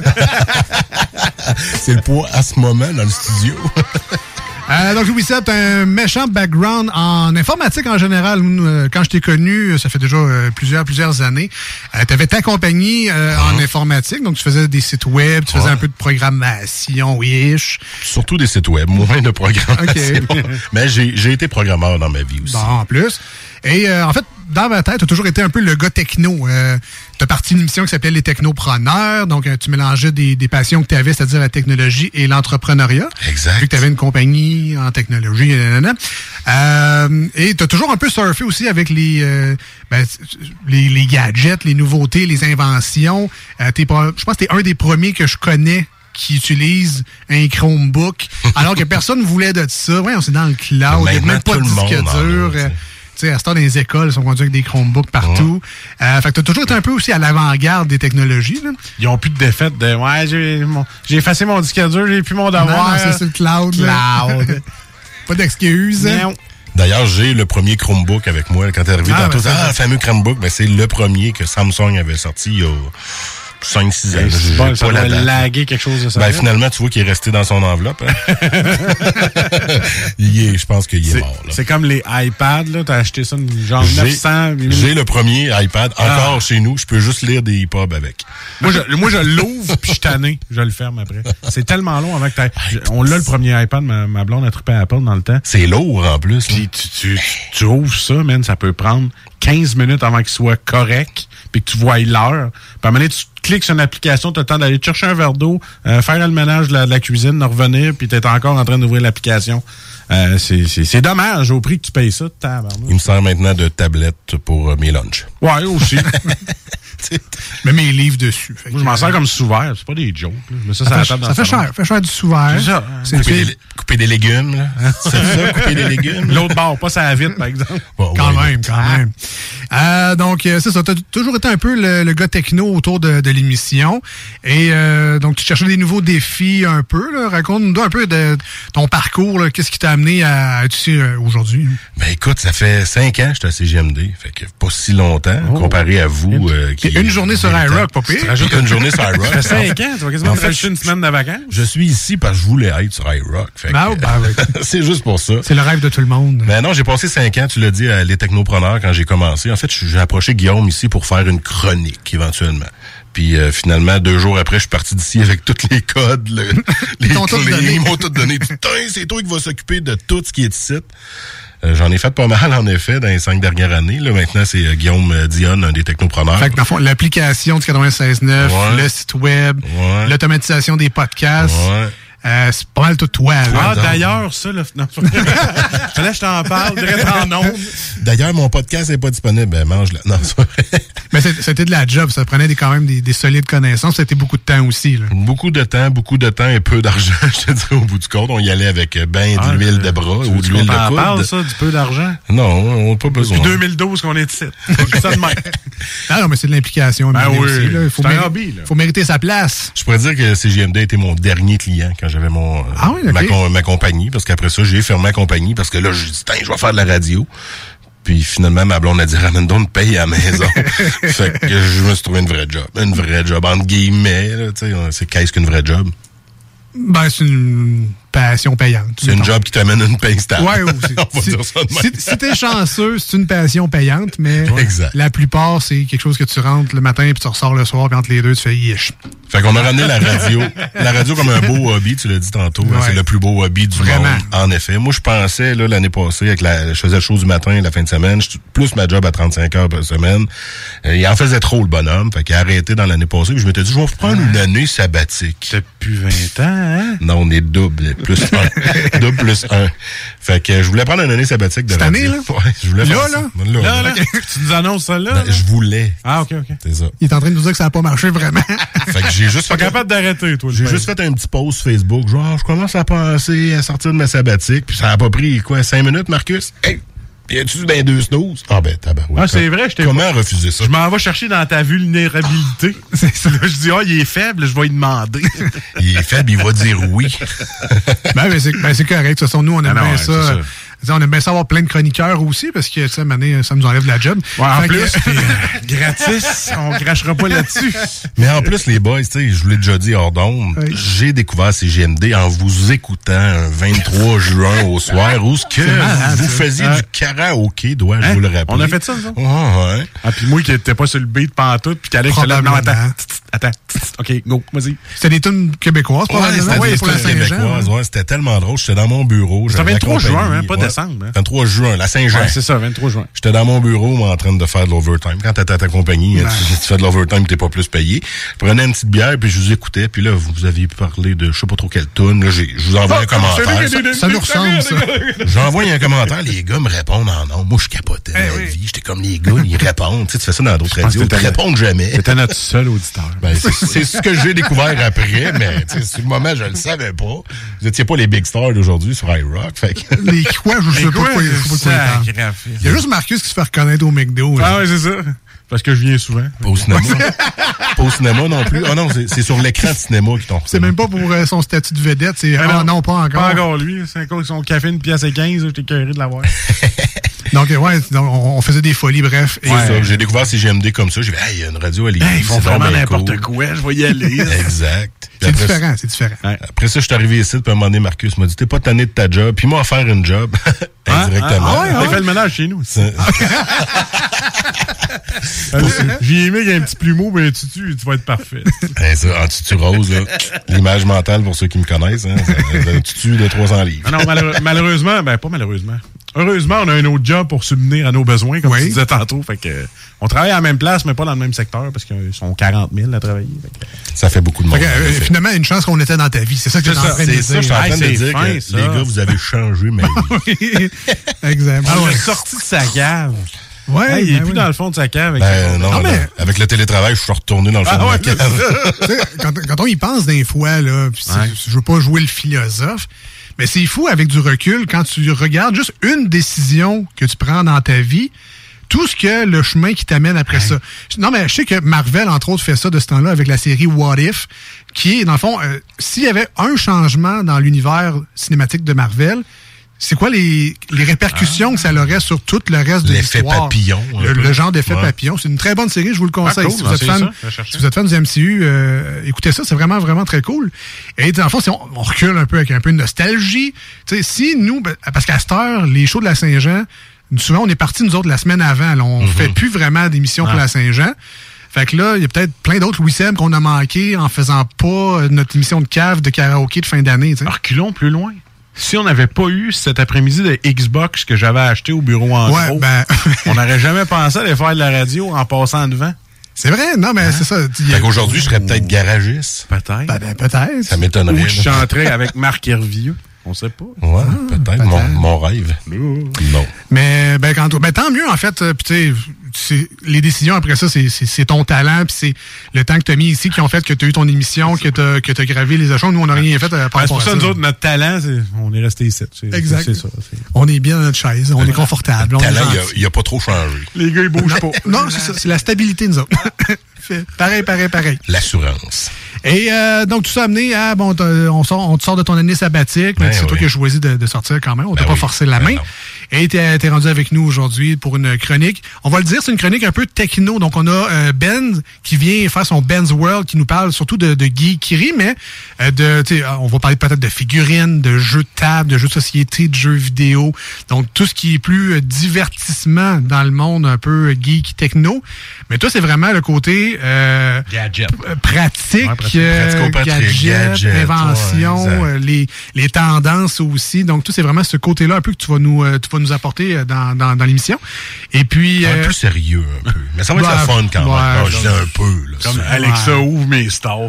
C'est le poids à ce moment dans le studio. Euh, donc, Louis Seb, t'as un méchant background en informatique en général. Euh, quand je t'ai connu, ça fait déjà euh, plusieurs, plusieurs années. Euh, t'avais ta compagnie euh, mmh. en informatique, donc tu faisais des sites web, tu faisais ouais. un peu de programmation, wish. Surtout des sites web, moins de programmation. Okay. Mais j'ai, j'ai été programmeur dans ma vie aussi. Bon, en plus. Et euh, en fait, dans ma tête, tu as toujours été un peu le gars techno. Euh, tu as parti d'une émission qui s'appelait Les Technopreneurs. Donc, euh, tu mélangeais des, des passions que tu avais, c'est-à-dire la technologie et l'entrepreneuriat. Exact. Vu que tu avais une compagnie en technologie. Nanana. Euh, et tu as toujours un peu surfé aussi avec les, euh, ben, les, les gadgets, les nouveautés, les inventions. Euh, t'es pas, je pense que tu es un des premiers que je connais qui utilise un Chromebook, alors que personne ne voulait de ça. Ouais, on est dans le cloud, il n'y a même pas de disque dur. Tu sais, à ce temps, dans les écoles, ils sont conduits avec des Chromebooks partout. Ouais. Euh, fait que tu as toujours été un peu aussi à l'avant-garde des technologies. Là. Ils n'ont plus de défaite de « Ouais, j'ai, mon, j'ai effacé mon disque dur, j'ai plus mon devoir. » Non, non, c'est sur le cloud. Cloud. Pas d'excuses. Non. D'ailleurs, j'ai le premier Chromebook avec moi. Quand t'es arrivé ah, tantôt, ben, ah, le fameux Chromebook, ben, c'est le premier que Samsung avait sorti il y a cinq six ans. Hey, j'ai bon, pas ça la date. laguer quelque chose de ça. Ben, finalement, tu vois qu'il est resté dans son enveloppe. Hein? il est, je pense qu'il est, c'est, mort. Là. C'est comme les iPads, là. T'as acheté ça genre j'ai, neuf cents. J'ai le premier iPad encore ah. chez nous. Je peux juste lire des e-pubs avec. Moi, je, moi, je l'ouvre puis je suis tanné. Je le ferme après. C'est tellement long avant que t'ailles. On l'a le premier iPad. Ma, ma blonde a trippé à Apple dans le temps. C'est lourd en plus. Puis tu, tu, tu ouvres ça, man. Ça peut prendre quinze minutes avant qu'il soit correct puis que tu vois l'heure. Puis à un moment donné, tu cliques sur une application, tu as le temps d'aller te chercher un verre d'eau, euh, faire le ménage de la, de la cuisine, de revenir, puis tu es encore en train d'ouvrir l'application. Euh, c'est, c'est, c'est dommage au prix que tu payes ça. Tabarnak. Il me sert maintenant de tablette pour euh, mes lunchs. Ouais, aussi. Mets mes livres dessus. Moi, je m'en sers comme sous-verre. C'est pas des jokes. Mais ça, ça, ça, fait, ça fait cher. Ça fait cher du sous-verre. C'est ça. C'est couper, des, couper des légumes. Là. C'est ça, couper des légumes. L'autre bord, pas ça vite, par exemple. Bon, quand ouais, même, quand ah. même. Euh, donc, c'est ça. Tu as toujours été un peu le, le gars techno autour de, de l'émission. Et euh, donc, tu cherchais des nouveaux défis un peu. Là. Raconte-nous un peu de ton parcours. Là. Qu'est-ce qui t'a amené à être ici euh, aujourd'hui? Ben écoute, ça fait cinq ans que j'étais à C G M D. Fait que pas si longtemps, oh. comparé à vous. Euh, qui une journée sur iRock, pas pire. Rajoute une journée sur iRock. Ça fait cinq ans, tu vas quasiment faire une semaine de vacances. Je suis ici parce que je voulais être sur iRock. Ah, que, ben, oui. C'est juste pour ça. C'est le rêve de tout le monde. Ben non, j'ai passé cinq ans, tu l'as dit, à les technopreneurs quand j'ai commencé. En fait, j'ai approché Guillaume ici pour faire une chronique, éventuellement. Puis euh, finalement, deux jours après, je suis parti d'ici avec tous les codes, le, les clés. Ils m'ont tout donné. Putain, c'est toi qui vas s'occuper de tout ce qui est ici. Euh, j'en ai fait pas mal, en effet, dans les cinq dernières années. Là, maintenant, c'est euh, Guillaume euh, Dionne, un des technopreneurs. Fait que, dans le fond, l'application du quatre-vingt-seize neuf, ouais. le site web, ouais. l'automatisation des podcasts. Ouais. Euh, c'est pas mal tout toi. Là, ah, donc. D'ailleurs, ça, là, non, fallait que je t'en parle, direct en ondes. D'ailleurs, mon podcast n'est pas disponible. Ben, mange-le. Non, c'est vrai. Mais c'était de la job. Ça prenait des, quand même des, des solides connaissances. C'était beaucoup de temps aussi. Là. Beaucoup de temps, beaucoup de temps et peu d'argent, je te dirais, au bout du compte. On y allait avec ben ah, de l'huile de bras ou de l'huile de coude. On parle, ça, du peu d'argent? Non, on n'a pas besoin. Depuis deux mille douze qu'on est ici. Ça de même. Ah non, mais c'est de l'implication. Ben oui, aussi, là. Il faut, c'est un hobby, là. Faut mériter sa place. Je pourrais dire que C G M D a été mon dernier client quand j'avais mon... Ah oui, okay. ma, ma compagnie, parce qu'après ça, j'ai fermé ma compagnie, parce que là, j'ai dit, je vais faire de la radio. Puis finalement, ma blonde a dit, ramène donc une paye à la maison. Fait que je me suis trouvé une vraie job. Une vraie job, entre guillemets, là, tu sais, c'est qu'est-ce qu'une vraie job? Ben, c'est une passion payante. C'est une job qui t'amène une paye stable. Ouais, aussi. On va si, dire ça de même. Si, si t'es chanceux, c'est une passion payante, mais exact. La plupart, c'est quelque chose que tu rentres le matin puis tu ressors le soir, puis entre les deux, tu fais yish. Fait qu'on a ramené la radio. La radio comme un beau hobby, tu l'as dit tantôt. Ouais. Hein, c'est le plus beau hobby du Vraiment. monde, en effet. Moi, je pensais, là, l'année passée, avec la, je faisais le show du matin, la fin de semaine, je, plus ma job à trente-cinq heures par semaine. Euh, il en faisait trop, le bonhomme. Fait qu'il a arrêté dans l'année passée. Puis je m'étais dit, je vais prendre une année sabbatique. T'as plus vingt ans, hein? Non, on est double, plus un. Double plus un. Fait que je voulais prendre une année sabbatique de Cette radio. année, là? Ouais, je voulais là, faire là? ça. Là, là, là. là. Tu nous annonces ça, là? Ben, je voulais. Ah, OK, OK. C'est ça. Il est en train de nous dire que ça n'a pas marché vraiment. Fait que j'ai juste fait... Pas capable d'arrêter, toi. J'ai juste fait un petit post Facebook. Genre, je commence à penser à sortir de ma sabbatique. Puis ça a pas pris, quoi, cinq minutes, Marcus? Hey! Y a-tu dans deux snooze? Ah ben, tabac. Oui, ah, c'est vrai, je t'ai Comment pas... refuser ça? Je m'en vais chercher dans ta vulnérabilité. C'est ça. Là, je dis, ah, oh, il est faible, je vais lui demander. Il est faible, il va dire oui. ben, ben, c'est, ben, c'est correct. De toute façon, nous, on aime ah, bien non, ça. ça. On aime bien ça avoir plein de chroniqueurs aussi, parce que, tu sais, année, ça nous enlève de la job. Ouais, en fait plus, que... puis, euh, gratis, on crachera pas là-dessus. Mais en plus, les boys, tu sais, je vous l'ai déjà dit hors d'onde, oui. J'ai découvert C G M D en vous écoutant un vingt-trois juin au soir, où ce que malade, vous faisiez hein? du karaoké, dois-je hein? vous le rappeler. On a fait ça, ça? Oh, ouais. Ah, puis moi qui n'étais pas sur le beat pantoute, puis qu'Alex se lève dans la tête. Attends. OK, go, vas-y. C'était des tunes québécoises, ouais, probablement. C'était Ouais, des pour la tunes Saint-Jean. québécoises, ouais. C'était tellement drôle. J'étais dans mon bureau. C'était vingt-trois juin, hein, pas ouais. décembre. Hein. vingt-trois juin, la Saint-Jean. Ouais, c'est ça, vingt-trois juin. J'étais dans mon bureau, moi, en train de faire de l'overtime. Quand t'étais à ta compagnie, ben. tu, tu fais de l'overtime, t'es pas plus payé. Je prenais une petite bière, puis je vous écoutais. Puis là, vous aviez parlé de je sais pas trop quelle tune. Là, j'ai, je vous envoie oh, un commentaire. Ça, ça nous ressemble, ça. J'envoie un commentaire, les gars me répondent en non. Moi, je capotais hey, ma oui. vie. J'étais comme les gars, ils répondent. Tu sais, tu fais ça dans d'autres radios. Ils te répondent jamais. C'était notre seul auditeur. Ben, c'est, c'est ce que j'ai découvert après, mais sur le moment, je le savais pas. Vous étiez pas les big stars d'aujourd'hui sur iRock. Fait que... Les quoi? Je sais pas quoi. Il y a juste Marcus qui se fait reconnaître au McDo. Ah oui, c'est ça. Parce que je viens souvent. Pas au cinéma. Pas au cinéma non plus. Ah oh non, c'est, c'est sur l'écran de cinéma qu'ils t'ont. C'est même pas pour euh, son statut de vedette. C'est ah, non, non, pas encore. Pas encore lui. C'est encore son café, une pièce et quinze. J'étais curé de l'avoir. Donc, ouais, on faisait des folies, bref. Et ouais, ça, j'ai découvert C G M D comme ça. J'ai dit, hey, il y a une radio à Lévis. Hey, ils font vraiment n'importe cool. quoi. Je vais y aller. Exact. C'est après, différent, c'est différent. Ouais. Après ça, je suis arrivé ici, puis à un moment donné, Marcus m'a dit, t'es pas tanné de ta job, puis il m'a offert une job. Indirectement. Ah, ah, ouais, ah, ouais. fait le ménage chez nous. J'ai aimé qu'il y ait un petit plumeau, mais tu, tu, tu vas être parfait. Ben, ça, en tutu rose, là. L'image mentale pour ceux qui me connaissent, hein. Un tutu de trois cents livres. Ah non, malheure, malheureusement, ben, pas malheureusement. Heureusement, on a un autre job pour subvenir à nos besoins, comme oui. tu disais tantôt. Fait que, on travaille à la même place, mais pas dans le même secteur, parce qu'ils sont quarante mille à travailler. Fait que, ça fait beaucoup de monde. Que, euh, finalement, une chance qu'on était dans ta vie. C'est ça que tu es en train de dire. C'est ça, je suis en train de dire fin, que ça. Les gars, vous avez changé ma vie. Exactement. On l'a sorti de sa cave. Ouais, hey, il ben est plus oui. dans le fond de sa cave. Avec ben, non, non, mais... Avec le télétravail, je suis retourné dans le fond ah, de ouais, ma cave. quand, quand on y pense des fois, là, ouais. je veux pas jouer le philosophe, mais c'est fou avec du recul quand tu regardes juste une décision que tu prends dans ta vie, tout ce que le chemin qui t'amène après ouais. ça. Non, mais je sais que Marvel, entre autres, fait ça de ce temps-là avec la série What If, qui est, dans le fond, euh, s'il y avait un changement dans l'univers cinématique de Marvel, c'est quoi les, les répercussions ah. que ça aurait sur tout le reste de l'effet l'histoire? Papillon. Le, le genre d'effet ouais. papillon. C'est une très bonne série, je vous le conseille. Ah, cool. Si, vous êtes fan, si vous êtes fan du M C U, euh, écoutez ça, c'est vraiment, vraiment très cool. Et dans le fond, si on, on recule un peu avec un peu de nostalgie, t'sais, si nous, parce qu'à cette heure, les shows de la Saint-Jean, souvent, on est partis, nous autres, la semaine avant. Là, on mm-hmm. fait plus vraiment d'émissions ah. pour la Saint-Jean. Fait que là, il y a peut-être plein d'autres Louis Seb qu'on a manqué en faisant pas notre émission de cave de karaoké de fin d'année. T'sais. Reculons plus loin. Si on n'avait pas eu cet après-midi de Xbox que j'avais acheté au bureau en ouais, gros, ben... on n'aurait jamais pensé aller faire de la radio en passant devant. C'est vrai, non, mais hein? c'est ça. Fait qu'aujourd'hui, je serais peut-être garagiste. Peut-être. Ben, ben, peut-être. Ça m'étonnerait. Ou je chanterais avec Marc Hervieux. On sait pas. Ouais, ah, peut-être. peut-être. Mon, mon rêve. Non. Mais ben, quand, ben, tant mieux, en fait. Puis, tu sais, les décisions après ça, c'est, c'est, c'est ton talent, puis c'est le temps que tu as mis ici qui ont fait que tu as eu ton émission, que tu as que t'as gravé les échanges. Nous, on n'a rien fait à part. C'est pour ça, nous autres, notre talent, c'est, on est resté ici. C'est, exact. C'est ça, c'est... On est bien dans notre chaise, on est confortable. Le talent, il n'a pas trop changé. Les gars, ils bougent pas. Non, c'est ça. C'est la stabilité, nous autres. Pareil, pareil, pareil. L'assurance. Et euh, donc, tout ça amené à, bon, on, sort, on te sort de ton année sabbatique, mais ben c'est oui. toi qui as choisi de, de sortir quand même. On ben t'a pas oui. forcé la main. Ben et t'es, t'es rendu avec nous aujourd'hui pour une chronique. On va le dire, c'est une chronique un peu techno. Donc, on a euh, Ben qui vient faire son Ben's World, qui nous parle surtout de, de geekery, mais euh, de, tu sais, on va parler peut-être de figurines, de jeux de table, de jeux de société, de jeux vidéo. Donc, tout ce qui est plus euh, divertissement dans le monde un peu geek techno. Mais toi, c'est vraiment le côté euh, gadget. P- pratique, ouais, pratique. Euh, gadget, gadget, invention, ouais, euh, les, les tendances aussi. Donc, tout c'est vraiment ce côté-là un peu que tu vas nous, euh, tu vas nous apporter dans, dans, dans l'émission. Et puis... Un euh, peu sérieux, un peu. Mais ça va bah, être le fun quand ouais, même. Non, je dis un peu. Là, comme ça. Alexa ouais. ouvre mes stars.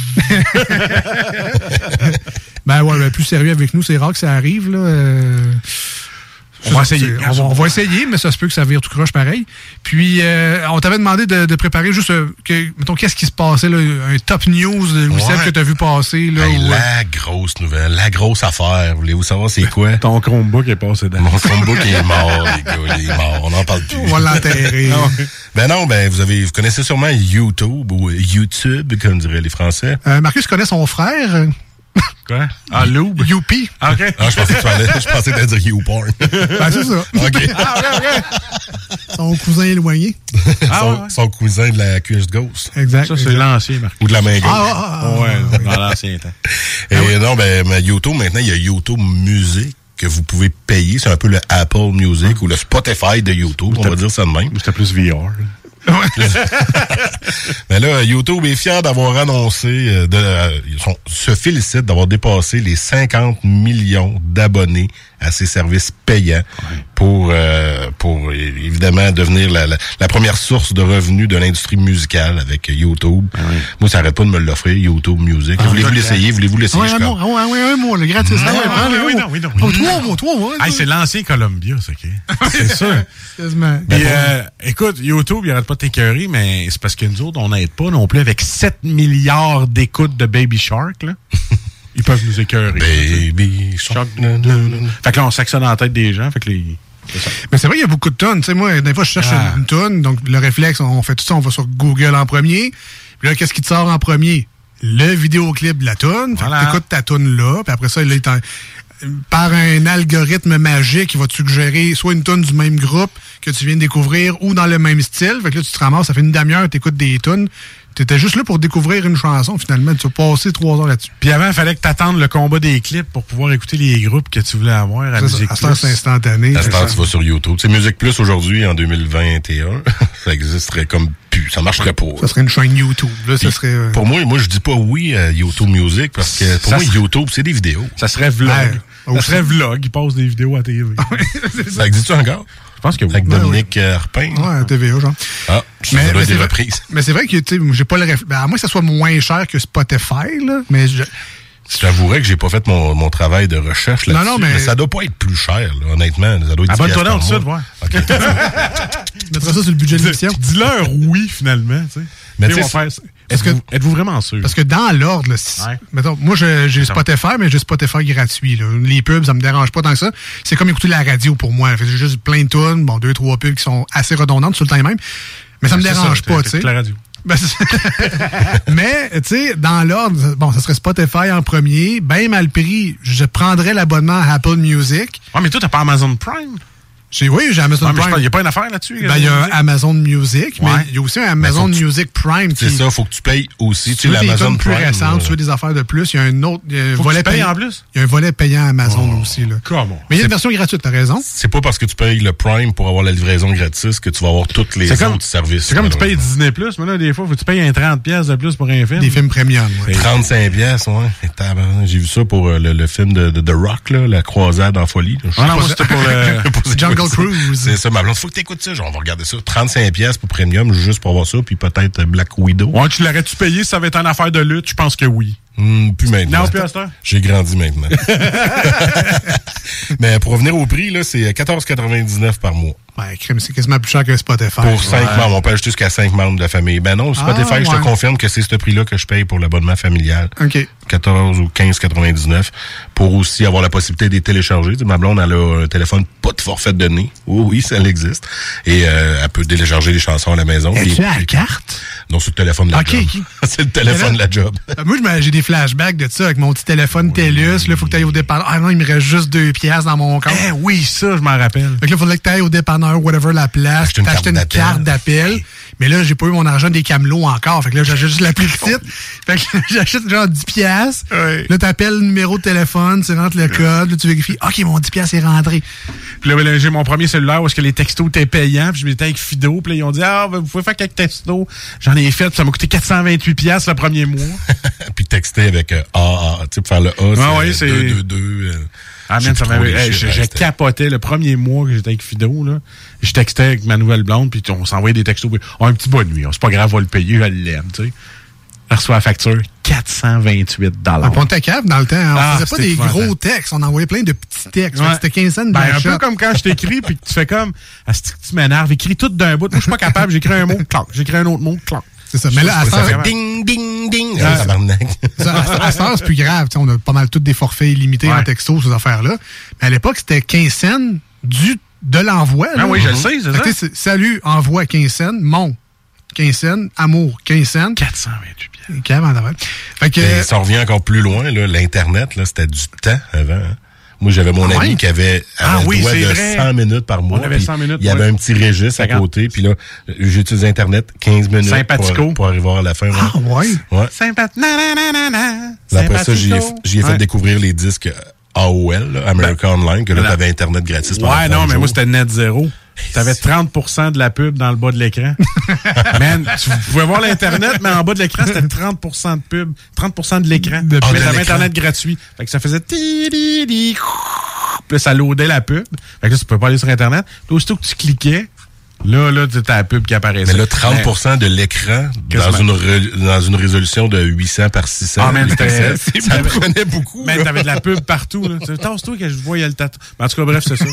ben ouais, ben, plus sérieux avec nous, c'est rare que ça arrive, là. Euh... On va essayer. On va, on va essayer, mais ça se peut que ça vire tout croche pareil. Puis, euh, on t'avait demandé de, de préparer juste, euh, que, mettons, qu'est-ce qui se passait, là, un top news de Louis Seb ouais. que t'as vu passer. Là, hey, où, la euh... grosse nouvelle, la grosse affaire. Voulez-vous savoir c'est quoi? Ton Chromebook est passé dedans. Mon Chromebook est mort, les gars, il est mort. On n'en parle plus. On va l'enterrer. Ben non, ben vous avez, vous connaissez sûrement YouTube ou YouTube, comme diraient les Français. Euh, Marcus connaît son frère. Quoi? Ah, Lube? Youpi. Ah, OK. Ah, je pensais que tu allais, je pensais que t'allais dire YouPorn. Ben, c'est ça. OK. Ah, OK, OK. Son cousin éloigné. Ah, son, ouais. son cousin de la Q S Ghost. Exact. Ça, c'est exact. l'ancien, Marc. Ou de la main gauche. Ah, ah, ah, ouais, dans l'ancien temps. Et ah, oui. non, ben, YouTube, maintenant, il y a YouTube Music que vous pouvez payer. C'est un peu le Apple Music ah. ou le Spotify de YouTube, on va dire ça de même. C'était plus V R. Mais là, YouTube est fier d'avoir annoncé, euh, de, euh, ils sont, se félicite d'avoir dépassé les cinquante millions d'abonnés à ses services payants ouais. pour, euh, pour évidemment devenir la, la, la première source de revenus de l'industrie musicale avec YouTube. Ouais. Moi, ça n'arrête pas de me l'offrir, YouTube Music. Ah, Voulez-vous l'essayer? Voulez-vous l'essayer? Oui, un mois, oui, oui, un mois, le gratis. Ah, ah, oui, oui, non, oui, non. Oh, trois mois, trois mois. Hey, c'est l'ancien Columbia, ça, OK? C'est ça. Mais, euh, écoute, YouTube, il n'arrête pas de t'écœurer, mais c'est parce que nous autres, on n'aide pas non plus avec sept milliards d'écoutes de Baby Shark, là. Ils peuvent nous écœurer. Baby Shark. Fait que là, on sac ça dans la tête des gens. Fait que les... C'est ça. Mais c'est vrai, il y a beaucoup de tonnes. Tu sais, moi, des fois, je cherche ah. une tonne. Donc, le réflexe, on fait tout ça, on va sur Google en premier. Puis là, qu'est-ce qui te sort en premier? Le vidéoclip de la tonne. Voilà. Fait que t'écoutes ta tonne là. Puis après ça, là, par un algorithme magique, il va te suggérer soit une tonne du même groupe que tu viens de découvrir ou dans le même style. Fait que là, tu te ramasses, ça fait une demi-heure, t'écoutes des tonnes. T'étais juste là pour découvrir une chanson, finalement. Tu vas passer trois heures là-dessus. Puis avant, il fallait que t'attendes le combat des clips pour pouvoir écouter les groupes que tu voulais avoir à ça, Musique Plus. À c'est instantané. À ce temps, tu vas sur YouTube. C'est Musique Plus aujourd'hui, en deux mille vingt et un. Ça existerait comme plus. Ça marcherait pas. Ça serait une chaîne YouTube. Là, ça serait, euh... Pour moi, moi, je dis pas oui à YouTube Music parce que pour ça moi, serait... YouTube, c'est des vidéos. Ça serait vlog. Ouais. Ça serait vlog. Ils passent des vidéos à T V. ça. ça existe-tu encore? Je pense que oui. Avec Dominique ouais. Arpin. Ouais, à T V A, genre. Ah, je mais, mais, des reprises. mais c'est vrai que, tu sais, j'ai pas le réflexe. Ben, à moins que ça soit moins cher que Spotify, là, mais je... Je t'avouerais que j'ai pas fait mon, mon travail de recherche là-dessus. Non, non, mais... mais ça doit pas être plus cher, là, honnêtement. Ça doit être abonne-toi là, on de voir. Okay. Tu mettras ça sur le budget de l'émission. Dis-leur oui, finalement, tu sais. Mais tu sais, est-ce que êtes-vous vraiment sûr? Parce que dans l'ordre, là, si, ouais. mettons, moi je, j'ai Attends. Spotify, mais j'ai Spotify gratuit. Là. Les pubs, ça me dérange pas tant que ça. C'est comme écouter la radio pour moi. J'ai juste plein de tunes, bon, deux, trois pubs qui sont assez redondantes sur le temps même. Mais ça me dérange ça, pas, tu sais. la radio. Ben, mais, tu sais, dans l'ordre, bon, ça serait Spotify en premier, bien mal pris. Je prendrais l'abonnement à Apple Music. Ouais, mais toi, t'as pas Amazon Prime? J'ai, oui, j'ai Amazon ouais, Prime. Il n'y a pas une affaire là-dessus? Ben, il y a Amazon Music, ouais. mais il y a aussi un Amazon ben, Music Prime. C'est qui... ça, il faut que tu payes aussi. Tu sais, l'Amazon Prime. plus récentes, tu veux des affaires de plus. Il y a un autre il y a un faut volet que tu payes payant en plus? Il y a un volet payant Amazon oh. aussi. Là. Comment? Mais il y a une version gratuite, t'as raison. C'est pas parce que tu payes le Prime pour avoir la livraison gratis que tu vas avoir tous les c'est autres comme, services. C'est comme tu payes Disney plus, mais là, des fois, faut que tu payes un trente piastres de plus pour un film. Des films premium. Ouais. trente-cinq piastres, ouais. J'ai vu ça pour le, le film de, de The Rock, là, La Croisade en folie. Là. Ah non, moi, c'était pour le Jungle Cruise. C'est ça, ma blonde, faut que t'écoutes ça, genre, on va regarder ça. trente-cinq piastres pour premium, juste pour avoir ça, puis peut-être Black Widow. Ouais, tu l'aurais-tu payé si ça avait été une affaire de lutte? Je pense que oui. Mmh, plus maintenant. Non, plus à cette heure? J'ai grandi maintenant. Mais pour revenir au prix, là, c'est quatorze quatre-vingt-dix-neuf par mois. Ouais, crème, c'est quasiment plus cher que Spotify. Pour cinq ouais. membres. On peut ajouter jusqu'à cinq membres de la famille. Ben non, Spotify, ah, ouais. je te confirme que c'est ce prix-là que je paye pour l'abonnement familial. OK. quatorze ou quinze quatre-vingt-dix-neuf. Pour aussi avoir la possibilité de les télécharger. Tu sais, ma blonde, elle a un téléphone pas de forfait de données. Oui, oui, ça existe. Et euh, elle peut télécharger les chansons à la maison. Es-tu à la carte? Non, c'est le téléphone de la okay, job. Okay. C'est le téléphone de la job. Moi, j'ai des flashbacks de ça avec mon petit téléphone oui, TELUS. Là, il faut que tu ailles au dépanneur. Ah non, il me reste juste deux piastres dans mon compte. Eh oui, ça, je m'en rappelle. Fait que là, il faudrait que tu ailles au dépanneur, whatever la place. T'achetais une, une carte d'appel. Mais là, j'ai pas eu mon argent des camelots encore. Fait que là, j'achète juste la plus petite. Fait que j'achète genre dix piastres. Oui. Là, t'appelles le numéro de téléphone, tu rentres le code, là, tu vérifies. OK, mon dix piastres est rentré. Puis là, là j'ai mon premier cellulaire où est-ce que les textos étaient payants. Puis je m'étais avec Fido. Puis là, ils ont dit, ah, vous pouvez faire quelques textos. J'en ai fait. Puis ça m'a coûté quatre cent vingt-huit piastres le premier mois. Puis texter avec euh, A A. Tu sais, pour faire le A, c'est, ah, oui, c'est deux deux deux. Euh, ah, man, ça m'avait. Hey, je, je capotais le premier mois que j'étais avec Fido, là. Je textais avec ma nouvelle blonde, puis on s'envoyait des textos. Oh, un petit bonne nuit. C'est pas grave, on va le payer, je l'aime, tu sais. Je reçois la facture, quatre cent vingt-huit dollars. On était cave dans le temps. On ah, faisait pas des gros textes. On envoyait plein de petits textes. Ouais. C'était quinze cents de ben, un peu comme quand je t'écris, puis que tu fais comme, ah, tu m'énerves, écris tout d'un bout. Moi, je suis pas capable. J'écris un mot, clac. J'écris un autre mot, clac. C'est ça. Mais là, à ça fait ding, ding, ding. À ce temps, c'est plus grave. T'sais, on a pas mal tous des forfaits illimités ouais. en texto, ces affaires-là. Mais à l'époque, c'était quinze cents du, de l'envoi. Ah oui, je le sais, c'est ça. C'est, salut, envoi quinze cents. Mon, quinze cents. Amour, quinze cents. quatre cent vingt-huit piastres. Calme, fait que, Et ça revient encore plus loin, là. L'Internet, là, c'était du temps avant. Hein. Moi, j'avais mon ah, ami ouais? qui avait, avait ah, oui, droit de vrai. cent minutes par mois. On avait cent minutes. Il y avait ouais. un petit registre à côté. Puis là, j'utilise Internet quinze minutes pour, pour arriver à la fin. Ah, ouais? Ouais. Sympath... Na, na, na, na, na. Après ça, j'y ai, j'y ai ouais. fait découvrir les disques A O L, là, America ben, Online, que là, t'avais Internet gratis. Ouais, non, mais moi, c'était Net Zéro. T'avais trente pour cent de la pub dans le bas de l'écran. Man, tu pouvais voir l'Internet, mais en bas de l'écran, c'était trente pour cent de pub. trente pour cent de l'écran. De mais pub. t'avais Internet gratuit. Fait que ça faisait ti-di-di. Puis là, ça loadait la pub. Fait que là, tu pouvais pas aller sur Internet. Puis aussitôt que tu cliquais, là, là, t'as la pub qui apparaissait. Mais là, trente pour cent de l'écran dans une, re- dans une résolution de huit cents par six cents. Ah, man, c'était... Ça me prenait beaucoup. Mais t'avais de la pub partout, là. Tasse-toi que je vois, il y a le tatou. En tout cas, bref, c'est ça.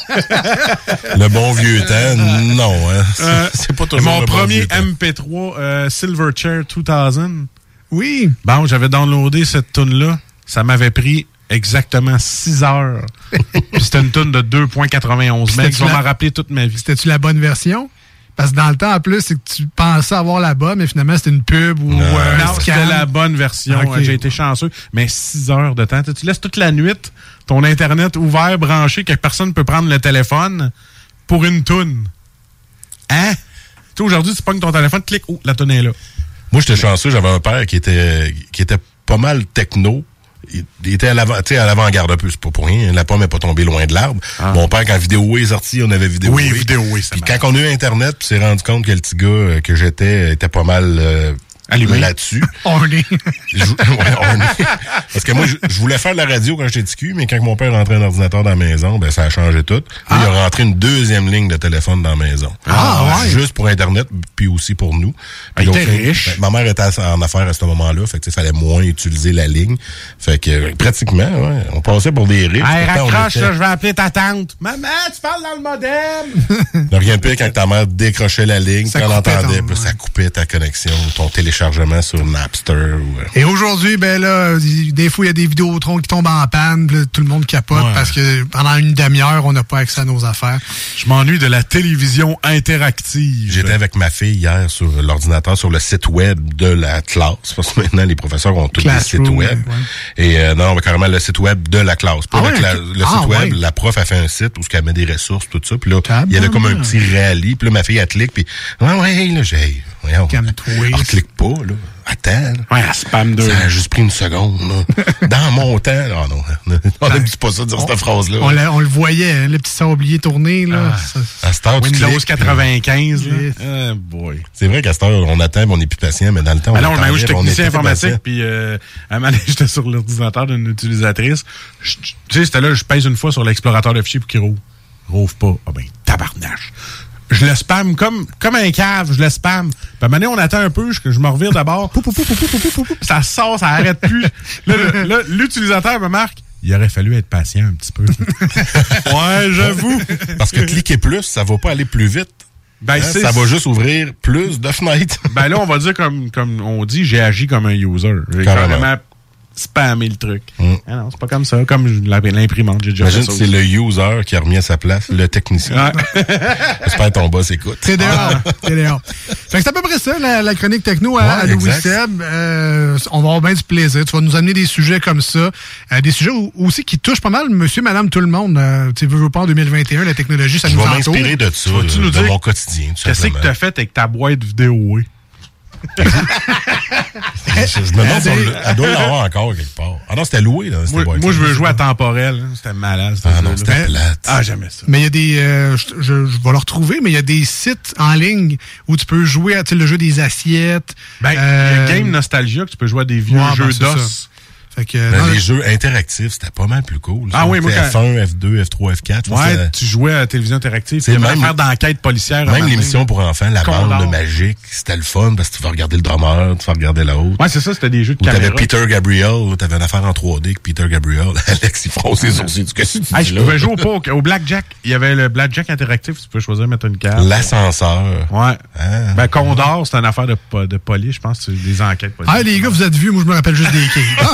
Le bon vieux temps, non, hein. Euh, c'est pas toujours mon le bon premier vieux temps. M P trois, euh, Silverchair deux mille. Oui. Bon, j'avais downloadé cette tune-là. Ça m'avait pris exactement six heures. Puis c'était une tune de deux virgule quatre-vingt-onze mètres. Ça m'a rappelé toute ma vie. C'était-tu la bonne version? Parce que dans le temps, en plus, c'est que tu pensais avoir là-bas, mais finalement, c'était une pub ou Non, euh, un non, scan. c'était la bonne version. Okay. J'ai été chanceux. Mais six heures de temps. Tu tu laisses toute la nuit ton Internet ouvert, branché, que personne ne peut prendre le téléphone pour une toune. Hein? Tu sais, aujourd'hui, tu pognes ton téléphone, clique, oh, la toune est là. Moi, j'étais chanceux. J'avais un père qui était, qui était pas mal techno. Il, il était à l'avant, tu sais, à l'avant-garde un peu. C'est pas pour rien. La pomme n'est pas tombée loin de l'arbre. Ah. Mon père, quand Vidéo est sorti, on avait Vidéo. Oui, Vidéo, oui, Puis quand on a eu Internet, puis s'est rendu compte que le petit gars euh, que j'étais était pas mal euh, allumé là-dessus. On est. Je, ouais, on est. Parce que moi, je, je voulais faire de la radio quand j'étais petit cul, mais quand mon père rentrait un ordinateur dans la maison, ben ça a changé tout. Puis ah. il a rentré une deuxième ligne de téléphone dans la maison. Ah, ouais. Juste pour Internet, puis aussi pour nous. Puis il était riche. Ben, ma mère était en affaires à ce moment-là, fait que il fallait moins utiliser la ligne. Fait que pratiquement, ouais, on passait pour des riches. Hey, raccroche, était... là, je vais appeler ta tante. Maman, tu parles dans le modem. Il rien de pire quand ta mère décrochait la ligne, ça quand on entendait, ton, puis ouais. ça coupait ta connexion, ton téléchargement sur Napster. Ou... Et aujourd'hui, ben là, des fois, il y a des Vidéotron qui tombent en panne, là, tout le monde capote ouais. parce que pendant une demi-heure, on n'a pas accès à nos affaires. Je m'ennuie de la télévision interactive. J'étais avec ma fille hier sur l'ordinateur, sur le site web de la classe, parce que maintenant, les professeurs ont tous Classroom, des sites web. Ouais. Et euh, non, carrément le site web de la classe. Pas ah le, ouais, cla- okay. le ah site web, ouais. la prof a fait un site où elle met des ressources, tout ça. Puis là, Tab- il y avait comme un petit rallye. Puis là, ma fille, elle clique, puis ouais, ouais, là, j'ai... Voyons, elle clique pas, là. Attends. Là. Ouais, elle spam deux. Ça a juste pris une seconde, là. Dans mon temps. Ah non, on ne dit pas ça, dire on, cette phrase-là. On, on le voyait, hein, le petit sablier tourné, là. Ah, ça, à cette heure, Windows cliques, quatre-vingt-quinze, puis... là. Oh boy. C'est vrai qu'à cette heure, on attend, mais on n'est plus patient, mais dans le temps, on Alors, attendait, je suis technicien informatique, patient. puis euh, à un moment donné, j'étais sur l'ordinateur d'une utilisatrice. Je, tu sais, c'était là, je pèse une fois sur l'explorateur de fichiers pour qu'il rouvre. Rouvre pas. Ah ben, tabarnache. Je le spam comme, comme un cave, je le spam. Puis à un moment donné, on attend un peu, je, je me revire d'abord. Ça sort, ça arrête plus. Là, le, là, l'utilisateur me marque. Il aurait fallu être patient un petit peu. Ouais, j'avoue. Parce que cliquer plus, ça va pas aller plus vite. Ben, hein, c'est... Ça va juste ouvrir plus de fenêtres. Ben là, on va dire comme, comme on dit, j'ai agi comme un user. J'ai Carrément. carrément spammer le truc. Mm. Ah non, c'est pas comme ça. Comme l'imprimante, j'ai déjà Imagine fait ça. c'est le user qui a remis à sa place, le technicien. Ouais. J'espère que ton boss écoute. C'est dehors. C'est dehors. Fait que c'est à peu près ça, la, la chronique techno à, Ouais, à Louis exact. Seb. Euh, on va avoir bien du plaisir. Tu vas nous amener des sujets comme ça. Euh, des sujets où- aussi qui touchent pas mal monsieur, madame, tout le monde. Euh, tu veux pas en deux mille vingt et un, la technologie, ça Je nous vais entoure. m'inspirer de ça, Vas-tu de, nous de dire mon quotidien, tout Qu'est-ce simplement. que t'as fait avec ta boîte vidéo? Je me demande si on l'a- elle doit l'avoir encore quelque part. Ah non, c'était loué, là. Moi, moi, je veux jouer à temporel. hein. C'était malade. Ah non, c'était plate. Ah, jamais ça. Mais il y a des... euh, je, je, je vais le retrouver, mais il y a des sites en ligne où tu peux jouer à tu sais, le jeu des assiettes. Ben, il euh, y a Game Nostalgia que tu peux jouer à des vieux ouais, jeux ben, c'est d'os. Fait que, Ben, non, les jeux interactifs, c'était pas mal plus cool. Ah ça. oui, moi, C'était quand- F un, F deux, F trois, F quatre. Ouais, c'était- tu jouais à la télévision interactive. C'est Tu même- faire d'enquête policière. Même l'émission pour enfants, la Condor. bande de magique, c'était le fun parce que tu vas regarder le drummer, tu vas regarder l'autre. Ouais, c'est ça, c'était des jeux de Ou t'avais caméra. Peter Gabriel, ou t'avais une affaire en trois D avec Peter Gabriel. Alex, il fronce ses sourcils. Qu'est-ce que tu Hey, dis je là? pouvais jouer au poker, au blackjack. Il y avait le blackjack interactif, tu peux choisir de mettre une carte. L'ascenseur. Ouais. Ah. Ben, Condor, c'est une affaire de, po- de police, je pense, c'est des enquêtes policières. Ah, les gars, vous êtes vieux, moi je me rappelle juste des quilles.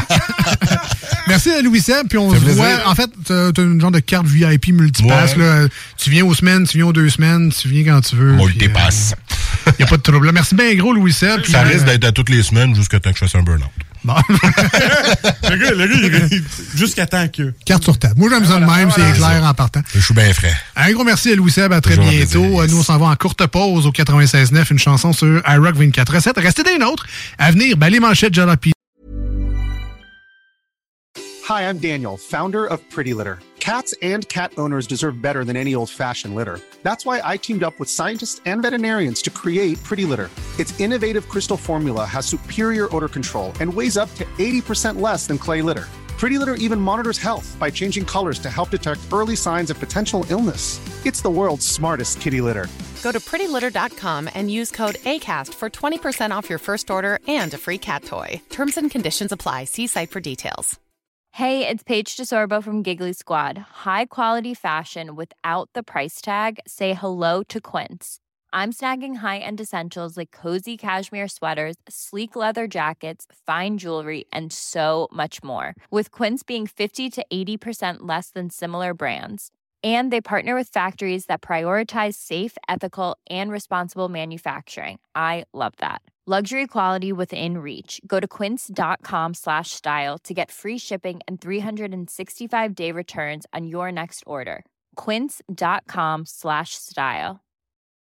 Merci à Louis Seb, puis on Ça se fait voit. plaisir. En fait, t'as t'as une genre de carte V I P multipass. Ouais. Là. Tu viens aux semaines, tu viens aux deux semaines, tu viens quand tu veux. Multipass. Il n'y a pas de trouble. Là. Merci bien gros, Louis Seb. Ça puis, risque euh, d'être à toutes les semaines jusqu'à temps que je fasse un burn-out. Bon. Le gars, le gars, il- jusqu'à temps que. Carte sur table. Moi, j'aime ça de même, c'est clair en partant. Je suis bien frais. Un gros merci à Louis Seb. À très Toujours un bientôt. plaisir. Euh, Nous, on s'en va en courte pause au quatre-vingt-seize neuf, une chanson sur iRock vingt-quatre sept. Restez des nôtres. À venir, ben, les manchettes Jalapino. Hi, I'm Daniel, founder of Pretty Litter. Cats and cat owners deserve better than any old-fashioned litter. That's why I teamed up with scientists and veterinarians to create Pretty Litter. Its innovative crystal formula has superior odor control and weighs up to eighty percent less than clay litter. Pretty Litter even monitors health by changing colors to help detect early signs of potential illness. It's the world's smartest kitty litter. Go to pretty litter dot com and use code ACAST for twenty percent off your first order and a free cat toy. Terms and conditions apply. See site for details. Hey, it's Paige DeSorbo from Giggly Squad. High quality fashion without the price tag. Say hello to Quince. I'm snagging high-end essentials like cozy cashmere sweaters, sleek leather jackets, fine jewelry, and so much more. With Quince being fifty to eighty percent less than similar brands. And they partner with factories that prioritize safe, ethical, and responsible manufacturing. I love that. Luxury quality within reach. Go to quince.com slash style to get free shipping and three sixty-five day returns on your next order. Quince.com slash style.